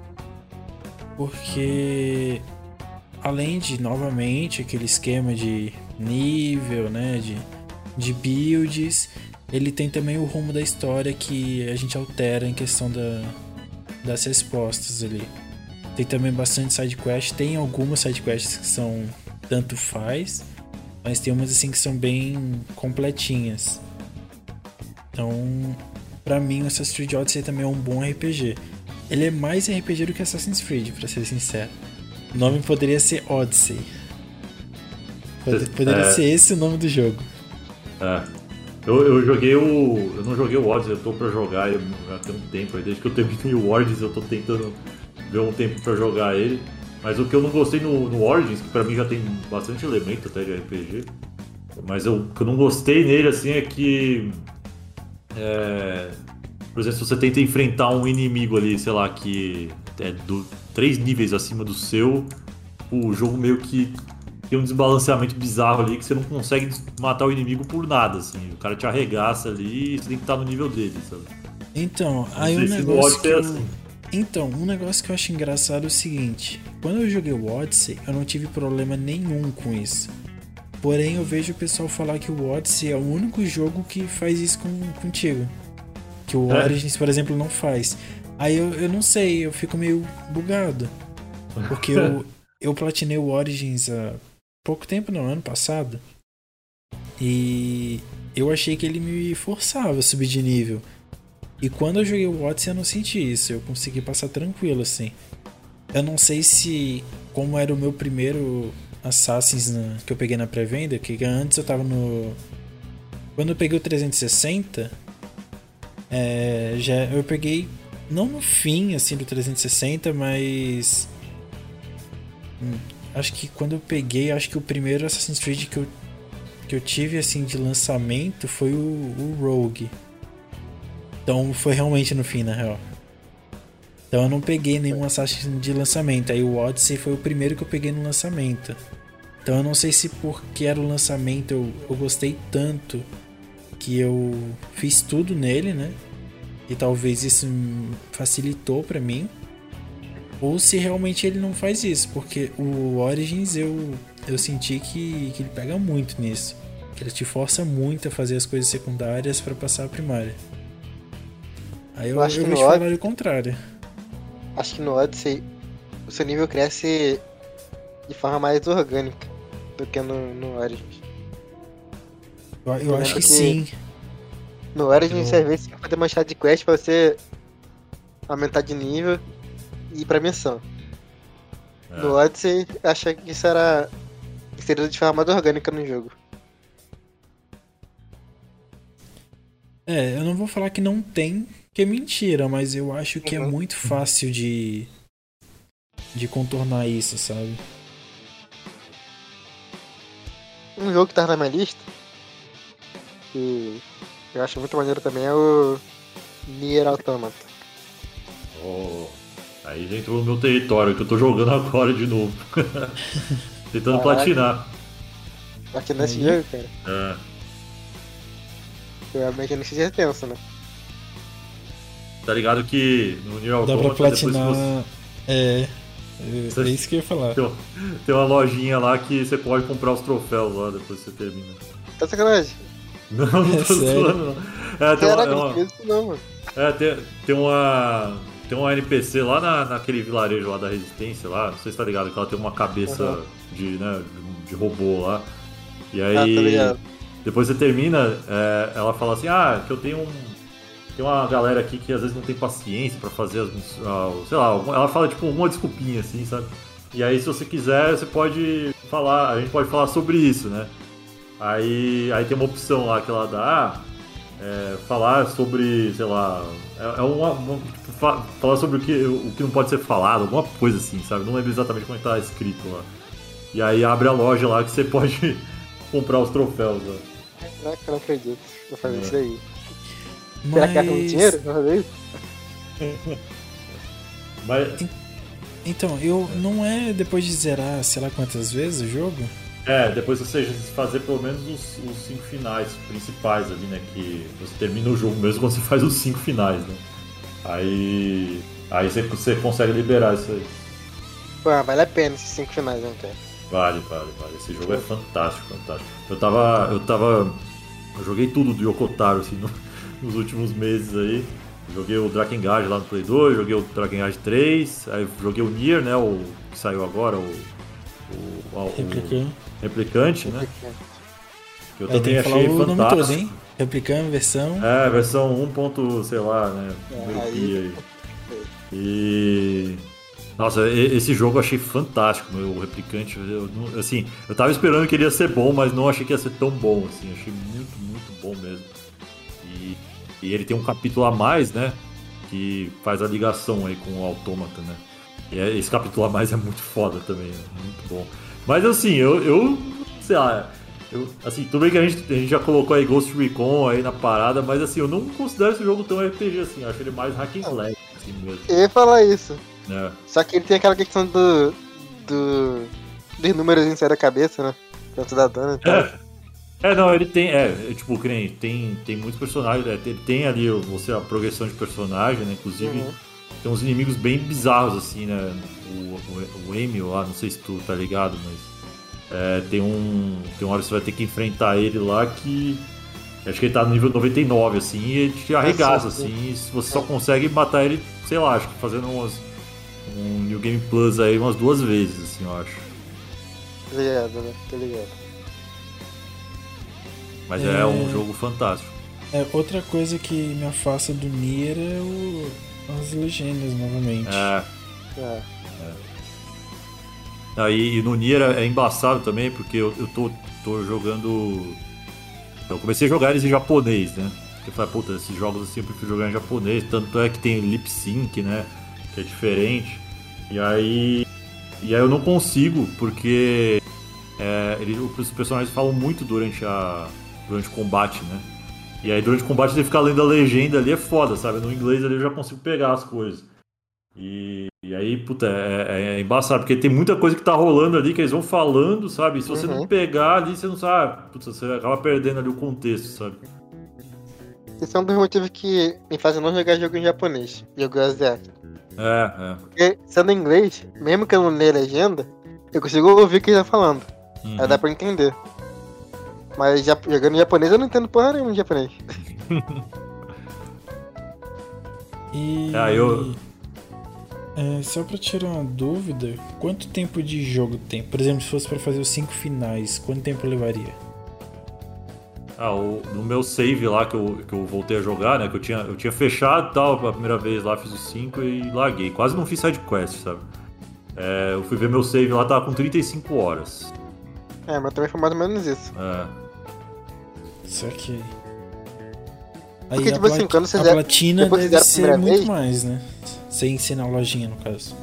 Porque além de, novamente, aquele esquema de nível, né? De, de builds, ele tem também o rumo da história que a gente altera em questão da, das respostas ali. Tem também bastante side quest, tem algumas side quests que são tanto faz, mas tem umas assim que são bem completinhas. Então, pra mim, o Assassin's Creed Odyssey também é um bom R P G. Ele é mais R P G do que Assassin's Creed, pra ser sincero. O nome poderia ser Odyssey. Pod- Poderia É. ser esse o nome do jogo. É. Eu, eu joguei o. Eu não joguei o Odyssey, eu tô pra jogar ele já tem um tempo aí. Desde que eu terminei o Origins, eu tô tentando ver um tempo pra jogar ele. Mas o que eu não gostei no, no Origins, que pra mim já tem bastante elemento até de R P G, mas eu- o que eu não gostei nele assim é que. É, por exemplo, se você tenta enfrentar um inimigo ali, sei lá, que é do, três níveis acima do seu, o jogo meio que tem um desbalanceamento bizarro ali que você não consegue matar o inimigo por nada, assim. O cara te arregaça ali e você tem que estar no nível dele, sabe? Então, Não aí sei um se no negócio que Odyssey é eu... assim. Então, um negócio que eu acho engraçado é o seguinte: quando eu joguei o Odyssey, eu não tive problema nenhum com isso. Porém, eu vejo o pessoal falar que o Odyssey é o único jogo que faz isso com, contigo. Que o É? Origins, por exemplo, não faz. Aí eu, eu não sei, eu fico meio bugado. Porque eu, eu platinei o Origins há pouco tempo, não, ano passado. E eu achei que ele me forçava a subir de nível. E quando eu joguei o Odyssey eu não senti isso, eu consegui passar tranquilo assim. Eu não sei se, como era o meu primeiro Assassin's na- que eu peguei na pré-venda, que antes eu tava no... Quando eu peguei o trezentos e sessenta, é, já, eu peguei, não no fim assim do trezentos e sessenta, mas... hum, acho que quando eu peguei, acho que o primeiro Assassin's Creed que eu, que eu tive assim de lançamento foi o, o Rogue. Então foi realmente no fim, na real. Então eu não peguei nenhum Assassin's de lançamento. Aí o Odyssey foi o primeiro que eu peguei no lançamento. Então eu não sei se porque era o lançamento eu, eu gostei tanto que eu fiz tudo nele, né? e talvez isso facilitou pra mim, ou se realmente ele não faz isso, porque o Origins eu, eu senti que, que ele pega muito nisso, que ele te força muito a fazer as coisas secundárias pra passar a primária. Aí eu, Eu acho eu que vou te no falar Od- o contrário. Acho que no Odyssey o seu nível cresce de forma mais orgânica do que no, no Origins. Eu, eu Eu acho lembro que que- sim. No Origins, Eu- às vezes, você vai fazer uma chave de quest pra você aumentar de nível e ir pra missão. É. No Odyssey, eu achei que isso era. Que seria de forma mais orgânica no jogo. É, eu não vou falar que não tem, que é mentira, mas eu acho que é Uhum. muito fácil de de contornar isso, sabe? Um jogo que tá na minha lista, que eu acho muito maneiro também, é o Nier Automata. Oh, aí já entrou no meu território, que eu tô jogando agora de novo. Tentando Caraca. platinar. Aqui nesse Aí. jogo, cara, É. provavelmente eu não seja tenso, né? Tá ligado que no Nier Dá pra Automata, depois que platinar. você... É. É, é isso que eu ia falar. Tem, um- tem uma lojinha lá que você pode comprar os troféus lá depois que você termina. Tá sacanagem? Não, não É tô sério? zoando, não. É, tem uma, Caraca, é não uma- fiz isso não, mano. é, tem, tem uma. Tem uma N P C lá na, naquele vilarejo lá da Resistência lá, não sei se tá ligado, que ela tem uma cabeça Uhum. de, né, de, de robô lá. E Ah, tá aí. ligado. Depois você termina, é, ela fala assim, ah, que eu tenho um. Tem uma galera aqui que às vezes não tem paciência pra fazer as. ah, sei lá, alguma- ela fala tipo uma desculpinha assim, sabe? E aí se você quiser, você pode falar, a gente pode falar sobre isso, né? Aí, aí tem uma opção lá que ela dá, ah, é, falar sobre, sei lá, é, é uma, uma- tipo, fa- falar sobre o que, o que não pode ser falado, alguma coisa assim, sabe? Não lembro exatamente como é que tá escrito lá. E aí abre a loja lá que você pode comprar os troféus lá. Caraca, eu não acredito. Vou fazer É. isso aí. Será que gasta muito dinheiro pra fazer isso? Mas, Então, eu não é depois de zerar, sei lá quantas vezes o jogo? é, depois você fazer pelo menos os, os cinco finais principais ali, né? Que você termina o jogo mesmo quando você faz os cinco finais, né? Aí. Aí você, você consegue liberar isso aí. Pô, vale a pena esses cinco finais, né, cara? Vale, vale, vale. Esse jogo é fantástico, fantástico. Eu tava. Eu tava. Eu joguei tudo do Yokotaro, assim, no- nos últimos meses aí. Joguei o Drakengard lá no Play dois, joguei o Drakengard três, aí joguei o Nier, né? O que saiu agora, o. O, o- o Replicando. Replicante, né? Que eu Aí tem também que falar achei o nome fantástico. todo, hein? Replicando, versão. É, versão um. ponto, sei lá, né? Número aí- pi aí. E. Nossa, e- esse jogo eu achei fantástico, meu, o Replicante. Eu, não- assim, eu tava esperando que ele ia ser bom, mas não achei que ia ser tão bom, assim. Achei muito, muito bom mesmo. E, e ele tem um capítulo a mais, né? Que faz a ligação aí com o Autômata, né? E é- esse capítulo a mais é muito foda também, é muito bom. Mas assim, eu, eu sei lá, eu, assim, tudo bem que a gente, a gente já colocou aí Ghost Recon aí na parada, mas assim, eu não considero esse jogo tão R P G assim, eu acho ele mais hack and slash, assim mesmo, Eu ia falar isso. né? Só que ele tem aquela questão do. do. dos números em da cabeça, né? Tanto da dano e tal. É, é, não, ele tem, é, é, tipo, que nem, tem, tem muitos personagens, é, ele tem ali o- você, a progressão de personagem, né? Inclusive, Uhum. tem uns inimigos bem bizarros, assim, né? O, o, o Emil lá, não sei se tu tá ligado, mas é, tem um. Tem uma hora que você vai ter que enfrentar ele lá que. Acho que ele tá no nível noventa e nove, assim, e ele te arregaça, sim, sim. assim, e se você só consegue matar ele, sei lá, acho que fazendo umas, um New Game Plus aí umas duas vezes, assim, eu acho. Tá ligado, né? Tá ligado. Mas é, É. um jogo fantástico. É, outra coisa que me afasta do Nier é o, as legendas, novamente. É. É. Aí e no Nier é embaçado também, porque eu, eu tô, tô jogando. Eu comecei a jogar eles em japonês, né? Porque eu falei, puta, esses jogos assim eu prefiro jogar em japonês, tanto é que tem lip sync, né? Que é diferente. E aí. E aí eu não consigo, porque é, ele, os personagens falam muito durante, a, durante o combate, né? E aí durante o combate você ficar lendo a legenda ali é foda, sabe? No inglês ali eu já consigo pegar as coisas. E, e aí, puta, é, é, é embaçado, porque tem muita coisa que tá rolando ali que eles vão falando, sabe? E se você Uhum. não pegar ali, você não sabe, putz, você acaba perdendo ali o contexto, sabe? esse é um dos motivos que me fazem não jogar jogo em japonês, jogo asiático. É, é. Porque, sendo em inglês, mesmo que eu não leia a legenda, eu consigo ouvir o que ele tá falando. Uhum. Aí dá pra entender. Mas já, jogando em japonês eu não entendo porra nenhuma em japonês. E. Ah, eu- É, só pra tirar uma dúvida, quanto tempo de jogo tem? Por exemplo, se fosse pra fazer os cinco finais, quanto tempo levaria? Ah, o, no meu save lá que eu, que eu voltei a jogar, né? Que eu tinha, eu tinha fechado e tal, a primeira vez lá, fiz os cinco e larguei. Quase não fiz sidequest, sabe? É, eu fui ver meu save lá, tava com trinta e cinco horas. É, mas também foi mais ou menos isso. É. Isso aqui. Porque, Aí tipo a, assim, plat- quando você a zera- platina depois que deve zera a ser primeira muito vez- mais, né? Sem ser na lojinha, no caso.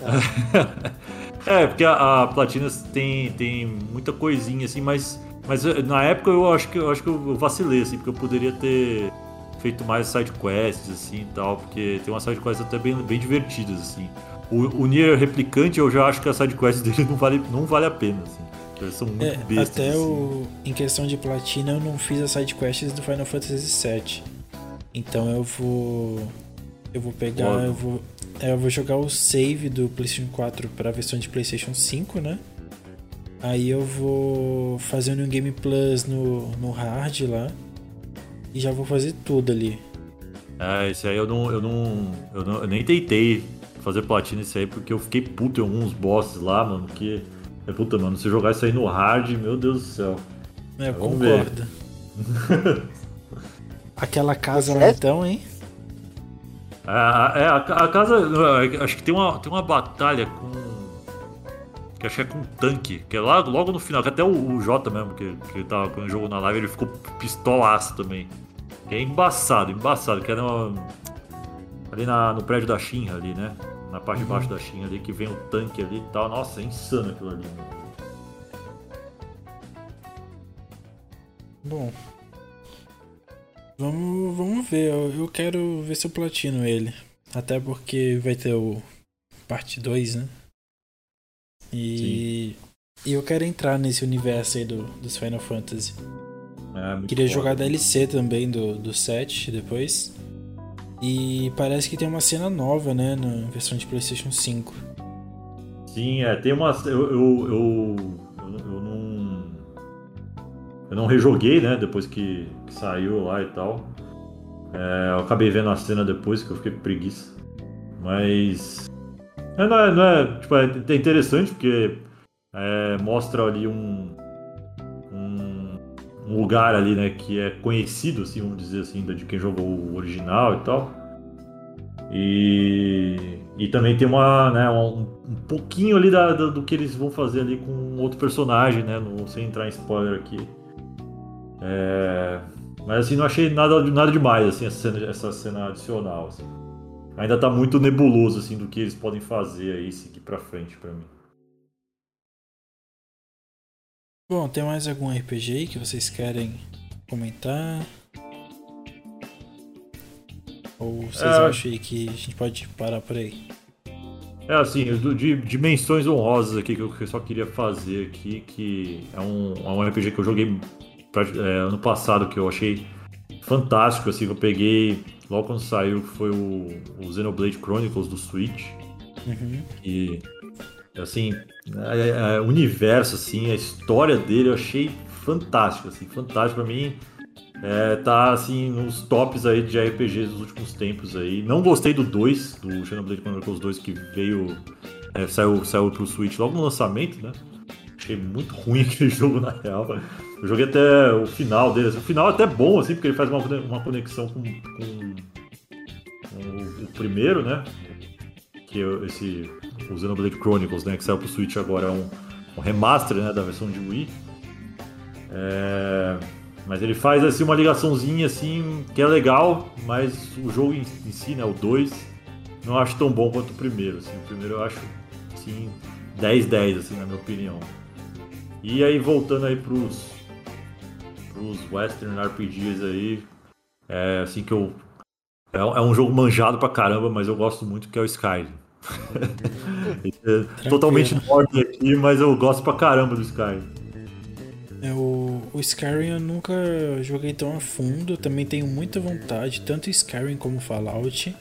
É, porque a, a Platina tem, tem muita coisinha, assim, mas, mas eu- na época eu acho que eu acho que eu vacilei, assim, porque eu poderia ter feito mais sidequests, assim, e tal, porque tem umas sidequests até bem, bem divertidas, assim. O, o Nier Replicante, eu já acho que a sidequest dele não vale, não vale a pena, assim. Eles são muito É, bestas, até assim. o, em questão de platina, eu não fiz as sidequests do Final Fantasy sete. Então eu vou. Eu vou pegar. Óbvio. Eu vou, é, eu vou jogar o save do PlayStation quatro pra versão de PlayStation cinco, né? Aí eu vou fazer um New Game Plus no, no hard lá. E já vou fazer tudo ali. É, esse aí eu não, eu não, eu não, eu nem tentei fazer platina isso aí, porque eu fiquei puto em alguns bosses lá, mano, que... É puta, mano, se eu jogar isso aí no hard, meu Deus do céu. É, eu Vamos ver. concordo. Aquela casa lá Sério? então, hein? A, é, a, a casa, acho que tem uma, tem uma batalha com... Que acho que é com um tanque, que é lá, logo no final, que até o, o Jota mesmo, que, que tava quando jogou na live, ele ficou pistolaço também. Que é embaçado, embaçado, que era uma, ali na, no prédio da Shinra ali, né? Na parte de baixo da Shinra ali, que vem o tanque ali e tal. Nossa, é insano aquilo ali, mano. Bom. Vamos, vamos ver. Eu, eu quero ver se eu platino ele. Até porque vai ter o parte dois, né? E, e eu quero entrar nesse universo aí do, dos Final Fantasy. É, muito Queria foda. jogar D L C também do, do sete depois. E parece que tem uma cena nova, né? Na versão de PlayStation cinco. Sim, é, tem umas. Eu, eu, eu, eu, eu não. Eu não rejoguei, né? Depois que, que saiu lá e tal. É, eu acabei vendo a cena depois, que eu fiquei com preguiça. Mas. É, não é, não é, tipo, é interessante porque é, mostra ali um, um. um lugar ali, né? Que é conhecido, assim, vamos dizer assim, de quem jogou o original e tal. E, e também tem uma, né, um, um pouquinho ali da, da- do que eles vão fazer ali com outro personagem, né, no- sem entrar em spoiler aqui. É, mas assim, não achei nada, nada demais assim, essa cena, essa cena adicional. Assim. Ainda tá muito nebuloso assim, do que eles podem fazer aí seguir pra frente pra mim. Bom, tem mais algum R P G aí que vocês querem comentar? Ou vocês É. acham aí que a gente pode parar por aí? É assim, do- de dimensões honrosas aqui que eu só queria fazer aqui, que é um, é um R P G que eu joguei pra- é, ano passado, que eu achei fantástico, assim, que eu peguei logo quando saiu, que foi o, o Xenoblade Chronicles do Switch. Uhum. E assim, é, é, o universo, assim, a história dele eu achei fantástico, assim, fantástico pra mim. É, tá assim nos tops aí de R P Gs dos últimos tempos aí. Não gostei do dois, do Xenoblade Chronicles dois, que veio, é, saiu, saiu pro Switch logo no lançamento, né? Achei muito ruim aquele jogo na real. Eu joguei até o final dele. Assim. O final é até bom, assim, porque ele faz uma, uma conexão com, com, com o, o primeiro, né? Que é esse o Xenoblade Chronicles, né? Que saiu pro Switch agora, é um, um remaster, né, da versão de Wii. É... Mas ele faz assim uma ligaçãozinha assim que é legal, mas o jogo em, em si, né, o dois, não acho tão bom quanto o primeiro, assim. O primeiro eu acho assim dez dez assim, na minha opinião. E aí voltando aí pros pros Western R P Gs aí, é assim que eu é, é um jogo manjado pra caramba, mas eu gosto muito, que é o Skyrim. É totalmente nerd aqui, mas eu gosto pra caramba do Skyrim. É, o, o o Skyrim eu nunca joguei tão a fundo, também tenho muita vontade, tanto Skyrim como Fallout.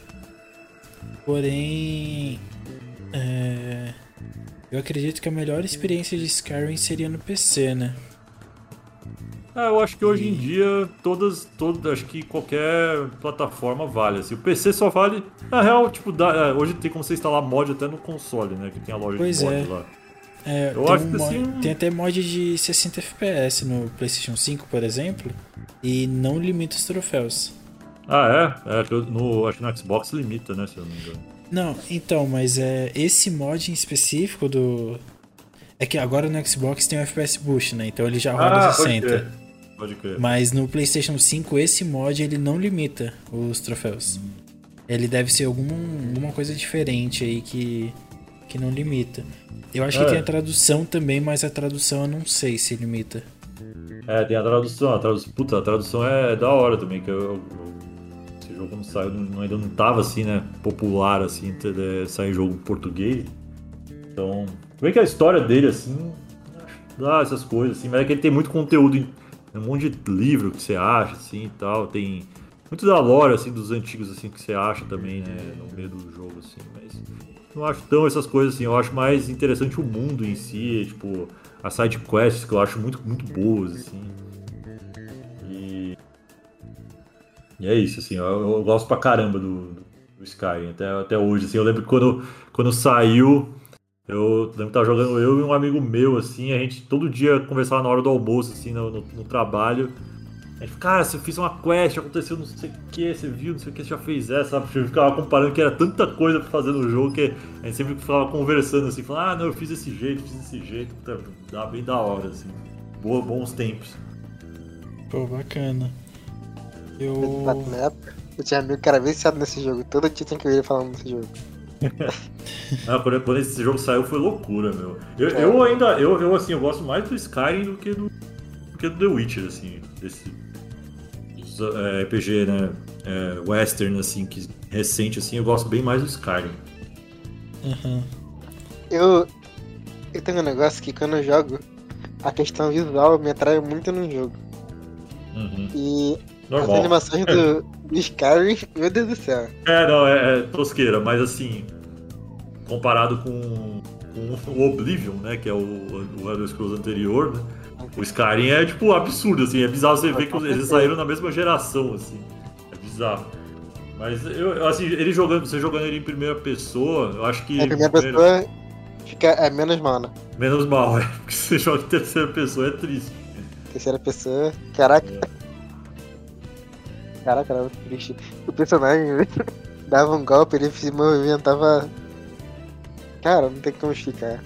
Porém, é, eu acredito que a melhor experiência de Skyrim seria no P C, né? Ah, eu acho que hoje em dia todas, todas, acho que qualquer plataforma vale. Assim, o P C só vale, na real, tipo, dá, hoje tem como você instalar mod até no console, né? Que tem a loja Pois de mod é. lá. É, Eu tem, acho um que mod- assim- tem até mod de sessenta F P S no PlayStation cinco, por exemplo, e não limita os troféus. Ah, é? É, que eu- no, acho que no Xbox limita, né? Se eu não me engano. Não, então, mas é esse mod em específico do. É que agora no Xbox tem o F P S Boost, né? Então ele já roda Ah, pode sessenta. crer. Pode crer. Mas no PlayStation cinco esse mod ele não limita os troféus. Ele deve ser algum, alguma coisa diferente aí que, que não limita. Eu acho É. que tem a tradução também, mas a tradução eu não sei se limita. É, tem a tradução. A tradução, puta, a tradução é da hora também, que eu, eu- esse jogo quando saiu não- ainda não tava assim, né, popular assim, ter- de- sair jogo em português. Então, vê que a história dele assim, dá essas coisas assim, mas é que ele tem muito conteúdo, em, um monte de livro que você acha assim e tal, tem muito da lore assim dos antigos assim que você acha também, né, no meio do jogo assim, mas não acho tão essas coisas assim, eu acho mais interessante o mundo em si, tipo, as side quests que eu acho muito muito boas assim. E E é isso, assim, eu, eu gosto pra caramba do, do Skyrim, até, até hoje, assim, eu lembro que quando, quando saiu, eu lembro que tava jogando eu e um amigo meu, assim, a gente todo dia conversava na hora do almoço, assim, no, no, no trabalho, a gente, cara, você fez uma quest, aconteceu não sei o que, você viu, não sei o que, você já fez essa, sabe, a gente ficava comparando que era tanta coisa pra fazer no jogo, que a gente sempre ficava conversando, assim, falando, ah, não, eu fiz desse jeito, fiz desse jeito, puta, dá bem da hora, assim, boa, bons tempos. Pô, bacana. Eu. Na época, eu tinha amigo que era viciado nesse jogo. Todo dia tinha que ver ele falando desse jogo. Ah, quando, quando esse jogo saiu foi loucura, meu. Eu, eu ainda, eu, eu assim, eu gosto mais do Skyrim do que do, do que do The Witcher, assim, desse dos, é, R P G, né, é, western, assim, que recente, assim, eu gosto bem mais do Skyrim. Uhum. Eu, eu tenho um negócio que quando eu jogo, a questão visual me atrai muito no jogo. Uhum. E Normal. as animações do, do Skyrim, meu Deus do céu. É, não, é, é tosqueira, mas assim, comparado com, com o Oblivion, né, que é o, o Elder Scrolls anterior, né, o Skyrim é, tipo, absurdo, assim, é bizarro você ver que eles saíram na mesma geração, assim, é bizarro. Mas, eu, assim, ele jogando, você jogando ele em primeira pessoa, eu acho que... A primeira pessoa fica é menos mal, né? Menos mal, é, porque você joga em terceira pessoa é triste. Terceira pessoa, caraca. Caraca, era muito triste. O personagem dava um golpe, ele se movimentava. Cara, não tem como explicar.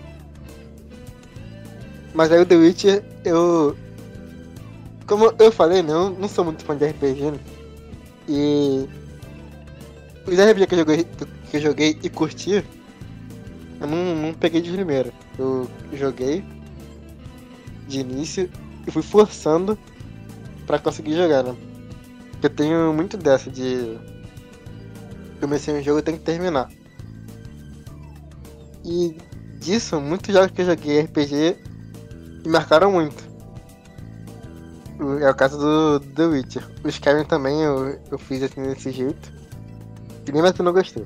Mas aí o The Witcher, eu. Como eu falei, né? Eu não sou muito fã de R P G, né? E. Os R P G que eu joguei, que eu joguei e curti, eu não, não peguei de primeira. Eu joguei de início e fui forçando pra conseguir jogar, né? Porque eu tenho muito dessa de... Comecei um jogo e tenho que terminar. E disso, muitos jogos que eu joguei R P G me marcaram muito. O- É o caso do The Witcher. O Skyrim também eu, eu fiz assim desse jeito. E mesmo assim eu não gostei.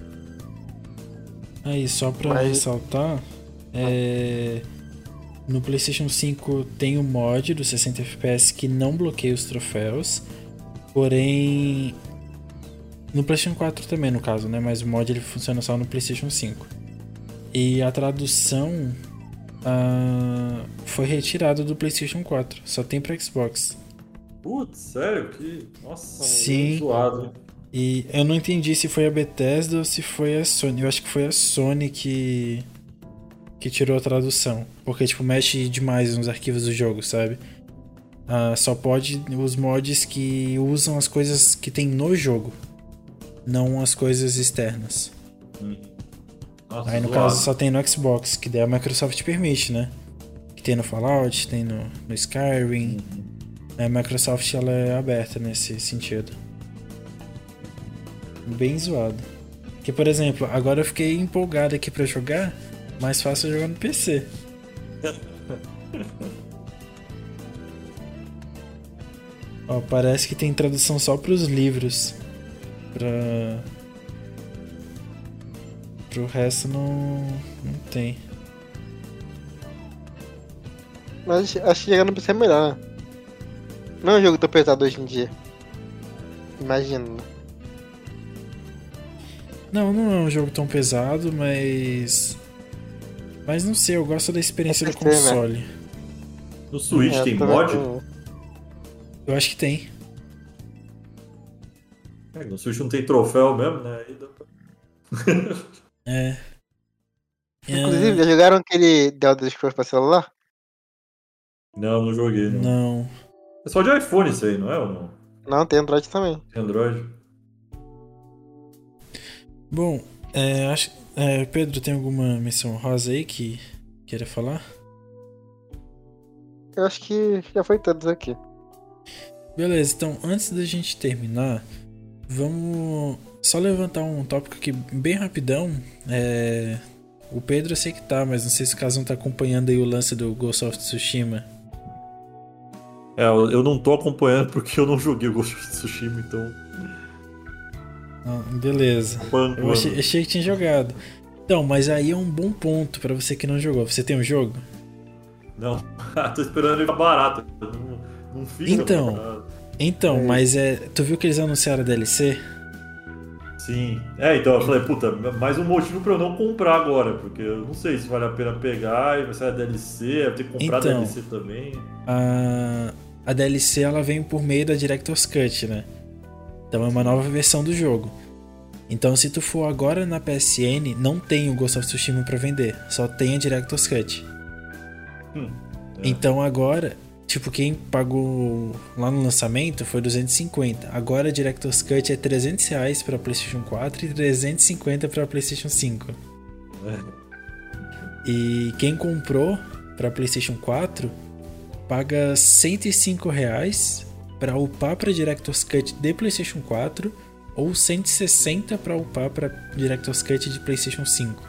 Aí, só pra Mas- ressaltar, é... no PlayStation cinco tem o mod do sessenta F P S que não bloqueia os troféus, porém no PlayStation quatro também, no caso, né? Mas o mod ele funciona só no PlayStation cinco. E a tradução ah, foi retirada do PlayStation quatro, só tem pra Xbox. Putz, sério? Que... Nossa, Sim. zoado, hein? E eu não entendi se foi a Bethesda ou se foi a Sony. Eu acho que foi a Sony que que tirou a tradução, porque tipo mexe demais nos arquivos do jogo, sabe? Ah, só pode os mods que usam as coisas que tem no jogo, não as coisas externas. Hum. Nossa, Aí no zoado. caso só tem no Xbox, que daí a Microsoft permite, né? Que tem no Fallout, tem no, no Skyrim. A Microsoft ela é aberta nesse sentido. Bem zoado. Que, por exemplo, agora eu fiquei empolgado aqui pra jogar, mais fácil jogar no P C. Ó, parece que tem tradução só pros livros. Pra... Pro resto não, não tem. Mas acho que chegando no P C é melhor, né? Não é um jogo tão pesado hoje em dia. Imagino, né? Não, não é um jogo tão pesado, mas... Mas não sei, eu gosto da experiência do console. No Switch É, tem tô mod? vendo- Eu acho que tem. É, no Switch não tem troféu mesmo, né? Aí dá pra- É. Inclusive, É, já jogaram aquele The Elder Scrolls pra celular? Não, não joguei, não. não. É só de iPhone isso aí, não é? Ou não? Não, tem Android também. Tem Android? Bom, é, acho, é, Pedro, tem alguma menção rosa aí que queira falar? Eu acho que já foi todos aqui. Beleza, então antes da gente terminar, vamos só levantar um tópico aqui bem rapidão. É, o Pedro eu sei que tá, mas não sei se o caso não tá acompanhando aí o lance do Ghost of Tsushima. É, eu eu não tô acompanhando porque eu não joguei o Ghost of Tsushima, então. Ah, beleza. Acompanhando. Eu achei, achei que tinha jogado. Então, mas aí é um bom ponto pra você que não jogou. Você tem o jogo? Não, tô esperando ele ficar barato. Não, não fica Então. barato. Então, É. mas é. Tu viu que eles anunciaram a D L C? Sim. É, então eu falei, puta, mais um motivo pra eu não comprar agora, porque eu não sei se vale a pena pegar e vai ser a D L C, eu tenho que comprar Então. a D L C também. A, a D L C ela vem por meio da Director's Cut, né? Então é uma nova versão do jogo. Então se tu for agora na P S N, não tem o Ghost of Tsushima pra vender, só tem a Director's Cut. Hum, é. Então agora, tipo, quem pagou lá no lançamento foi duzentos e cinquenta. Agora a Director's Cut é trezentos reais pra PlayStation quatro e trezentos e cinquenta pra PlayStation cinco. É. E quem comprou pra PlayStation quatro paga cento e cinco reais para upar para Director's Cut de PlayStation quatro ou cento e sessenta para upar para Director's Cut de PlayStation cinco.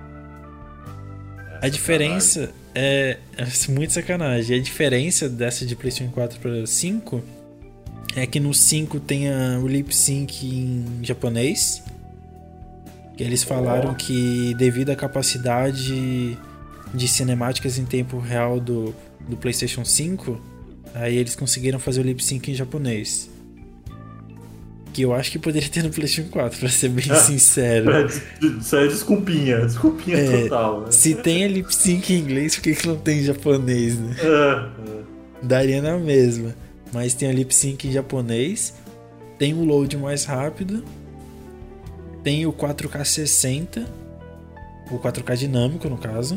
A diferença é, é muito sacanagem. A diferença dessa de PlayStation quatro para cinco é que no cinco tem a, o lip sync em japonês. Que eles falaram que devido à capacidade de cinemáticas em tempo real do, do PlayStation cinco, aí eles conseguiram fazer o lip sync em japonês. Que eu acho que poderia ter no PlayStation quatro, pra ser bem Ah, sincero. É, isso aí é desculpinha, desculpinha É, total, né? se tem a lip sync em inglês, por que, que não tem em japonês, né? É, é. Daria na mesma. Mas tem a lip sync em japonês, tem o load mais rápido, tem o quatro K sessenta, o quatro K dinâmico no caso,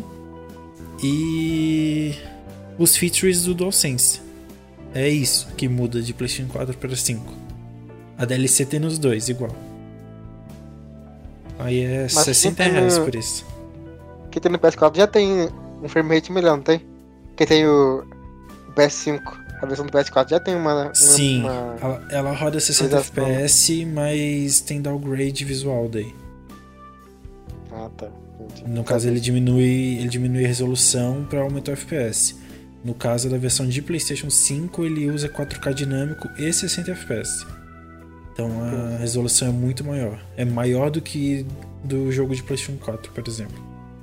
e os features do DualSense. É isso que muda de PlayStation quatro para cinco. A D L C tem nos dois, igual. Aí é Mas sessenta quem tem reais no- por isso. Quem tem no P S quatro já tem um frame rate melhor, não tem? Quem tem o o P S cinco, a versão do P S quatro já tem uma. uma Sim, uma- ela, ela roda sessenta F P atualização. S, mas tem downgrade visual daí. Ah, tá. Entendi. No caso, ele diminui, ele diminui a resolução para aumentar o F P S. No caso da versão de PlayStation cinco, ele usa quatro K dinâmico e sessenta F P S. Então a resolução é muito maior. É maior do que do jogo de PlayStation quatro, por exemplo.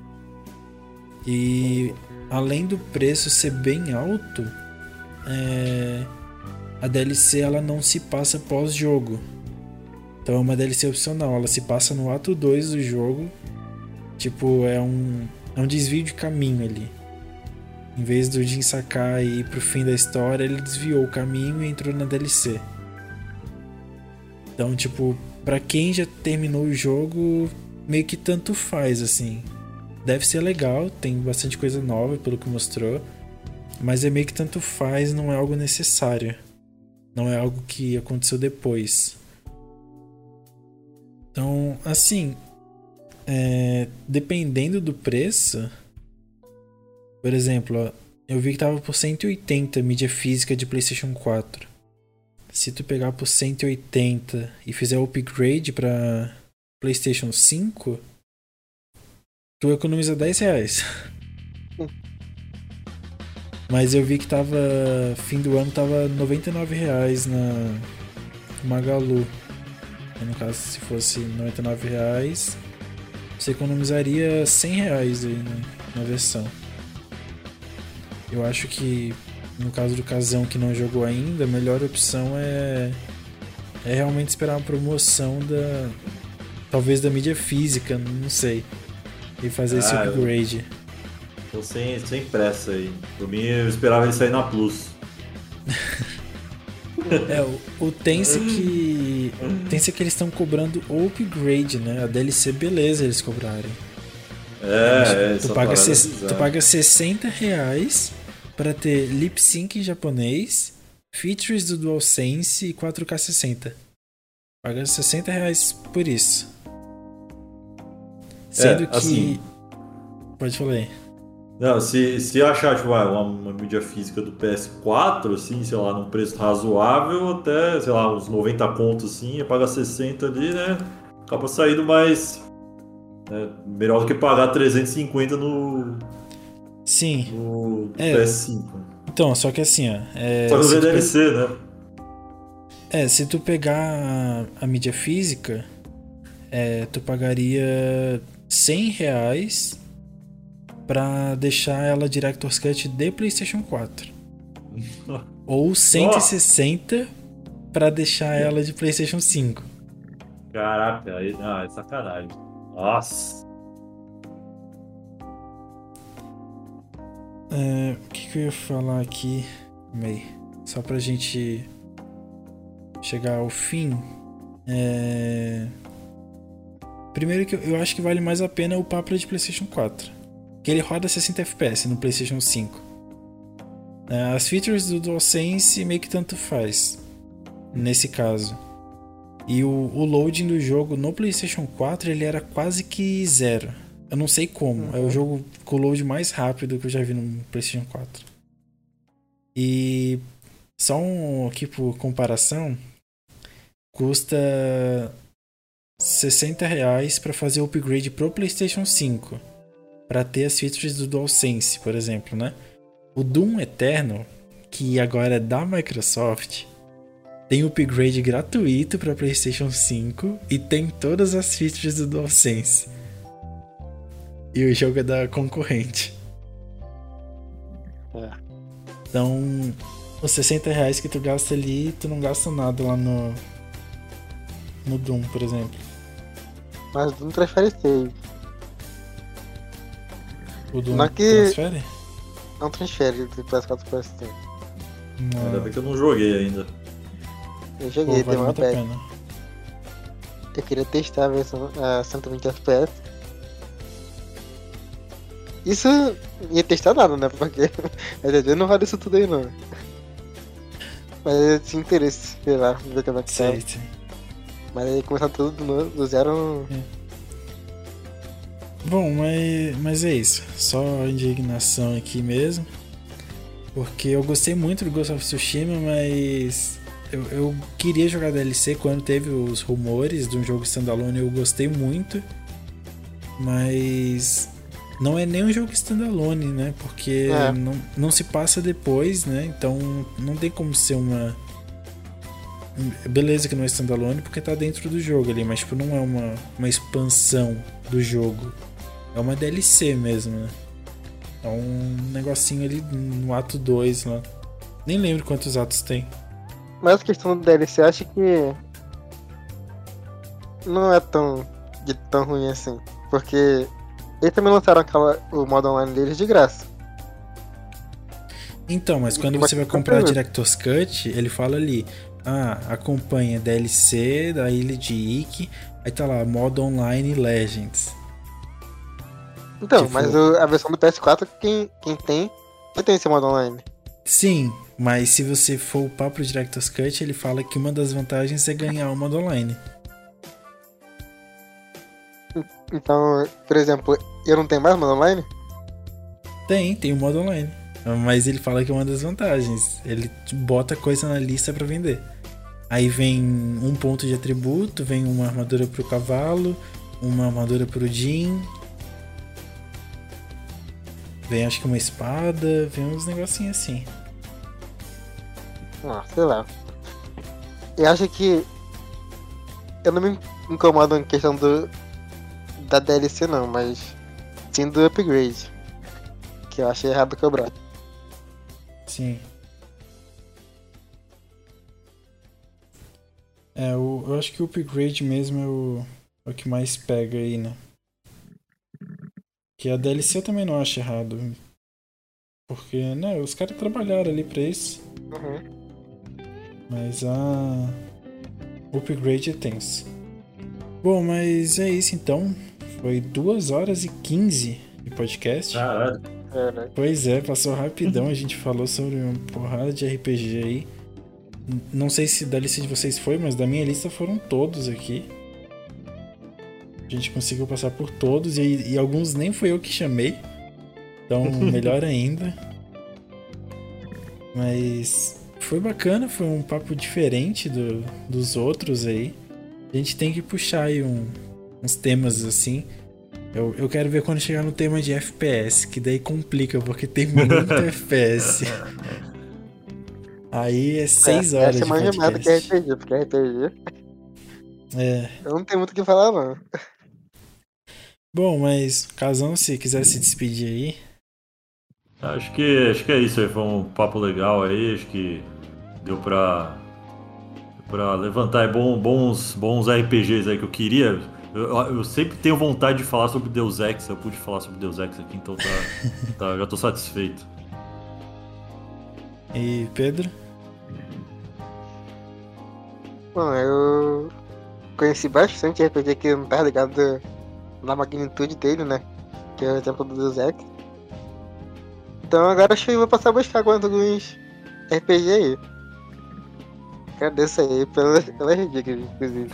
E além do preço ser bem alto, é, a D L C ela não se passa pós-jogo. Então é uma D L C opcional. Ela se passa no ato dois do jogo. Tipo, é um, é um desvio de caminho ali. Em vez do Jin Sakai ir pro fim da história, ele desviou o caminho e entrou na D L C. Então, tipo, pra quem já terminou o jogo, meio que tanto faz, assim. Deve ser legal, tem bastante coisa nova pelo que mostrou. Mas é meio que tanto faz, não é algo necessário. Não é algo que aconteceu depois. Então, assim, é, dependendo do preço, por exemplo, ó, eu vi que tava por cento e oitenta mídia física de PlayStation quatro. Se tu pegar por cento e oitenta e fizer o upgrade pra PlayStation cinco, tu economiza dez reais. Mas eu vi que tava. Fim do ano tava noventa e nove reais na Magalu. E no caso, se fosse noventa e nove reais, você economizaria cem reais aí na, na versão. Eu acho que no caso do Casão que não jogou ainda, a melhor opção é, é realmente esperar uma promoção da. Talvez da mídia física, não sei. E fazer ah, esse upgrade. Eu... Tô sem, sem pressa aí. Por mim, eu esperava ele sair na Plus. É, o, o Tense que. Tense que eles estão cobrando o upgrade, né? A D L C, beleza, eles cobrarem. É, é tu, paga se, tu paga sessenta reais pra ter lip sync em japonês, features do DualSense e quatro K sessenta. Paga sessenta reais por isso. Sendo é, que. Assim, pode falar aí. Não, se, se achar tipo, uma, uma mídia física do P S quatro, assim, sei lá, num preço razoável, até, sei lá, uns noventa contos, assim, paga sessenta ali, né? Acaba saindo mais. Né, melhor do que pagar trezentos e cinquenta no. Sim. No é, P S cinco. Então, só que assim, ó. É, só que no D L C, pe... né? É, se tu pegar a, a mídia física, é, tu pagaria cem reais. Pra deixar ela Director's Cut de PlayStation quatro. Ou cento e sessenta pra deixar ela de PlayStation cinco. Caraca, aí ah, é sacanagem. Nossa. É, o que, que eu ia falar aqui, May? Só pra gente chegar ao fim. É... Primeiro que eu, eu acho que vale mais a pena upar pra de PlayStation quatro. Que ele roda sessenta F P S no PlayStation cinco. As features do DualSense meio que tanto faz, nesse caso. E o, o loading do jogo no PlayStation quatro ele era quase que zero. Eu não sei como. Uhum. É o jogo com o load mais rápido que eu já vi no PlayStation quatro. E só um aqui por comparação, custa sessenta reais para fazer o upgrade pro PlayStation cinco. Para ter as features do DualSense, por exemplo, né? O Doom Eternal, que agora é da Microsoft, tem upgrade gratuito para PlayStation cinco e tem todas as features do DualSense. E o jogo é da concorrente. É. Então, os sessenta reais que tu gasta ali, tu não gasta nada lá no no Doom, por exemplo. Mas o Doom transfere save. O Doom não que... transfere? Não transfere do P S quatro pro P S cinco. Não. Ainda bem que eu não joguei ainda. Eu joguei, Pô, deu vale uma bad. pena. Eu queria testar a versão a cento e vinte F P S. Isso ia testar nada, né? Porque a D D não vale isso tudo aí não. Mas eu tinha interesse, sei lá, ver como é que tá. Mas aí começar tudo do, do zero. É. Bom, mas, mas é isso. Só indignação aqui mesmo. Porque eu gostei muito do Ghost of Tsushima, mas eu, eu queria jogar D L C quando teve os rumores de um jogo standalone. Eu gostei muito. Mas não é nem um jogo standalone, né? Porque é. não, não se passa depois, né? Então não tem como ser uma... Beleza que não é standalone porque tá dentro do jogo ali, mas tipo, não é uma, uma expansão do jogo. É uma D L C mesmo, né? É um negocinho ali no ato dois lá. Nem lembro quantos atos tem. Mas a questão do D L C, eu acho que não é tão, de tão ruim assim. Porque eles também lançaram aquela, o modo online deles de graça. Então, mas quando você vai comprar a Director's Cut, ele fala ali: ah, acompanha D L C da Ilha de Ikki. Aí tá lá, modo online Legends. Então, tipo, mas o, a versão do P S quatro, quem, quem tem, vai ter esse modo online. Sim, mas se você for upar pro Director's Cut, ele fala que uma das vantagens é ganhar o modo online. Então, por exemplo, eu não tenho mais modo online? Tem, tem o modo online. Mas ele fala que é uma das vantagens. Ele bota coisa na lista pra vender. Aí vem um ponto de atributo, vem uma armadura pro cavalo, uma armadura pro Jin. Vem acho que uma espada, vem uns negocinhos assim. Ah, sei lá. Eu acho que eu não me incomodo em questão do da D L C não, mas sim do upgrade. Que eu achei errado cobrar. Sim. É, o, eu acho que o upgrade mesmo é o, é o que mais pega aí, né? Que a D L C eu também não acho errado. Porque, né, os caras trabalharam ali pra isso. Uhum. Mas a. O upgrade é tenso. Bom, mas é isso então. Foi duas horas e quinze de podcast. Caralho. É, né? Pois é, passou rapidão. A gente falou sobre uma porrada de R P G aí. N- Não sei se da lista de vocês foi, mas da minha lista foram todos aqui. A gente conseguiu passar por todos e, e alguns nem fui eu que chamei. Então, melhor ainda. Mas foi bacana, foi um papo diferente do, dos outros aí. A gente tem que puxar aí um- uns temas assim. Eu, eu quero ver quando chegar no tema de F P S, que daí complica, porque tem muito F P S. Aí é seis É, horas essa é de mais remada que R podcast. P G, porque R P G É. eu não tenho muito o que falar não. Bom, mas Casão, se quiser se despedir aí. Acho que, acho que é isso aí. Foi um papo legal aí. Acho que deu pra, pra levantar aí bom- bons, bons R P Gs aí que eu queria. Eu, eu sempre tenho vontade de falar sobre Deus Ex. Eu pude falar sobre Deus Ex aqui, então tá, tá, já tô satisfeito. E Pedro? Bom, eu conheci bastante R P G que não tá ligado na magnitude dele, né? Que é o exemplo do Deus Ex. Então agora acho que eu vou passar a buscar agora alguns R P G aí. Agradeço aí pela, pelas dicas, inclusive.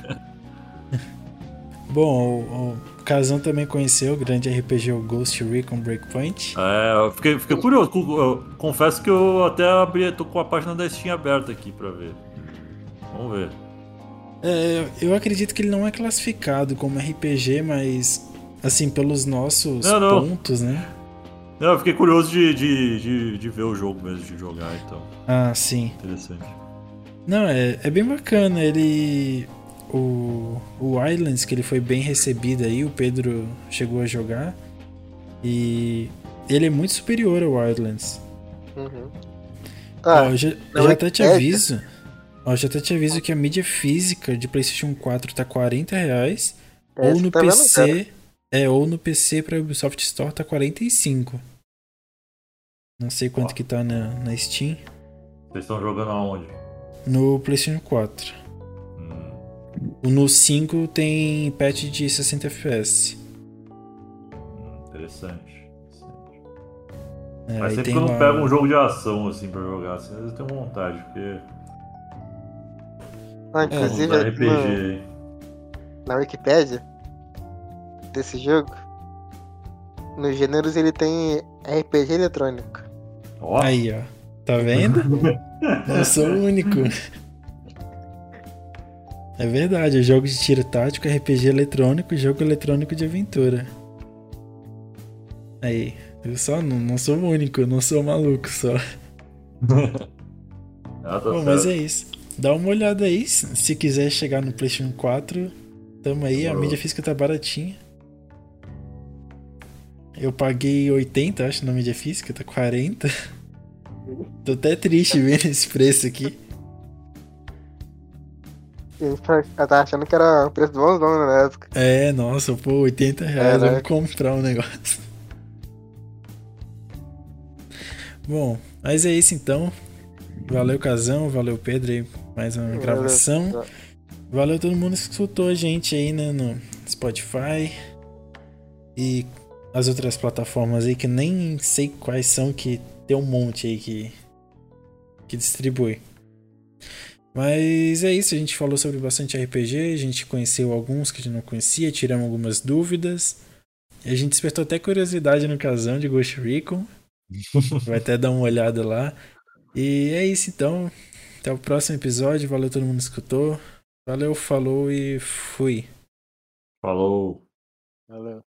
Bom, o, o Casão também conheceu o grande R P G o Ghost Recon Breakpoint. É, eu fiquei, fiquei curioso. Eu confesso que eu até abri, tô com a página da Steam aberta aqui pra ver. Vamos ver. É, eu acredito que ele não é classificado como R P G, mas assim, pelos nossos Não, não. pontos, né? Não, eu fiquei curioso de, de, de, de ver o jogo mesmo, de jogar, então. Ah, sim. Interessante. Não, é, é bem bacana. Ele. O, o Islands, que ele foi bem recebido aí, o Pedro chegou a jogar. E ele é muito superior ao Wildlands. Uhum. Ó, Ah, eu já, não já é até te que é, aviso. Ó, já até te aviso que a mídia física de PlayStation quatro tá quarenta reais. é Ou esse no que tá vendo, cara. P C. É, ou no P C pra Ubisoft Store tá quarenta e cinco. Não sei quanto Ó. que tá na, na Steam. Vocês estão jogando aonde? No PlayStation quatro. Hum, No cinco tem patch de sessenta F P S. hum, interessante. interessante. É, Mas aí sempre tem que eu não lá- pego um jogo de ação assim pra jogar, assim, às vezes eu tenho vontade, porque Ah, é, inclusive, R P G no, aí. na Wikipédia desse jogo, nos gêneros ele tem R P G eletrônico. Ó, Aí, ó. Tá vendo? Não sou o único. É verdade, é jogo de tiro tático, R P G eletrônico e jogo eletrônico de aventura. Aí, eu só não, não sou o único, eu não sou maluco só. ah, tá Bom, mas certo. é isso. Dá uma olhada aí, se se quiser chegar no PlayStation quatro, tamo aí, a Demorou. mídia física tá baratinha. Eu paguei oitenta, acho, na mídia física, tá quarenta. Tô até triste vendo esse preço aqui. Eu tava achando que era o preço do bonzão na época. É, nossa, pô, oitenta reais, vamos Caraca. comprar um negócio. Bom, mas é isso então. Valeu, Casão, valeu, Pedro, aí, mais uma gravação. Valeu. Valeu todo mundo que escutou a gente aí, né, no Spotify e as outras plataformas aí que nem sei quais são, que tem um monte aí que, que distribui. Mas é isso, a gente falou sobre bastante R P G, a gente conheceu alguns que a gente não conhecia, tiramos algumas dúvidas. E a gente despertou até curiosidade no Casão de Ghost Recon. Vai até dar uma olhada lá. E é isso então. Até o próximo episódio. Valeu todo mundo que escutou. Valeu, falou e fui. Falou. Valeu.